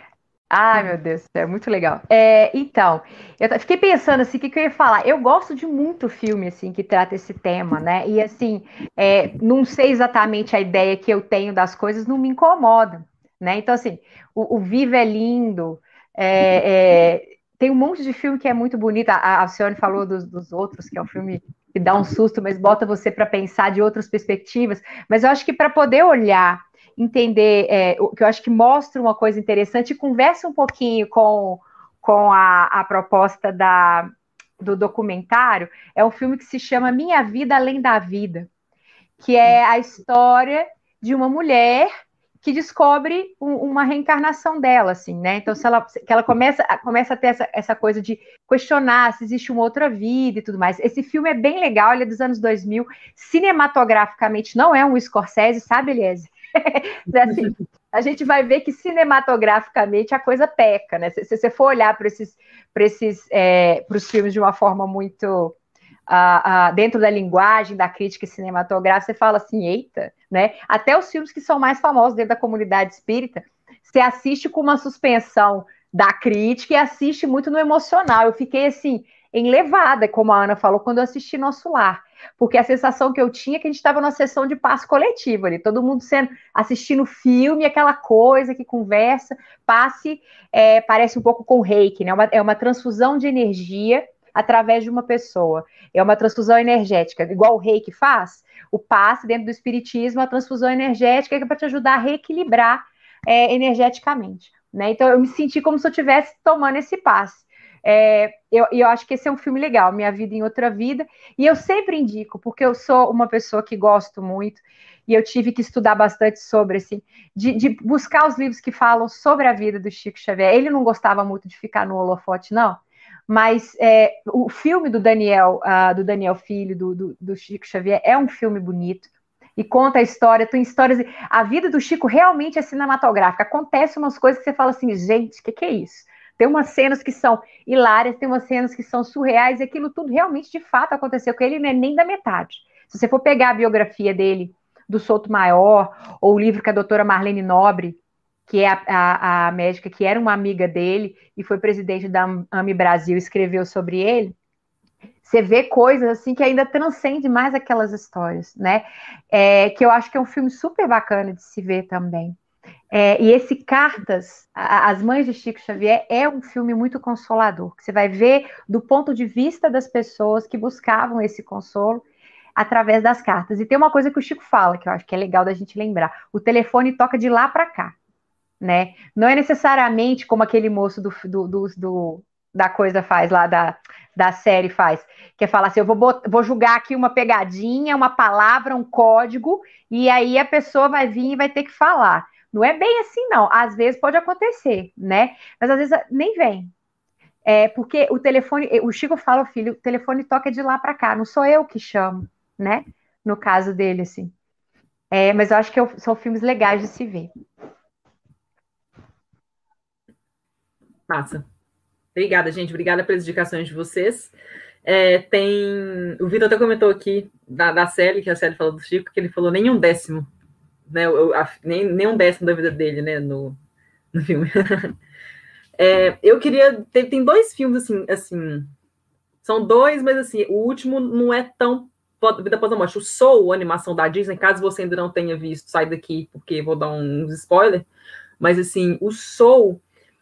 Ai, meu Deus, é muito legal. É, então, eu fiquei pensando assim, o que, que eu ia falar? Eu gosto de muito filme, assim, que trata esse tema, né? E, assim, é, não sei exatamente a ideia que eu tenho das coisas, não me incomoda, né? Então, assim, o, o Viva é lindo, é, é, tem um monte de filme que é muito bonito. A, a Cione falou dos, dos outros, que é um filme que dá um susto, mas bota você para pensar de outras perspectivas. Mas eu acho que para poder olhar entender, é, o que eu acho que mostra uma coisa interessante e conversa um pouquinho com, com a, a proposta da, do documentário, é um filme que se chama Minha Vida Além da Vida, que é a história de uma mulher que descobre um, uma reencarnação dela, assim, né? Então, se ela, que ela começa, começa a ter essa, essa coisa de questionar se existe uma outra vida e tudo mais. Esse filme é bem legal, ele é dos anos dois mil, cinematograficamente não é um Scorsese, sabe, Eliese? Assim, a gente vai ver que cinematograficamente a coisa peca, né? Se, se você for olhar para esses, para esses, é, para os filmes de uma forma muito uh, uh, dentro da linguagem da crítica cinematográfica, você fala assim, eita, né? Até os filmes que são mais famosos dentro da comunidade espírita, você assiste com uma suspensão da crítica e assiste muito no emocional. Eu fiquei assim enlevada, como a Ana falou, quando eu assisti Nosso Lar. Porque a sensação que eu tinha é que a gente estava numa sessão de passe coletivo ali, todo mundo sendo, assistindo filme, aquela coisa que conversa, passe, é, parece um pouco com reiki, né? Uma, é uma transfusão de energia através de uma pessoa. É uma transfusão energética, igual o reiki faz, o passe dentro do espiritismo, a transfusão energética que é para te ajudar a reequilibrar é, energeticamente, né? Então eu me senti como se eu estivesse tomando esse passe. É, eu, eu acho que esse é um filme legal, Minha Vida em Outra Vida, e eu sempre indico, porque eu sou uma pessoa que gosto muito, e eu tive que estudar bastante sobre, assim, de, de buscar os livros que falam sobre a vida do Chico Xavier. Ele não gostava muito de ficar no holofote, não, mas é, o filme do Daniel, uh, do Daniel Filho, do, do, do Chico Xavier, é um filme bonito, e conta a história, tem histórias, a vida do Chico realmente é cinematográfica, acontecem umas coisas que você fala assim, gente, o que, que é isso? Tem umas cenas que são hilárias, tem umas cenas que são surreais, e aquilo tudo realmente, de fato, aconteceu com ele, não é nem da metade. Se você for pegar a biografia dele, do Souto Maior, ou o livro que a doutora Marlene Nobre, que é a, a, a médica que era uma amiga dele, e foi presidente da AMI Brasil, escreveu sobre ele, você vê coisas assim que ainda transcende mais aquelas histórias, né? É, que eu acho que é um filme super bacana de se ver também. É, e esse Cartas, As Mães de Chico Xavier, é um filme muito consolador, que você vai ver do ponto de vista das pessoas que buscavam esse consolo através das cartas. E tem uma coisa que o Chico fala, que eu acho que é legal da gente lembrar, o telefone toca de lá para cá, né? Não é necessariamente como aquele moço do, do, do, do da coisa faz lá, da, da série faz, que é falar assim, eu vou, bot, vou julgar aqui uma pegadinha, uma palavra, um código, e aí a pessoa vai vir e vai ter que falar. Não é bem assim, não. Às vezes pode acontecer, né? Mas às vezes nem vem. É porque o telefone, o Chico fala, filho, o telefone toca de lá para cá, não sou eu que chamo, né? No caso dele, assim. É, mas eu acho que são filmes legais de se ver. Massa. Obrigada, gente. Obrigada pelas indicações de vocês. É, tem... O Vitor até comentou aqui da, da série, que a série falou do Chico, que ele falou nem um décimo, né? Eu, a, nem, nem um décimo da vida dele, né? No, no filme. É, eu queria... Tem, tem dois filmes, assim, assim... São dois, mas, assim, o último não é tão Vida Após a Morte. O Soul, a animação da Disney, caso você ainda não tenha visto, sai daqui, porque vou dar uns spoilers. Mas, assim, o Soul...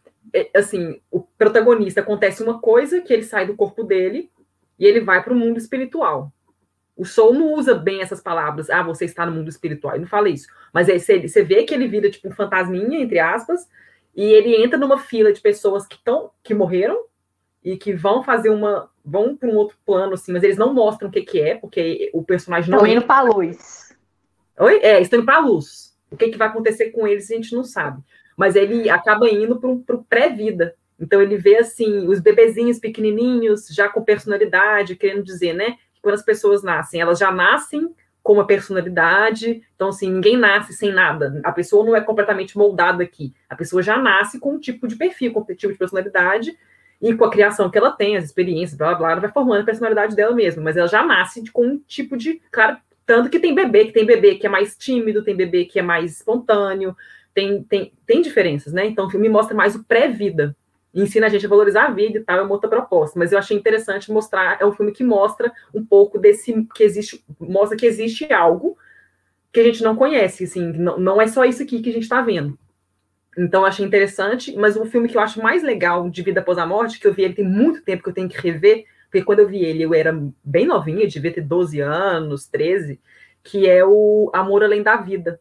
assim, o protagonista acontece uma coisa que ele sai do corpo dele e ele vai para o mundo espiritual. O Soul não usa bem essas palavras, ah, você está no mundo espiritual, ele não fala isso. Mas aí você, você vê que ele vira tipo um fantasminha, entre aspas, e ele entra numa fila de pessoas que, tão, que morreram e que vão fazer uma... vão para um outro plano, assim, mas eles não mostram o que, que é, porque o personagem não... Estão indo para a luz. Oi? É, estão indo para a luz. O que, que vai acontecer com eles a gente não sabe. Mas ele acaba indo para o pré-vida. Então, ele vê, assim, os bebezinhos pequenininhos, já com personalidade, querendo dizer, né? Que quando as pessoas nascem, elas já nascem com uma personalidade. Então, assim, ninguém nasce sem nada. A pessoa não é completamente moldada aqui. A pessoa já nasce com um tipo de perfil, com um tipo de personalidade, e com a criação que ela tem, as experiências, blá, blá, blá, ela vai formando a personalidade dela mesma. Mas ela já nasce com um tipo de... Claro, tanto que tem bebê, que tem bebê que é mais tímido, tem bebê que é mais espontâneo, Tem, tem, tem diferenças, né? Então, o filme mostra mais o pré-vida. Ensina a gente a valorizar a vida e tal, é uma outra proposta. Mas eu achei interessante mostrar, é um filme que mostra um pouco desse, que existe, mostra que existe algo que a gente não conhece, assim, não, não é só isso aqui que a gente está vendo. Então, eu achei interessante, mas o filme que eu acho mais legal de Vida Após a Morte, que eu vi ele tem muito tempo que eu tenho que rever, porque quando eu vi ele, eu era bem novinha, eu devia ter doze anos, treze, que é o Amor Além da Vida,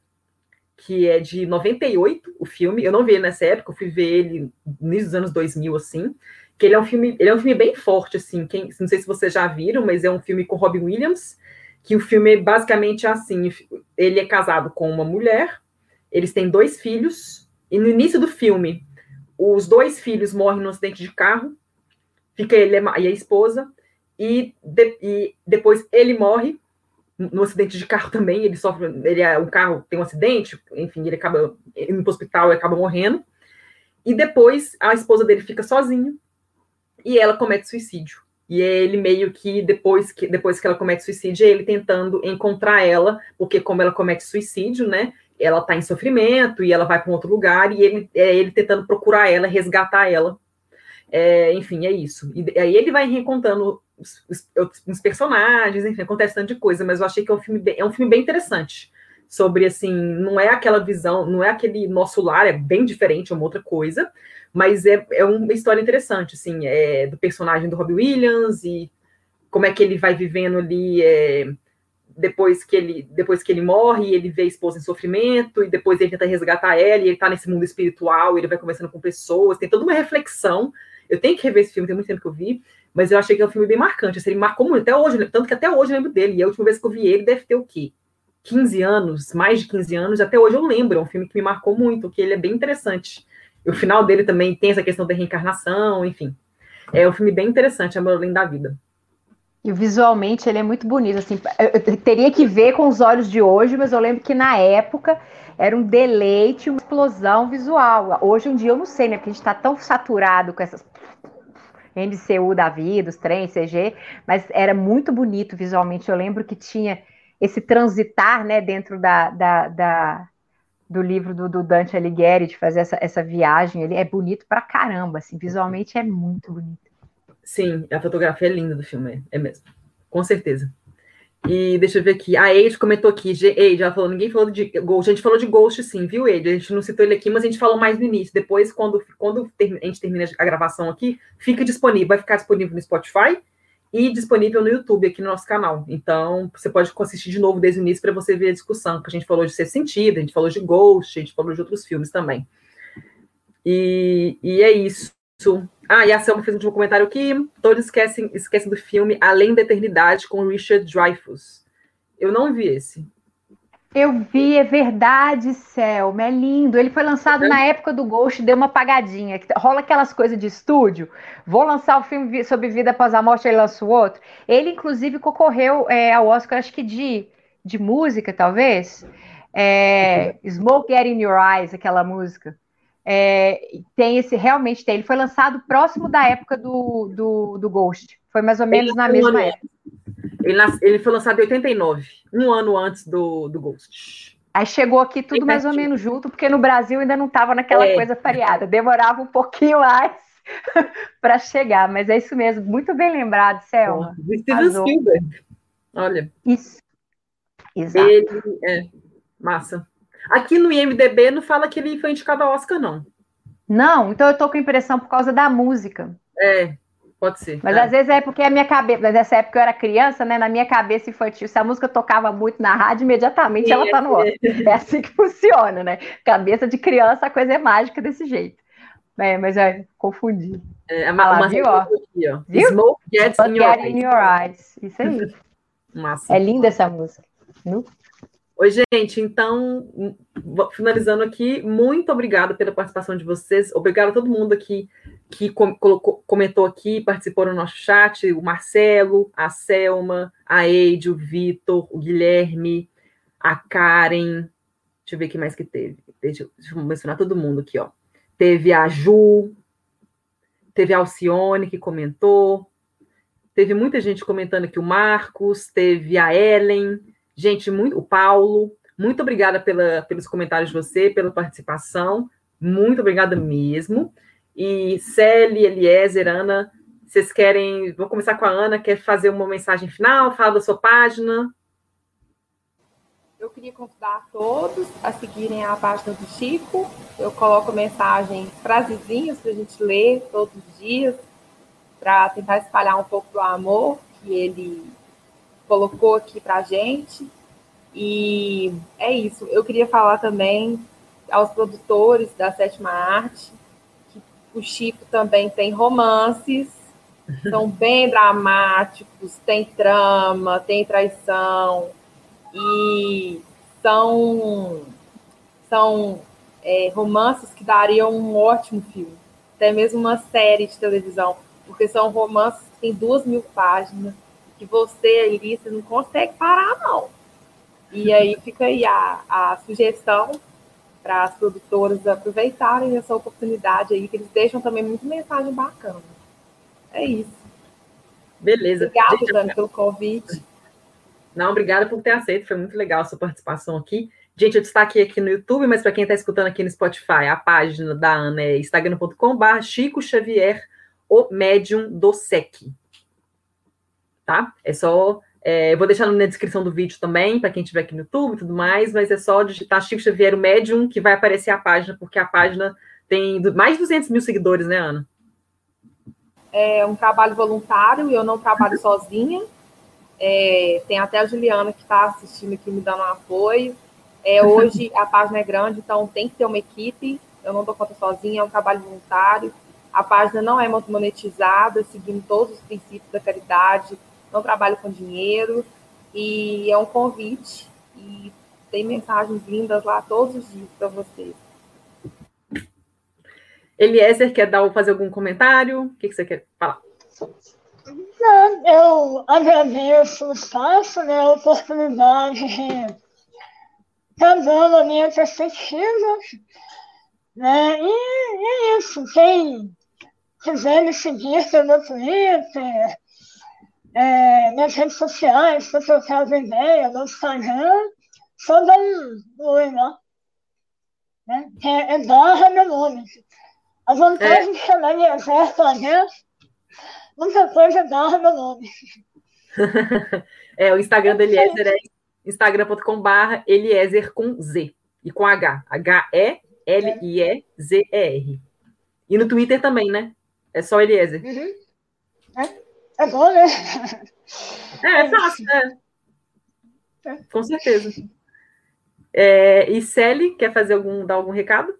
que é de noventa e oito, o filme. Eu não vi ele nessa época, eu fui ver ele no início dos anos dois mil, assim, que ele é um filme, ele é um filme bem forte, assim, quem, não sei se vocês já viram, mas é um filme com Robin Williams, que o filme basicamente é assim, ele é casado com uma mulher, eles têm dois filhos, e no início do filme, os dois filhos morrem num acidente de carro, fica ele e a esposa, e, de, e depois ele morre, no acidente de carro também, ele sofre, ele é, o carro tem um acidente, enfim, ele acaba indo para o hospital e acaba morrendo, e depois a esposa dele fica sozinha, e ela comete suicídio, e é ele meio que, depois que, depois que ela comete suicídio, é ele tentando encontrar ela, porque como ela comete suicídio, né, ela está em sofrimento, e ela vai para um outro lugar, e ele, é ele tentando procurar ela, resgatar ela, é, enfim, é isso, e aí ele vai reencontrando Os, os, os personagens, enfim, acontece tanto de coisa, mas eu achei que é um filme bem, é um filme bem interessante, sobre, assim, não é aquela visão, não é aquele nosso lar, é bem diferente, é uma outra coisa, mas é, é uma história interessante, assim, é, do personagem do Robin Williams, e como é que ele vai vivendo ali, é, depois, que ele, depois que ele morre, ele vê a esposa em sofrimento, e depois ele tenta resgatar ela, e ele tá nesse mundo espiritual, ele vai conversando com pessoas, tem toda uma reflexão. Eu tenho que rever esse filme, tem muito tempo que eu vi, mas eu achei que é um filme bem marcante. Assim, ele marcou muito, até hoje, tanto que até hoje eu lembro dele. E a última vez que eu vi ele deve ter o quê? quinze anos, mais de quinze anos, até hoje eu lembro. É um filme que me marcou muito, que ele é bem interessante. E o final dele também tem essa questão da reencarnação, enfim. É um filme bem interessante, Amor Além da Vida. E visualmente ele é muito bonito, assim, eu teria que ver com os olhos de hoje, mas eu lembro que na época era um deleite, uma explosão visual. Hoje em dia eu não sei, né, porque a gente está tão saturado com essas M C U da vida, os trens, C G, mas era muito bonito visualmente. Eu lembro que tinha esse transitar, né, dentro da, da, da do livro do, do Dante Alighieri, de fazer essa, essa viagem. Ele é bonito pra caramba, assim, visualmente é muito bonito. Sim, a fotografia é linda do filme, é mesmo. Com certeza. E deixa eu ver aqui. A Eide comentou aqui. Eide, ela falou, ninguém falou de Ghost. A gente falou de Ghost, sim, viu, Eide? A gente não citou ele aqui, mas a gente falou mais no início. Depois, quando, quando a gente termina a gravação aqui, fica disponível. Vai ficar disponível no Spotify e disponível no YouTube, aqui no nosso canal. Então, você pode assistir de novo desde o início para você ver a discussão, que a gente falou de Sexto Sentido, a gente falou de Ghost, a gente falou de outros filmes também. E, e é isso. Ah, e a Selma fez um último comentário aqui. Todos esquecem, esquecem do filme Além da Eternidade, com Richard Dreyfuss. Eu não vi esse. Eu vi, é verdade, Selma, é lindo. Ele foi lançado é. na época do Ghost, deu uma apagadinha. Rola aquelas coisas de estúdio. Vou lançar o filme sobre vida após a morte, aí lanço outro. Ele, inclusive, concorreu é, ao Oscar, acho que de, de música, talvez. É, Smoke Get in Your Eyes, aquela música. É, tem esse, realmente tem. Ele foi lançado próximo da época do, do, do Ghost. Foi mais ou menos na mesma época. Ele, nas, ele foi lançado em oitenta e nove, um ano antes do, do Ghost. Aí chegou aqui tudo mais ou menos junto, porque no Brasil ainda não estava naquela é. coisa pareada. Demorava um pouquinho mais para chegar, mas é isso mesmo. Muito bem lembrado, Selma. Bom, Steven Spielberg. Olha. Isso. Exato. Ele, é, massa. Aqui no I M D B não fala que ele foi indicado ao Oscar, não. Não, então eu tô com a impressão por causa da música. É, pode ser. Mas é. às vezes é porque a minha cabeça, nessa época eu era criança, né? Na minha cabeça infantil, se a música tocava muito na rádio, imediatamente Sim, ela tá no Oscar. É. é assim que funciona, né? Cabeça de criança, a coisa é mágica desse jeito. É, mas é, confundi. É, a ah, viu, ó. Aqui, ó. Viu? Smoke Gets in, your, in your Eyes. Isso aí. Massa. É linda essa música. Não? Oi, gente, então, finalizando aqui, muito obrigada pela participação de vocês, obrigado a todo mundo aqui que com, colocou, comentou aqui, participou no nosso chat, o Marcelo, a Selma, a Eide, o Vitor, o Guilherme, a Karen, deixa eu ver o que mais que teve, deixa, deixa eu mencionar todo mundo aqui, ó, teve a Ju, teve a Alcione que comentou, teve muita gente comentando aqui, o Marcos, teve a Ellen, gente, muito, o Paulo, muito obrigada pela, pelos comentários de você, pela participação, muito obrigada mesmo. E Célia, Eliezer, Ana, vocês querem... Vou começar com a Ana, quer fazer uma mensagem final, fala da sua página? Eu queria convidar todos a seguirem a página do Chico, eu coloco mensagens, frasezinhas para a gente ler todos os dias, para tentar espalhar um pouco do amor que ele... colocou aqui para a gente, e é isso. Eu queria falar também aos produtores da Sétima Arte, que o Chico também tem romances, são bem dramáticos, tem trama, tem traição, e são, são é, romances que dariam um ótimo filme, até mesmo uma série de televisão, porque são romances que têm duas mil páginas, que você, Iris, não consegue parar, não. E aí fica aí a, a sugestão para as produtoras aproveitarem essa oportunidade aí, que eles deixam também muita mensagem bacana. É isso. Beleza. Obrigada, Gente, Dani, pelo convite. Não, obrigada por ter aceito, foi muito legal a sua participação aqui. Gente, eu destaquei aqui no YouTube, mas para quem está escutando aqui no Spotify, a página da Ana é instagram ponto com barra Chico Xavier, o médium do S E C. Tá? É só... É, eu vou deixar na descrição do vídeo também, para quem estiver aqui no YouTube e tudo mais, mas é só digitar Chico Xavier, o médium, que vai aparecer a página, porque a página tem mais de duzentos mil seguidores, né, Ana? É um trabalho voluntário, eu não trabalho sozinha. É, tem até a Juliana que está assistindo aqui, me dando um apoio. É, hoje a página é grande, então tem que ter uma equipe. Eu não dou conta sozinha, é um trabalho voluntário. A página não é monetizada, seguindo todos os princípios da caridade, não trabalho com dinheiro, e é um convite, e tem mensagens lindas lá todos os dias para vocês. Eliezer, quer dar, fazer algum comentário? O que, que você quer falar? Não, eu agradeço o espaço, né, a oportunidade de estar dando a minha perspectiva, né, e, e é isso. Quem quiser me seguir pelo Twitter, é, nas redes sociais, para trocar as ideias, no Instagram, só dá um oi lá, né, que é, é barra meu nome. A vantagem é. de chamar de exército lá dentro, muita coisa é barra meu nome. É, o Instagram do Eliezer é instagram ponto com barra Eliezer com Z e com H. H E L I E Z E R. E no Twitter também, né? É só Eliezer. Uhum. É, é bom, né? É, é fácil, né? É, com certeza. É, e Celi, quer fazer algum, dar algum recado?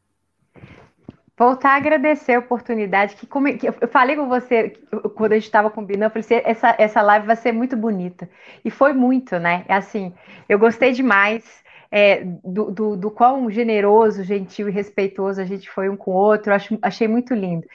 Voltar a agradecer a oportunidade, que, como, que eu falei com você, quando a gente estava combinando, eu falei assim, essa, essa live vai ser muito bonita, e foi muito, né, assim, eu gostei demais é, do, do, do quão generoso, gentil e respeitoso a gente foi um com o outro, eu acho, achei muito lindo,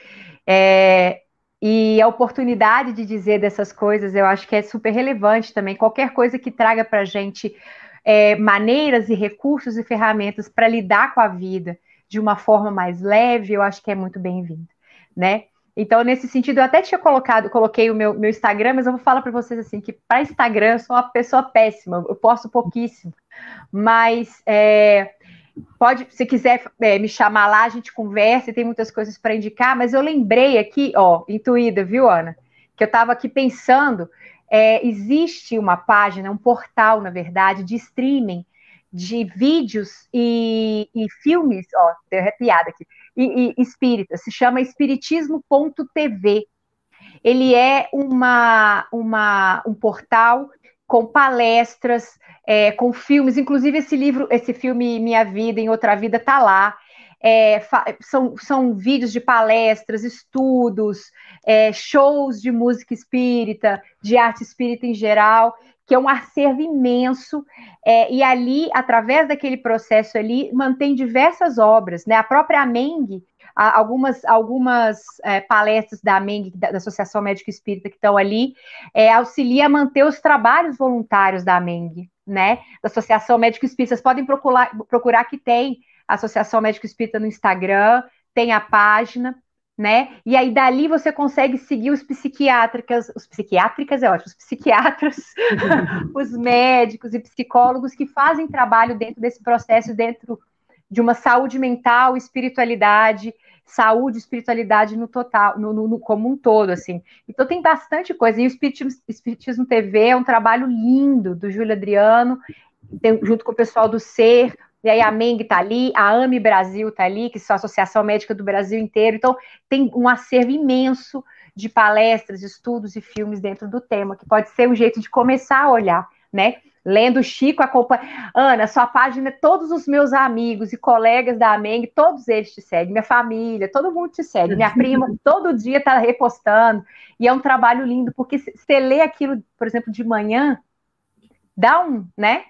é, e a oportunidade de dizer dessas coisas, eu acho que é super relevante também, qualquer coisa que traga para a gente é, maneiras e recursos e ferramentas para lidar com a vida, de uma forma mais leve, eu acho que é muito bem-vindo, né? Então, nesse sentido, eu até tinha colocado, coloquei o meu, meu Instagram, mas eu vou falar para vocês assim, que para Instagram eu sou uma pessoa péssima, eu posto pouquíssimo, mas é, pode, se quiser é, me chamar lá, a gente conversa e tem muitas coisas para indicar, mas eu lembrei aqui, ó, intuída, viu, Ana? Que eu estava aqui pensando, é, existe uma página, um portal, na verdade, de streaming, de vídeos e, e filmes, ó, deu arrepiada aqui, e, e espírita, se chama espiritismo ponto T V. Ele é uma, uma, um portal com palestras, é, com filmes, inclusive esse livro, esse filme Minha Vida em Outra Vida tá lá. É, são, são vídeos de palestras, estudos, é, shows de música espírita, de arte espírita em geral, que é um acervo imenso, é, e ali, através daquele processo ali, mantém diversas obras, né? A própria Ameng, algumas, algumas é, palestras da Ameng, da, da Associação Médico Espírita, que estão ali, é, auxilia a manter os trabalhos voluntários da Ameng, né? Da Associação Médico Espírita. Vocês podem procurar, procurar que tem a Associação Médico Espírita no Instagram, tem a página, né? E aí dali você consegue seguir os psiquiátricas, os psiquiátricas é ótimo, os psiquiatras, os médicos e psicólogos que fazem trabalho dentro desse processo, dentro de uma saúde mental, espiritualidade, saúde e espiritualidade no total, no, no, no como um todo, assim. Então tem bastante coisa. E o Espiritismo, Espiritismo T V é um trabalho lindo do Júlio Adriano, tem, junto com o pessoal do Ser. E aí a Ameng está ali, a AME Brasil está ali, que são a Associação Médica do Brasil inteiro. Então, tem um acervo imenso de palestras, estudos e filmes dentro do tema, que pode ser um jeito de começar a olhar, né? Lendo Chico, acompanha... Ana, sua página, todos os meus amigos e colegas da Ameng, todos eles te seguem, minha família, todo mundo te segue. Minha prima, todo dia está repostando. E é um trabalho lindo, porque você lê aquilo, por exemplo, de manhã, dá um, né?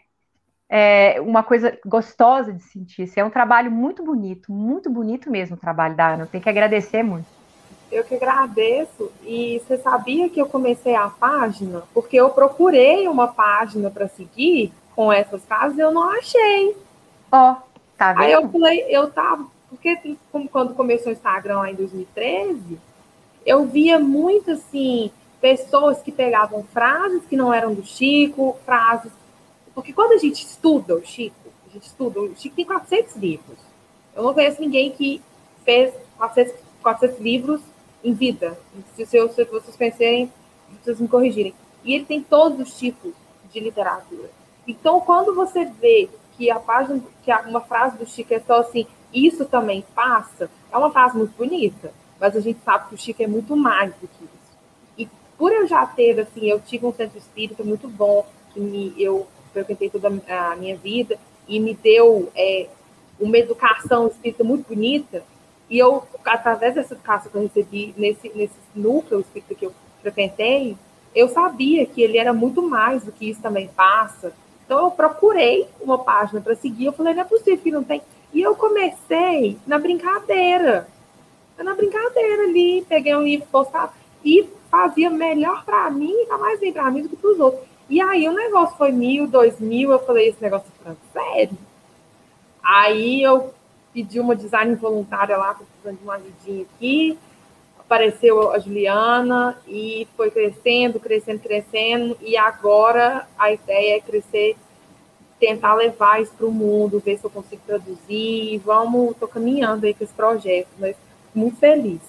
É uma coisa gostosa de sentir. Isso é um trabalho muito bonito, muito bonito mesmo o trabalho da Ana. Tem que agradecer muito. Eu que agradeço. E você sabia que eu comecei a página porque eu procurei uma página para seguir com essas frases e eu não achei. Ó, oh, tá vendo? Aí eu falei, eu tava... Porque quando começou o Instagram lá em dois mil e treze, eu via muito, assim, pessoas que pegavam frases que não eram do Chico, frases... Porque quando a gente estuda o Chico, a gente estuda, o Chico tem quatrocentos livros. Eu não conheço ninguém que fez quatrocentos, quatrocentos livros em vida. Se, se, se vocês conhecerem, vocês me corrigirem. E ele tem todos os tipos de literatura. Então, quando você vê que a página, que uma frase do Chico é só assim, isso também passa, é uma frase muito bonita, mas a gente sabe que o Chico é muito mais do que isso. E por eu já ter, assim, eu tive um centro espírita muito bom, que me, eu frequentei toda a minha vida e me deu é, uma educação espírita muito bonita, E eu, através dessa educação que eu recebi, nesse, nesse núcleo espírita que eu frequentei, eu sabia que ele era muito mais do que isso também passa. Então, eu procurei uma página para seguir. Eu falei, não é possível que não tem. E eu comecei na brincadeira. Na brincadeira ali. Peguei um livro, postava e fazia melhor para mim, e mais bem para mim do que para os outros. E aí, o negócio foi mil, dois mil. Eu falei, esse negócio é sério. Aí, eu pedi uma design voluntária lá, precisando de uma ajudinha aqui. Apareceu a Juliana e foi crescendo, crescendo, crescendo. E agora a ideia é crescer, tentar levar isso para o mundo, ver se eu consigo traduzir. Vamos, estou caminhando aí com esse projeto, mas muito feliz.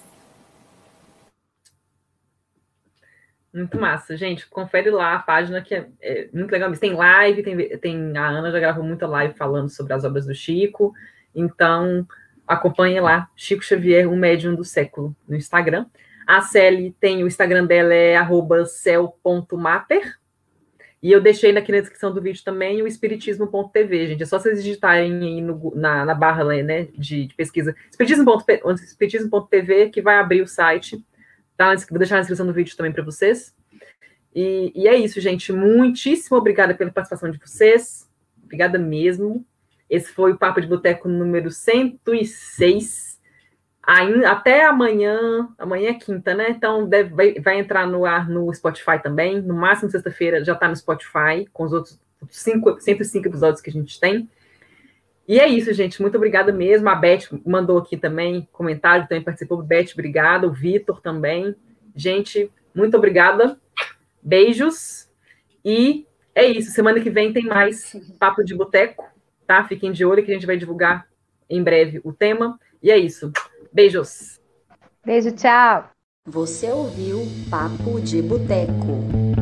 Muito massa, gente. Confere lá a página, que é, é muito legal. Tem live, tem, tem, a Ana já gravou muita live falando sobre as obras do Chico. Então, acompanhe lá, Chico Xavier, o médium do século, no Instagram. A Celi tem o Instagram dela, é arroba cel ponto mater. E eu deixei aqui na descrição do vídeo também o espiritismo ponto t v, gente. É só vocês digitarem aí no, na, na barra, né, de, de pesquisa espiritismo ponto t v, que vai abrir o site. Tá? Vou deixar na descrição do vídeo também para vocês. E, e é isso, gente. Muitíssimo obrigada pela participação de vocês. Obrigada mesmo. Esse foi o Papo de Boteco número cento e seis. Aí, até amanhã, amanhã é quinta, né? Então deve, vai, vai entrar no ar no Spotify também. No máximo sexta-feira já está no Spotify, com os outros cinco, cento e cinco episódios que a gente tem. E é isso, gente. Muito obrigada mesmo. A Beth mandou aqui também comentário, também participou. Beth, obrigada. O Vitor também. Gente, muito obrigada. Beijos. E é isso. Semana que vem tem mais Papo de Boteco. Tá? Fiquem de olho que a gente vai divulgar em breve o tema. E é isso. Beijos. Beijo, tchau. Você ouviu Papo de Boteco.